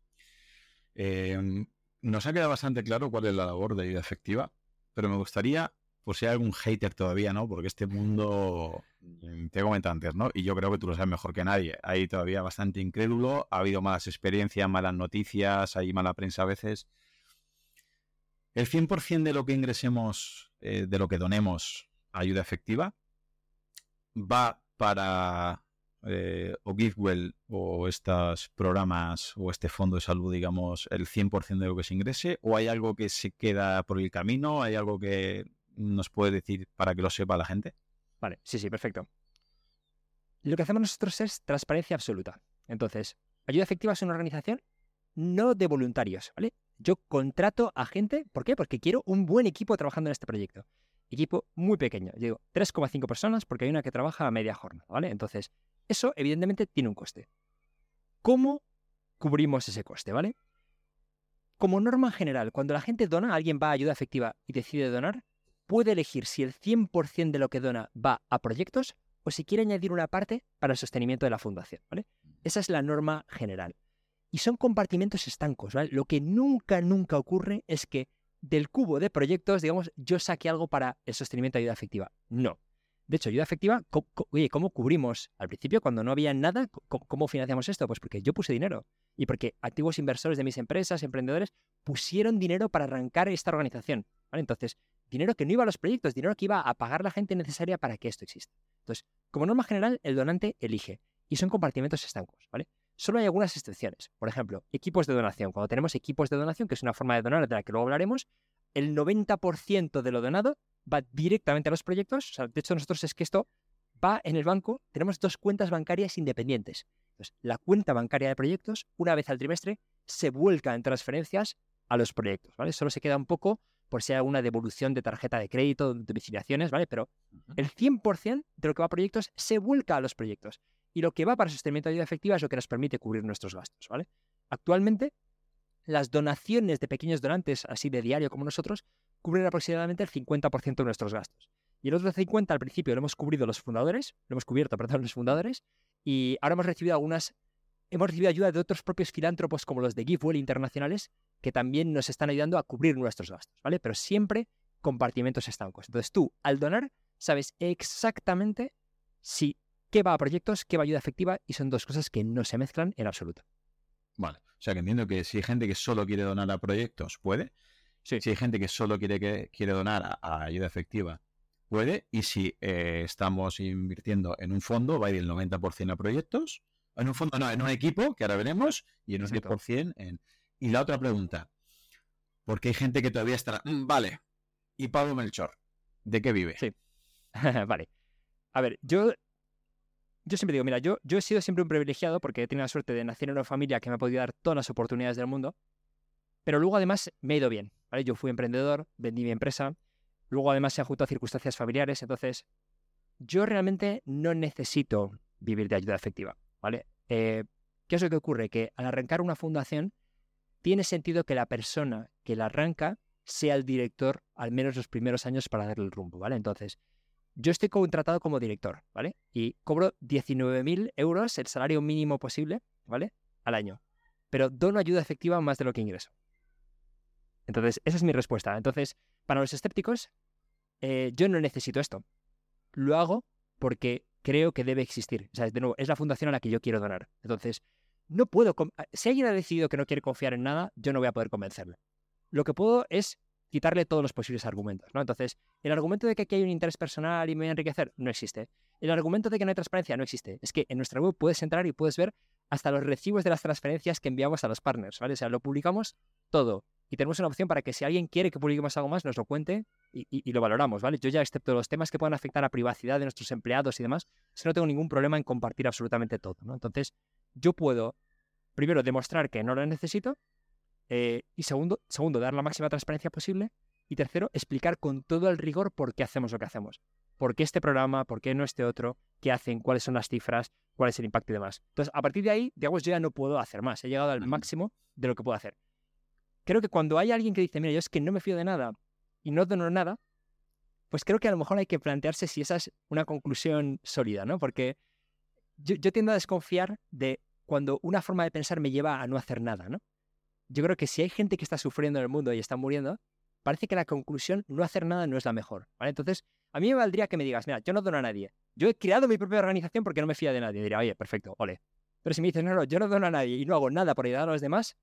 Eh, nos ha quedado bastante claro cuál es la labor de ayuda efectiva, pero me gustaría, por si hay algún hater todavía, ¿no? Porque este mundo, te he comentado antes, ¿no? Y yo creo que tú lo sabes mejor que nadie. Hay todavía bastante incrédulo, ha habido malas experiencias, malas noticias, hay mala prensa a veces. El cien por ciento de lo que ingresemos, eh, de lo que donemos a ayuda efectiva, va para eh, o GiveWell o estos programas o este fondo de salud, digamos, el cien por ciento de lo que se ingrese, o hay algo que se queda por el camino, hay algo que nos puede decir para que lo sepa la gente. Vale, sí, sí, perfecto. Lo que hacemos nosotros es transparencia absoluta. Entonces, ayuda efectiva es una organización no de voluntarios, ¿vale? Yo contrato a gente, ¿por qué? Porque quiero un buen equipo trabajando en este proyecto. Equipo muy pequeño, yo digo tres coma cinco personas porque hay una que trabaja a media jornada, ¿vale? Entonces, eso evidentemente tiene un coste. ¿Cómo cubrimos ese coste, ¿vale? Como norma general, cuando la gente dona, alguien va a ayuda efectiva y decide donar, puede elegir si el cien por ciento de lo que dona va a proyectos o si quiere añadir una parte para el sostenimiento de la fundación, ¿vale? Esa es la norma general. Y son compartimentos estancos, ¿vale? Lo que nunca, nunca ocurre es que del cubo de proyectos, digamos, yo saque algo para el sostenimiento de ayuda efectiva. No. De hecho, ayuda efectiva, co- co- oye, ¿cómo cubrimos? Al principio, cuando no había nada, ¿cómo, cómo financiamos esto? Pues porque yo puse dinero. Y porque activos inversores de mis empresas, emprendedores, pusieron dinero para arrancar esta organización, ¿vale? Entonces, dinero que no iba a los proyectos, dinero que iba a pagar la gente necesaria para que esto exista. Entonces, como norma general, el donante elige. Y son compartimentos estancos, ¿vale? Solo hay algunas excepciones. Por ejemplo, equipos de donación. Cuando tenemos equipos de donación, que es una forma de donar de la que luego hablaremos, el noventa por ciento de lo donado va directamente a los proyectos. O sea, de hecho, nosotros es que esto va en el banco. Tenemos dos cuentas bancarias independientes. Entonces, la cuenta bancaria de proyectos, una vez al trimestre, se vuelca en transferencias a los proyectos, ¿vale? Solo se queda un poco por si hay alguna devolución de tarjeta de crédito, domiciliaciones, ¿vale? Pero el cien por ciento de lo que va a proyectos se vuelca a los proyectos. Y lo que va para sostenimiento de ayuda efectiva es lo que nos permite cubrir nuestros gastos, ¿vale? Actualmente, las donaciones de pequeños donantes, así de diario como nosotros, cubren aproximadamente el cincuenta por ciento de nuestros gastos. Y el otro cincuenta por ciento al principio lo hemos cubrido los fundadores, lo hemos cubierto, perdón, los fundadores, y ahora hemos recibido algunas, hemos recibido ayuda de otros propios filántropos como los de GiveWell internacionales, que también nos están ayudando a cubrir nuestros gastos, ¿vale? Pero siempre compartimentos estancos. Entonces tú, al donar, sabes exactamente si qué va a proyectos, qué va a ayuda efectiva, y son dos cosas que no se mezclan en absoluto. Vale, o sea que entiendo que si hay gente que solo quiere donar a proyectos, puede. Sí. Si hay gente que solo quiere, que, quiere donar a, a ayuda efectiva, puede. Y si eh, estamos invirtiendo en un fondo, va a ir el noventa por ciento a proyectos. En un fondo, no, en un equipo, que ahora veremos, y en un Exacto. diez por ciento en... Y la otra pregunta, porque hay gente que todavía estará... "Mm, vale, ¿y Pablo Melchor? ¿De qué vive?" Sí. Vale. A ver, yo... Yo siempre digo, mira, yo, yo he sido siempre un privilegiado porque he tenido la suerte de nacer en una familia que me ha podido dar todas las oportunidades del mundo, pero luego además me ha ido bien, ¿vale? Yo fui emprendedor, vendí mi empresa, luego además se han juntado circunstancias familiares, entonces yo realmente no necesito vivir de ayuda efectiva, ¿vale? Eh, ¿Qué es lo que ocurre? Que al arrancar una fundación tiene sentido que la persona que la arranca sea el director al menos los primeros años para darle el rumbo, ¿vale? Entonces, yo estoy contratado como director, ¿vale? Y cobro diecinueve mil euros, el salario mínimo posible, ¿vale? Al año. Pero dono ayuda efectiva más de lo que ingreso. Entonces, esa es mi respuesta. Entonces, para los escépticos, eh, yo no necesito esto. Lo hago porque creo que debe existir. O sea, de nuevo, es la fundación a la que yo quiero donar. Entonces, no puedo... Si alguien ha decidido que no quiere confiar en nada, yo no voy a poder convencerle. Lo que puedo es quitarle todos los posibles argumentos, ¿no? Entonces, el argumento de que aquí hay un interés personal y me voy a enriquecer no existe. El argumento de que no hay transparencia no existe. Es que en nuestra web puedes entrar y puedes ver hasta los recibos de las transferencias que enviamos a los partners, ¿vale? O sea, lo publicamos todo. Y tenemos una opción para que si alguien quiere que publiquemos algo más, nos lo cuente y, y, y lo valoramos, ¿vale? Yo ya, excepto los temas que puedan afectar a privacidad de nuestros empleados y demás, es que no tengo ningún problema en compartir absolutamente todo, ¿no? Entonces, yo puedo, primero, demostrar que no lo necesito, eh, y segundo, segundo, dar la máxima transparencia posible, y tercero, explicar con todo el rigor por qué hacemos lo que hacemos. ¿Por qué este programa? ¿Por qué no este otro? ¿Qué hacen? ¿Cuáles son las cifras? ¿Cuál es el impacto y demás? Entonces, a partir de ahí, digamos, yo ya no puedo hacer más. He llegado al máximo de lo que puedo hacer. Creo que cuando hay alguien que dice, mira, yo es que no me fío de nada y no dono nada, pues creo que a lo mejor hay que plantearse si esa es una conclusión sólida, ¿no? Porque yo, yo tiendo a desconfiar de cuando una forma de pensar me lleva a no hacer nada, ¿no? Yo creo que si hay gente que está sufriendo en el mundo y está muriendo, parece que la conclusión no hacer nada no es la mejor, ¿vale? Entonces, a mí me valdría que me digas, mira, yo no dono a nadie. Yo he creado mi propia organización porque no me fío de nadie. Diría, oye, perfecto, ole. Pero si me dices, no, no, yo no dono a nadie y no hago nada por ayudar a los demás,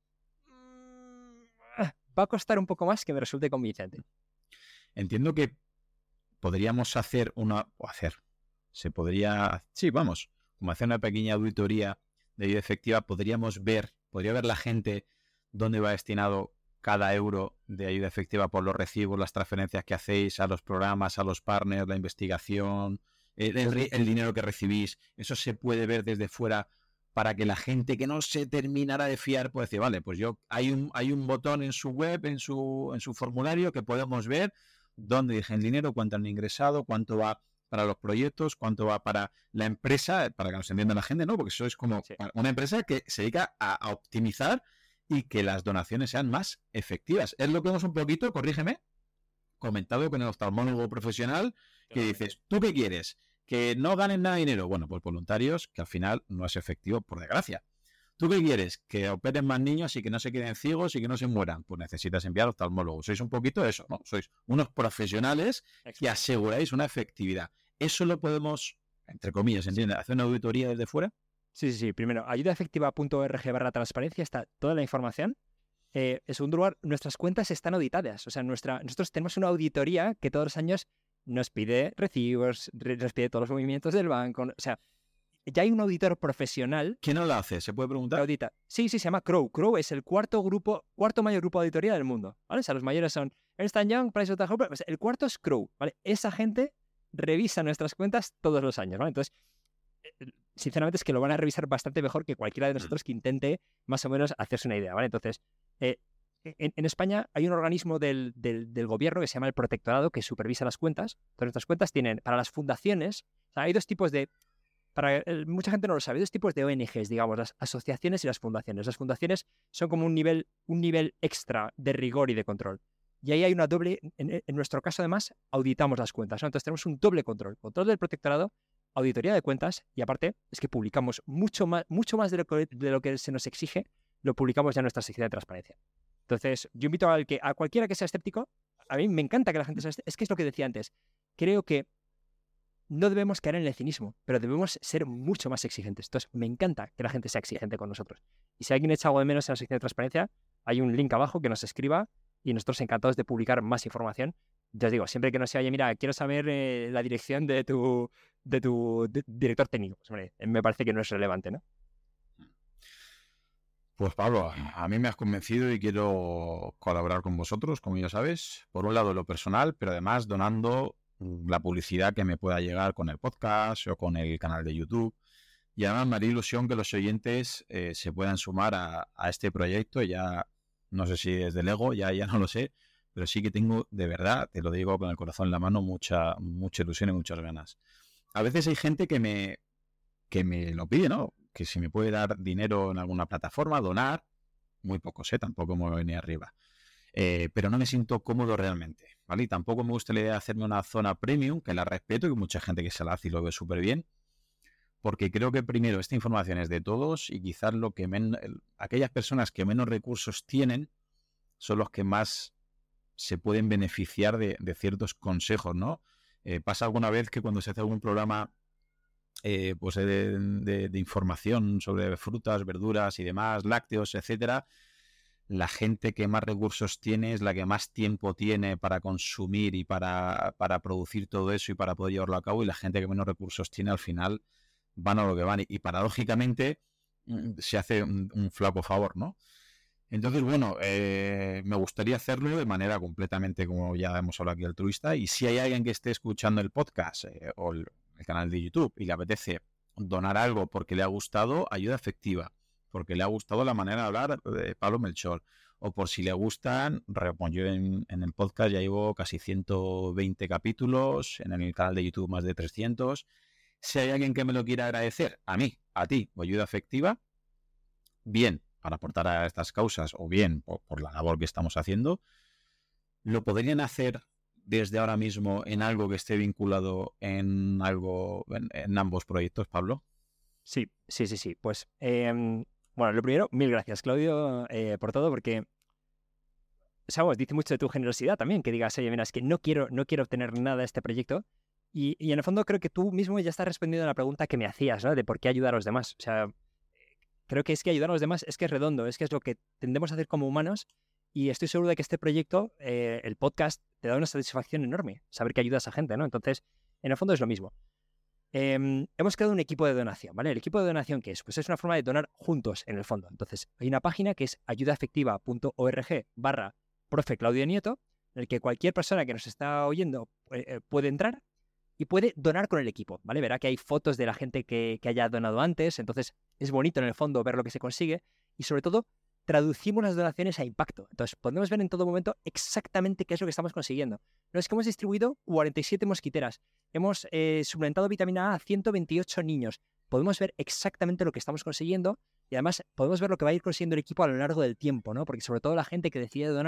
va a costar un poco más que me resulte convincente. Entiendo que podríamos hacer una... o hacer... Se podría... Sí, vamos. Como hacer una pequeña auditoría de ayuda efectiva, podríamos ver, podría ver la gente dónde va destinado cada euro de ayuda efectiva por los recibos, las transferencias que hacéis a los programas, a los partners, la investigación, el, el, el dinero que recibís. Eso se puede ver desde fuera para que la gente que no se terminara de fiar pueda decir, vale, pues yo hay un hay un botón en su web, en su en su formulario que podemos ver dónde deja el dinero, cuánto han ingresado, cuánto va para los proyectos, cuánto va para la empresa, para que nos entienda la gente, ¿no? Porque eso es como sí. Una empresa que se dedica a, a optimizar y que las donaciones sean más efectivas. ¿Es lo que vemos un poquito? Corrígeme. comentado con el oftalmólogo profesional, que dices, ¿tú qué quieres? ¿Que no ganen nada de dinero? Bueno, pues voluntarios, que al final no es efectivo, por desgracia. ¿Tú qué quieres? Que operen más niños y que no se queden ciegos y que no se mueran. Pues necesitas enviar oftalmólogos. Sois un poquito eso, ¿no? Sois unos profesionales que aseguráis una efectividad. Eso lo podemos, entre comillas, ¿entiendes? ¿Hacer una auditoría desde fuera? Sí, sí, sí. Primero, ayudaefectiva.org barra transparencia está toda la información. Eh, en segundo lugar, nuestras cuentas están auditadas. O sea, nuestra, nosotros tenemos una auditoría que todos los años nos pide recibos, nos pide todos los movimientos del banco. O sea, ya hay un auditor profesional. ¿Quién no lo hace? ¿Se puede preguntar? Que audita. Sí, sí, se llama Crowe. Crowe es el cuarto grupo, cuarto mayor grupo de auditoría del mundo, ¿vale? O sea, los mayores son Ernst and Young, PricewaterhouseCoopers. Pues el cuarto es Crowe, ¿vale? Esa gente revisa nuestras cuentas todos los años, ¿vale? Entonces, sinceramente es que lo van a revisar bastante mejor que cualquiera de nosotros que intente más o menos hacerse una idea, ¿vale? Entonces, eh, en, en España hay un organismo del, del, del gobierno que se llama el Protectorado que supervisa las cuentas. Entonces, nuestras cuentas tienen, para las fundaciones, o sea, hay dos tipos de... Para, eh, mucha gente no lo sabe, hay dos tipos de O N Ges, digamos, las asociaciones y las fundaciones. Las fundaciones son como un nivel, un nivel extra de rigor y de control. Y ahí hay una doble, en, en nuestro caso además, auditamos las cuentas, ¿no? Entonces tenemos un doble control. Control del protectorado, auditoría de cuentas, y aparte es que publicamos mucho más, mucho más de lo que, de lo que se nos exige, lo publicamos ya en nuestra sección de transparencia. Entonces, yo invito al que, a cualquiera que sea escéptico, a mí me encanta que la gente sea escéptica, es que es lo que decía antes, creo que no debemos caer en el cinismo, pero debemos ser mucho más exigentes. Entonces, me encanta que la gente sea exigente con nosotros. Y si alguien echa algo de menos en la sección de transparencia, hay un link abajo que nos escriba y nosotros encantados de publicar más información. Ya os digo, siempre que nos sea, oye, mira, quiero saber eh, la dirección de tu, de tu de, director técnico. Pues, hombre, me parece que no es relevante, ¿no? Pues Pablo, a mí me has convencido y quiero colaborar con vosotros, como ya sabes. Por un lado lo personal, pero además donando la publicidad que me pueda llegar con el podcast o con el canal de YouTube. Y además me haría ilusión que los oyentes eh, se puedan sumar a, a este proyecto. Ya no sé si desde el ego, ya, ya no lo sé, pero sí que tengo, de verdad, te lo digo con el corazón en la mano, mucha, mucha ilusión y muchas ganas. A veces hay gente que me, que me lo pide, ¿no? Que si me puede dar dinero en alguna plataforma, donar, muy poco sé, tampoco me voy ni arriba. Eh, pero no me siento cómodo realmente, ¿vale? Y tampoco me gusta la idea de hacerme una zona premium, que la respeto, y que mucha gente que se la hace y lo ve súper bien, porque creo que primero esta información es de todos y quizás lo que men- aquellas personas que menos recursos tienen son los que más se pueden beneficiar de, de ciertos consejos, ¿no? Eh, pasa alguna vez que cuando se hace algún programa eh, pues de, de, de información sobre frutas, verduras y demás, lácteos, etcétera, la gente que más recursos tiene es la que más tiempo tiene para consumir y para, para producir todo eso y para poder llevarlo a cabo, y la gente que menos recursos tiene al final van a lo que van, y, y paradójicamente se hace un, un flaco favor, ¿no? Entonces, bueno, eh, me gustaría hacerlo de manera completamente, como ya hemos hablado aquí, altruista, y si hay alguien que esté escuchando el podcast eh, o el, el canal de YouTube y le apetece donar algo porque le ha gustado, ayuda efectiva, porque le ha gustado la manera de hablar de Pablo Melchor, o por si le gustan, pues yo en, en el podcast ya llevo casi ciento veinte capítulos, en el canal de YouTube más de trescientos. Si hay alguien que me lo quiera agradecer, a mí, a ti, o ayuda efectiva, bien, para aportar a estas causas, o bien por, por la labor que estamos haciendo, lo podrían hacer desde ahora mismo en algo que esté vinculado en algo, en, en ambos proyectos, Pablo. Sí, sí, sí, sí. Pues, eh, bueno, lo primero, mil gracias, Claudio, eh, por todo, porque, sabes, dice mucho de tu generosidad también, que digas, oye, mira, es que no quiero, no quiero obtener nada de este proyecto. Y, y en el fondo creo que tú mismo ya estás respondiendo a la pregunta que me hacías, ¿no? De por qué ayudar a los demás. O sea, creo que es que ayudar a los demás es que es redondo, es que es lo que tendemos a hacer como humanos, y estoy seguro de que este proyecto, eh, el podcast, te da una satisfacción enorme, saber que ayudas a gente, ¿no? Entonces, en el fondo es lo mismo. Eh, hemos creado un equipo de donación, ¿vale? El equipo de donación, ¿qué es? Pues es una forma de donar juntos, en el fondo. Entonces, hay una página que es ayudaefectiva.org barra profe Claudio Nieto, en el que cualquier persona que nos está oyendo eh, puede entrar y puede donar con el equipo, ¿vale? Verá que hay fotos de la gente que, que haya donado antes, entonces es bonito en el fondo ver lo que se consigue, y sobre todo traducimos las donaciones a impacto. Entonces podemos ver en todo momento exactamente qué es lo que estamos consiguiendo. No es que hemos distribuido cuarenta y siete mosquiteras, hemos eh, suplementado vitamina A a ciento veintiocho niños. Podemos ver exactamente lo que estamos consiguiendo, y además podemos ver lo que va a ir consiguiendo el equipo a lo largo del tiempo, ¿no? Porque sobre todo la gente que decide donar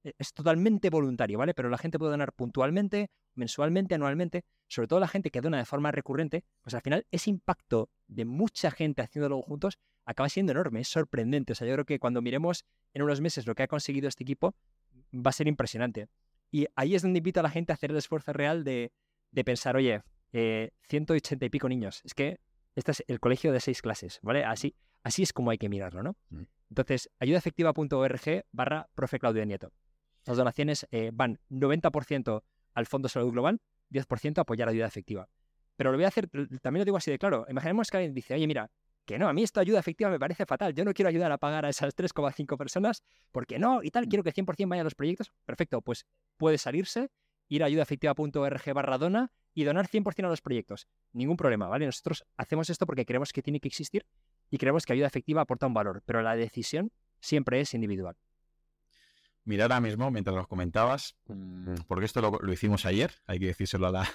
es totalmente voluntario, ¿vale? Pero la gente puede donar puntualmente, mensualmente, anualmente, sobre todo la gente que dona de forma recurrente, pues al final ese impacto de mucha gente haciéndolo juntos acaba siendo enorme, es sorprendente. O sea, yo creo que cuando miremos en unos meses lo que ha conseguido este equipo va a ser impresionante. Y ahí es donde invito a la gente a hacer el esfuerzo real de, de pensar, oye, eh, ciento ochenta y pico niños, es que este es el colegio de seis clases, ¿vale? Así, así es como hay que mirarlo, ¿no? Mm. Entonces, ayudaefectiva.org barra profe Claudio Nieto. Las donaciones eh, van noventa por ciento al Fondo Salud Global, diez por ciento a apoyar ayuda efectiva. Pero lo voy a hacer, también lo digo así de claro. Imaginemos que alguien dice, oye, mira, que no, a mí esto ayuda efectiva me parece fatal. Yo no quiero ayudar a pagar a esas tres coma cinco personas porque no y tal. Quiero que cien por ciento vaya a los proyectos. Perfecto, pues puede salirse, ir a ayudaefectiva.org barra dona y donar cien por ciento a los proyectos. Ningún problema, ¿vale? Nosotros hacemos esto porque creemos que tiene que existir y creemos que ayuda efectiva aporta un valor, pero la decisión siempre es individual. Mira, ahora mismo, mientras los comentabas, porque esto lo, lo hicimos ayer, hay que decírselo a, la,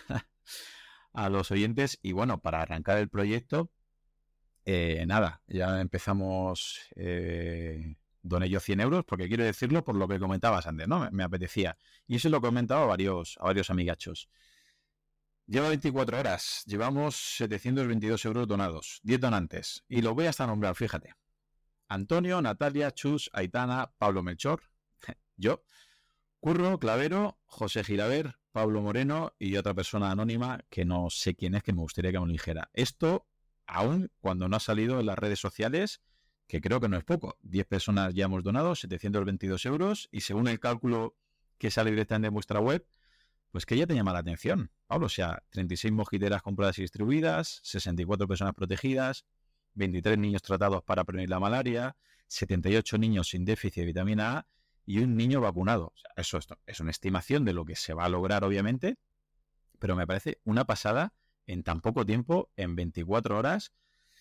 a los oyentes, y bueno, para arrancar el proyecto, eh, nada, ya empezamos, eh, doné yo cien euros, porque quiero decirlo por lo que comentabas antes, ¿no? Me, me apetecía. Y eso lo he comentado a varios, a varios amigachos. Lleva veinticuatro horas, llevamos setecientos veintidós euros donados, diez donantes, y los voy hasta nombrar, fíjate. Antonio, Natalia, Chus, Aitana, Pablo Melchor, yo, Curro, Clavero, José Gilaver, Pablo Moreno y otra persona anónima que no sé quién es, que me gustaría que me lo dijera. Esto aún cuando no ha salido en las redes sociales, que creo que no es poco. diez personas ya hemos donado, setecientos veintidós euros, y según el cálculo que sale directamente en vuestra web, pues que ya te llama la atención, Pablo. O sea, treinta y seis mosquiteras compradas y distribuidas, sesenta y cuatro personas protegidas, veintitrés niños tratados para prevenir la malaria, setenta y ocho niños sin déficit de vitamina A y un niño vacunado. O sea, eso esto, es una estimación de lo que se va a lograr, obviamente, pero me parece una pasada en tan poco tiempo, en veinticuatro horas.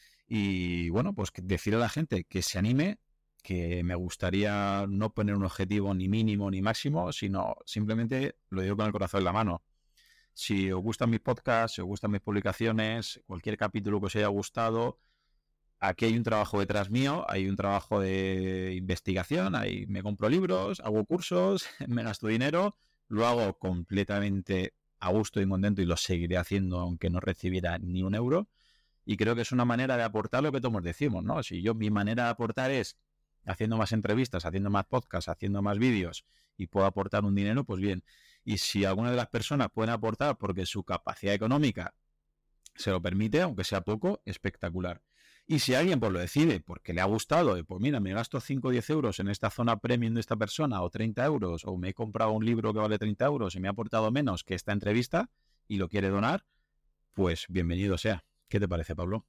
Y bueno, pues decir a la gente que se anime, que me gustaría no poner un objetivo ni mínimo ni máximo, sino simplemente, lo digo con el corazón en la mano, si os gustan mis podcasts, si os gustan mis publicaciones, cualquier capítulo que os haya gustado, aquí hay un trabajo detrás mío, hay un trabajo de investigación, ahí me compro libros, hago cursos, me gasto dinero, lo hago completamente a gusto y contento y lo seguiré haciendo aunque no recibiera ni un euro. Y creo que es una manera de aportar lo que todos decimos, ¿no? Si yo, mi manera de aportar es haciendo más entrevistas, haciendo más podcasts, haciendo más vídeos y puedo aportar un dinero, pues bien. Y si alguna de las personas pueden aportar porque su capacidad económica se lo permite, aunque sea poco, espectacular. Y si alguien pues lo decide porque le ha gustado, pues mira, me gasto cinco o diez euros en esta zona premium de esta persona, o treinta euros, o me he comprado un libro que vale treinta euros y me ha aportado menos que esta entrevista y lo quiere donar, pues bienvenido sea. ¿Qué te parece, Pablo?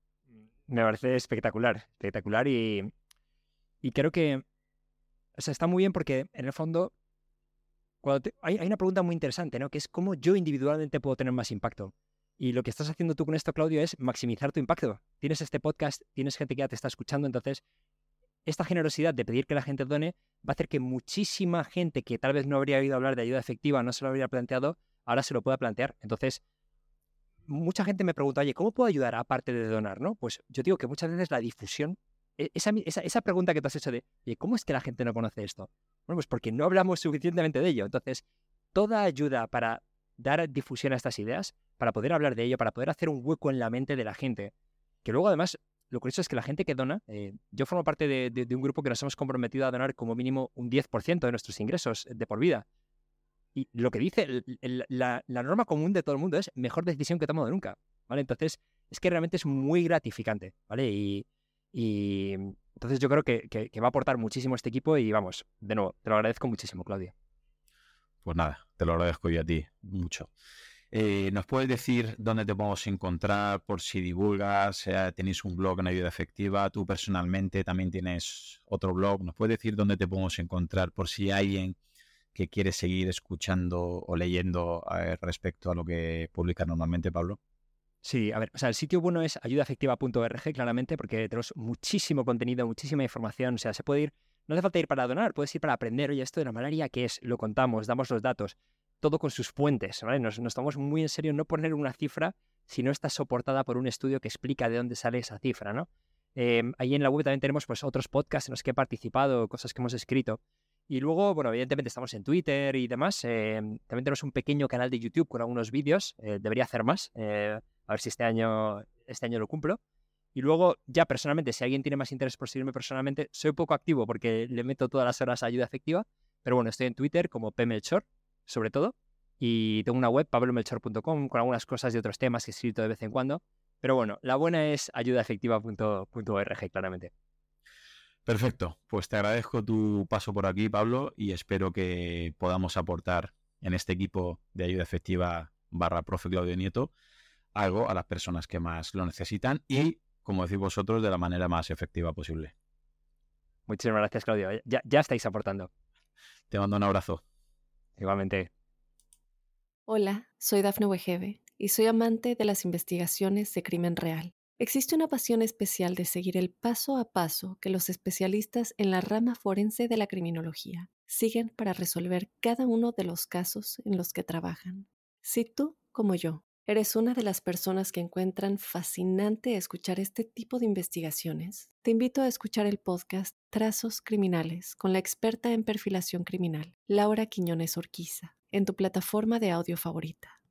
Me parece espectacular, espectacular y, y creo que, o sea, está muy bien porque en el fondo cuando te, hay, hay una pregunta muy interesante, ¿no? Que es cómo yo individualmente puedo tener más impacto. Y lo que estás haciendo tú con esto, Claudio, es maximizar tu impacto. Tienes este podcast, tienes gente que ya te está escuchando, entonces esta generosidad de pedir que la gente done va a hacer que muchísima gente que tal vez no habría oído hablar de ayuda efectiva, no se lo habría planteado, ahora se lo pueda plantear. Entonces, mucha gente me pregunta, oye, ¿cómo puedo ayudar aparte de donar, no? Pues yo digo que muchas veces la difusión, esa, esa, esa pregunta que te has hecho de, oye, ¿cómo es que la gente no conoce esto? Bueno, pues porque no hablamos suficientemente de ello. Entonces, toda ayuda para dar difusión a estas ideas, para poder hablar de ello, para poder hacer un hueco en la mente de la gente, que luego además, lo curioso es que la gente que dona, eh, yo formo parte de, de, de un grupo que nos hemos comprometido a donar como mínimo un diez por ciento de nuestros ingresos de por vida. Y lo que dice el, el, la, la norma común de todo el mundo es mejor decisión que he tomado nunca, ¿vale? Entonces, es que realmente es muy gratificante, ¿vale? Y, y entonces yo creo que, que, que va a aportar muchísimo este equipo y vamos, de nuevo, te lo agradezco muchísimo, Claudia. Pues nada, te lo agradezco yo a ti mucho. Eh, ¿Nos puedes decir dónde te podemos encontrar por si divulgas? Eh, ¿Tenéis un blog en Ayuda Efectiva? ¿Tú personalmente también tienes otro blog? ¿Nos puedes decir dónde te podemos encontrar por si hay alguien que quiere seguir escuchando o leyendo eh, respecto a lo que publica normalmente, Pablo? Sí, a ver, o sea, el sitio bueno es ayuda efectiva punto org, claramente, porque tenemos muchísimo contenido, muchísima información, o sea, se puede ir, no hace falta ir para donar, puedes ir para aprender, oye, esto de la malaria, ¿qué es? Lo contamos, damos los datos, todo con sus fuentes, ¿vale? Nos, nos tomamos muy en serio no poner una cifra si no está soportada por un estudio que explica de dónde sale esa cifra, ¿no? Eh, ahí en la web también tenemos pues otros podcasts en los que he participado, cosas que hemos escrito. Y luego, bueno, evidentemente estamos en Twitter y demás. Eh, también tenemos un pequeño canal de YouTube con algunos vídeos. Eh, debería hacer más. Eh, a ver si este año, este año lo cumplo. Y luego, ya personalmente, si alguien tiene más interés por seguirme personalmente, soy poco activo porque le meto todas las horas a ayuda efectiva. Pero bueno, estoy en Twitter como pmelchor, sobre todo. Y tengo una web, pablo melchor punto com, con algunas cosas de otros temas que he escrito de vez en cuando. Pero bueno, la buena es ayuda efectiva punto org, claramente. Perfecto, pues te agradezco tu paso por aquí, Pablo, y espero que podamos aportar en este equipo de ayuda efectiva barra profe Claudio Nieto algo a las personas que más lo necesitan y, como decís vosotros, de la manera más efectiva posible. Muchísimas gracias, Claudio. Ya, ya estáis aportando. Te mando un abrazo. Igualmente. Hola, soy Dafne Wegebe y soy amante de las investigaciones de crimen real. Existe una pasión especial de seguir el paso a paso que los especialistas en la rama forense de la criminología siguen para resolver cada uno de los casos en los que trabajan. Si tú, como yo, eres una de las personas que encuentran fascinante escuchar este tipo de investigaciones, te invito a escuchar el podcast Trazos Criminales con la experta en perfilación criminal, Laura Quiñones Orquiza, en tu plataforma de audio favorita.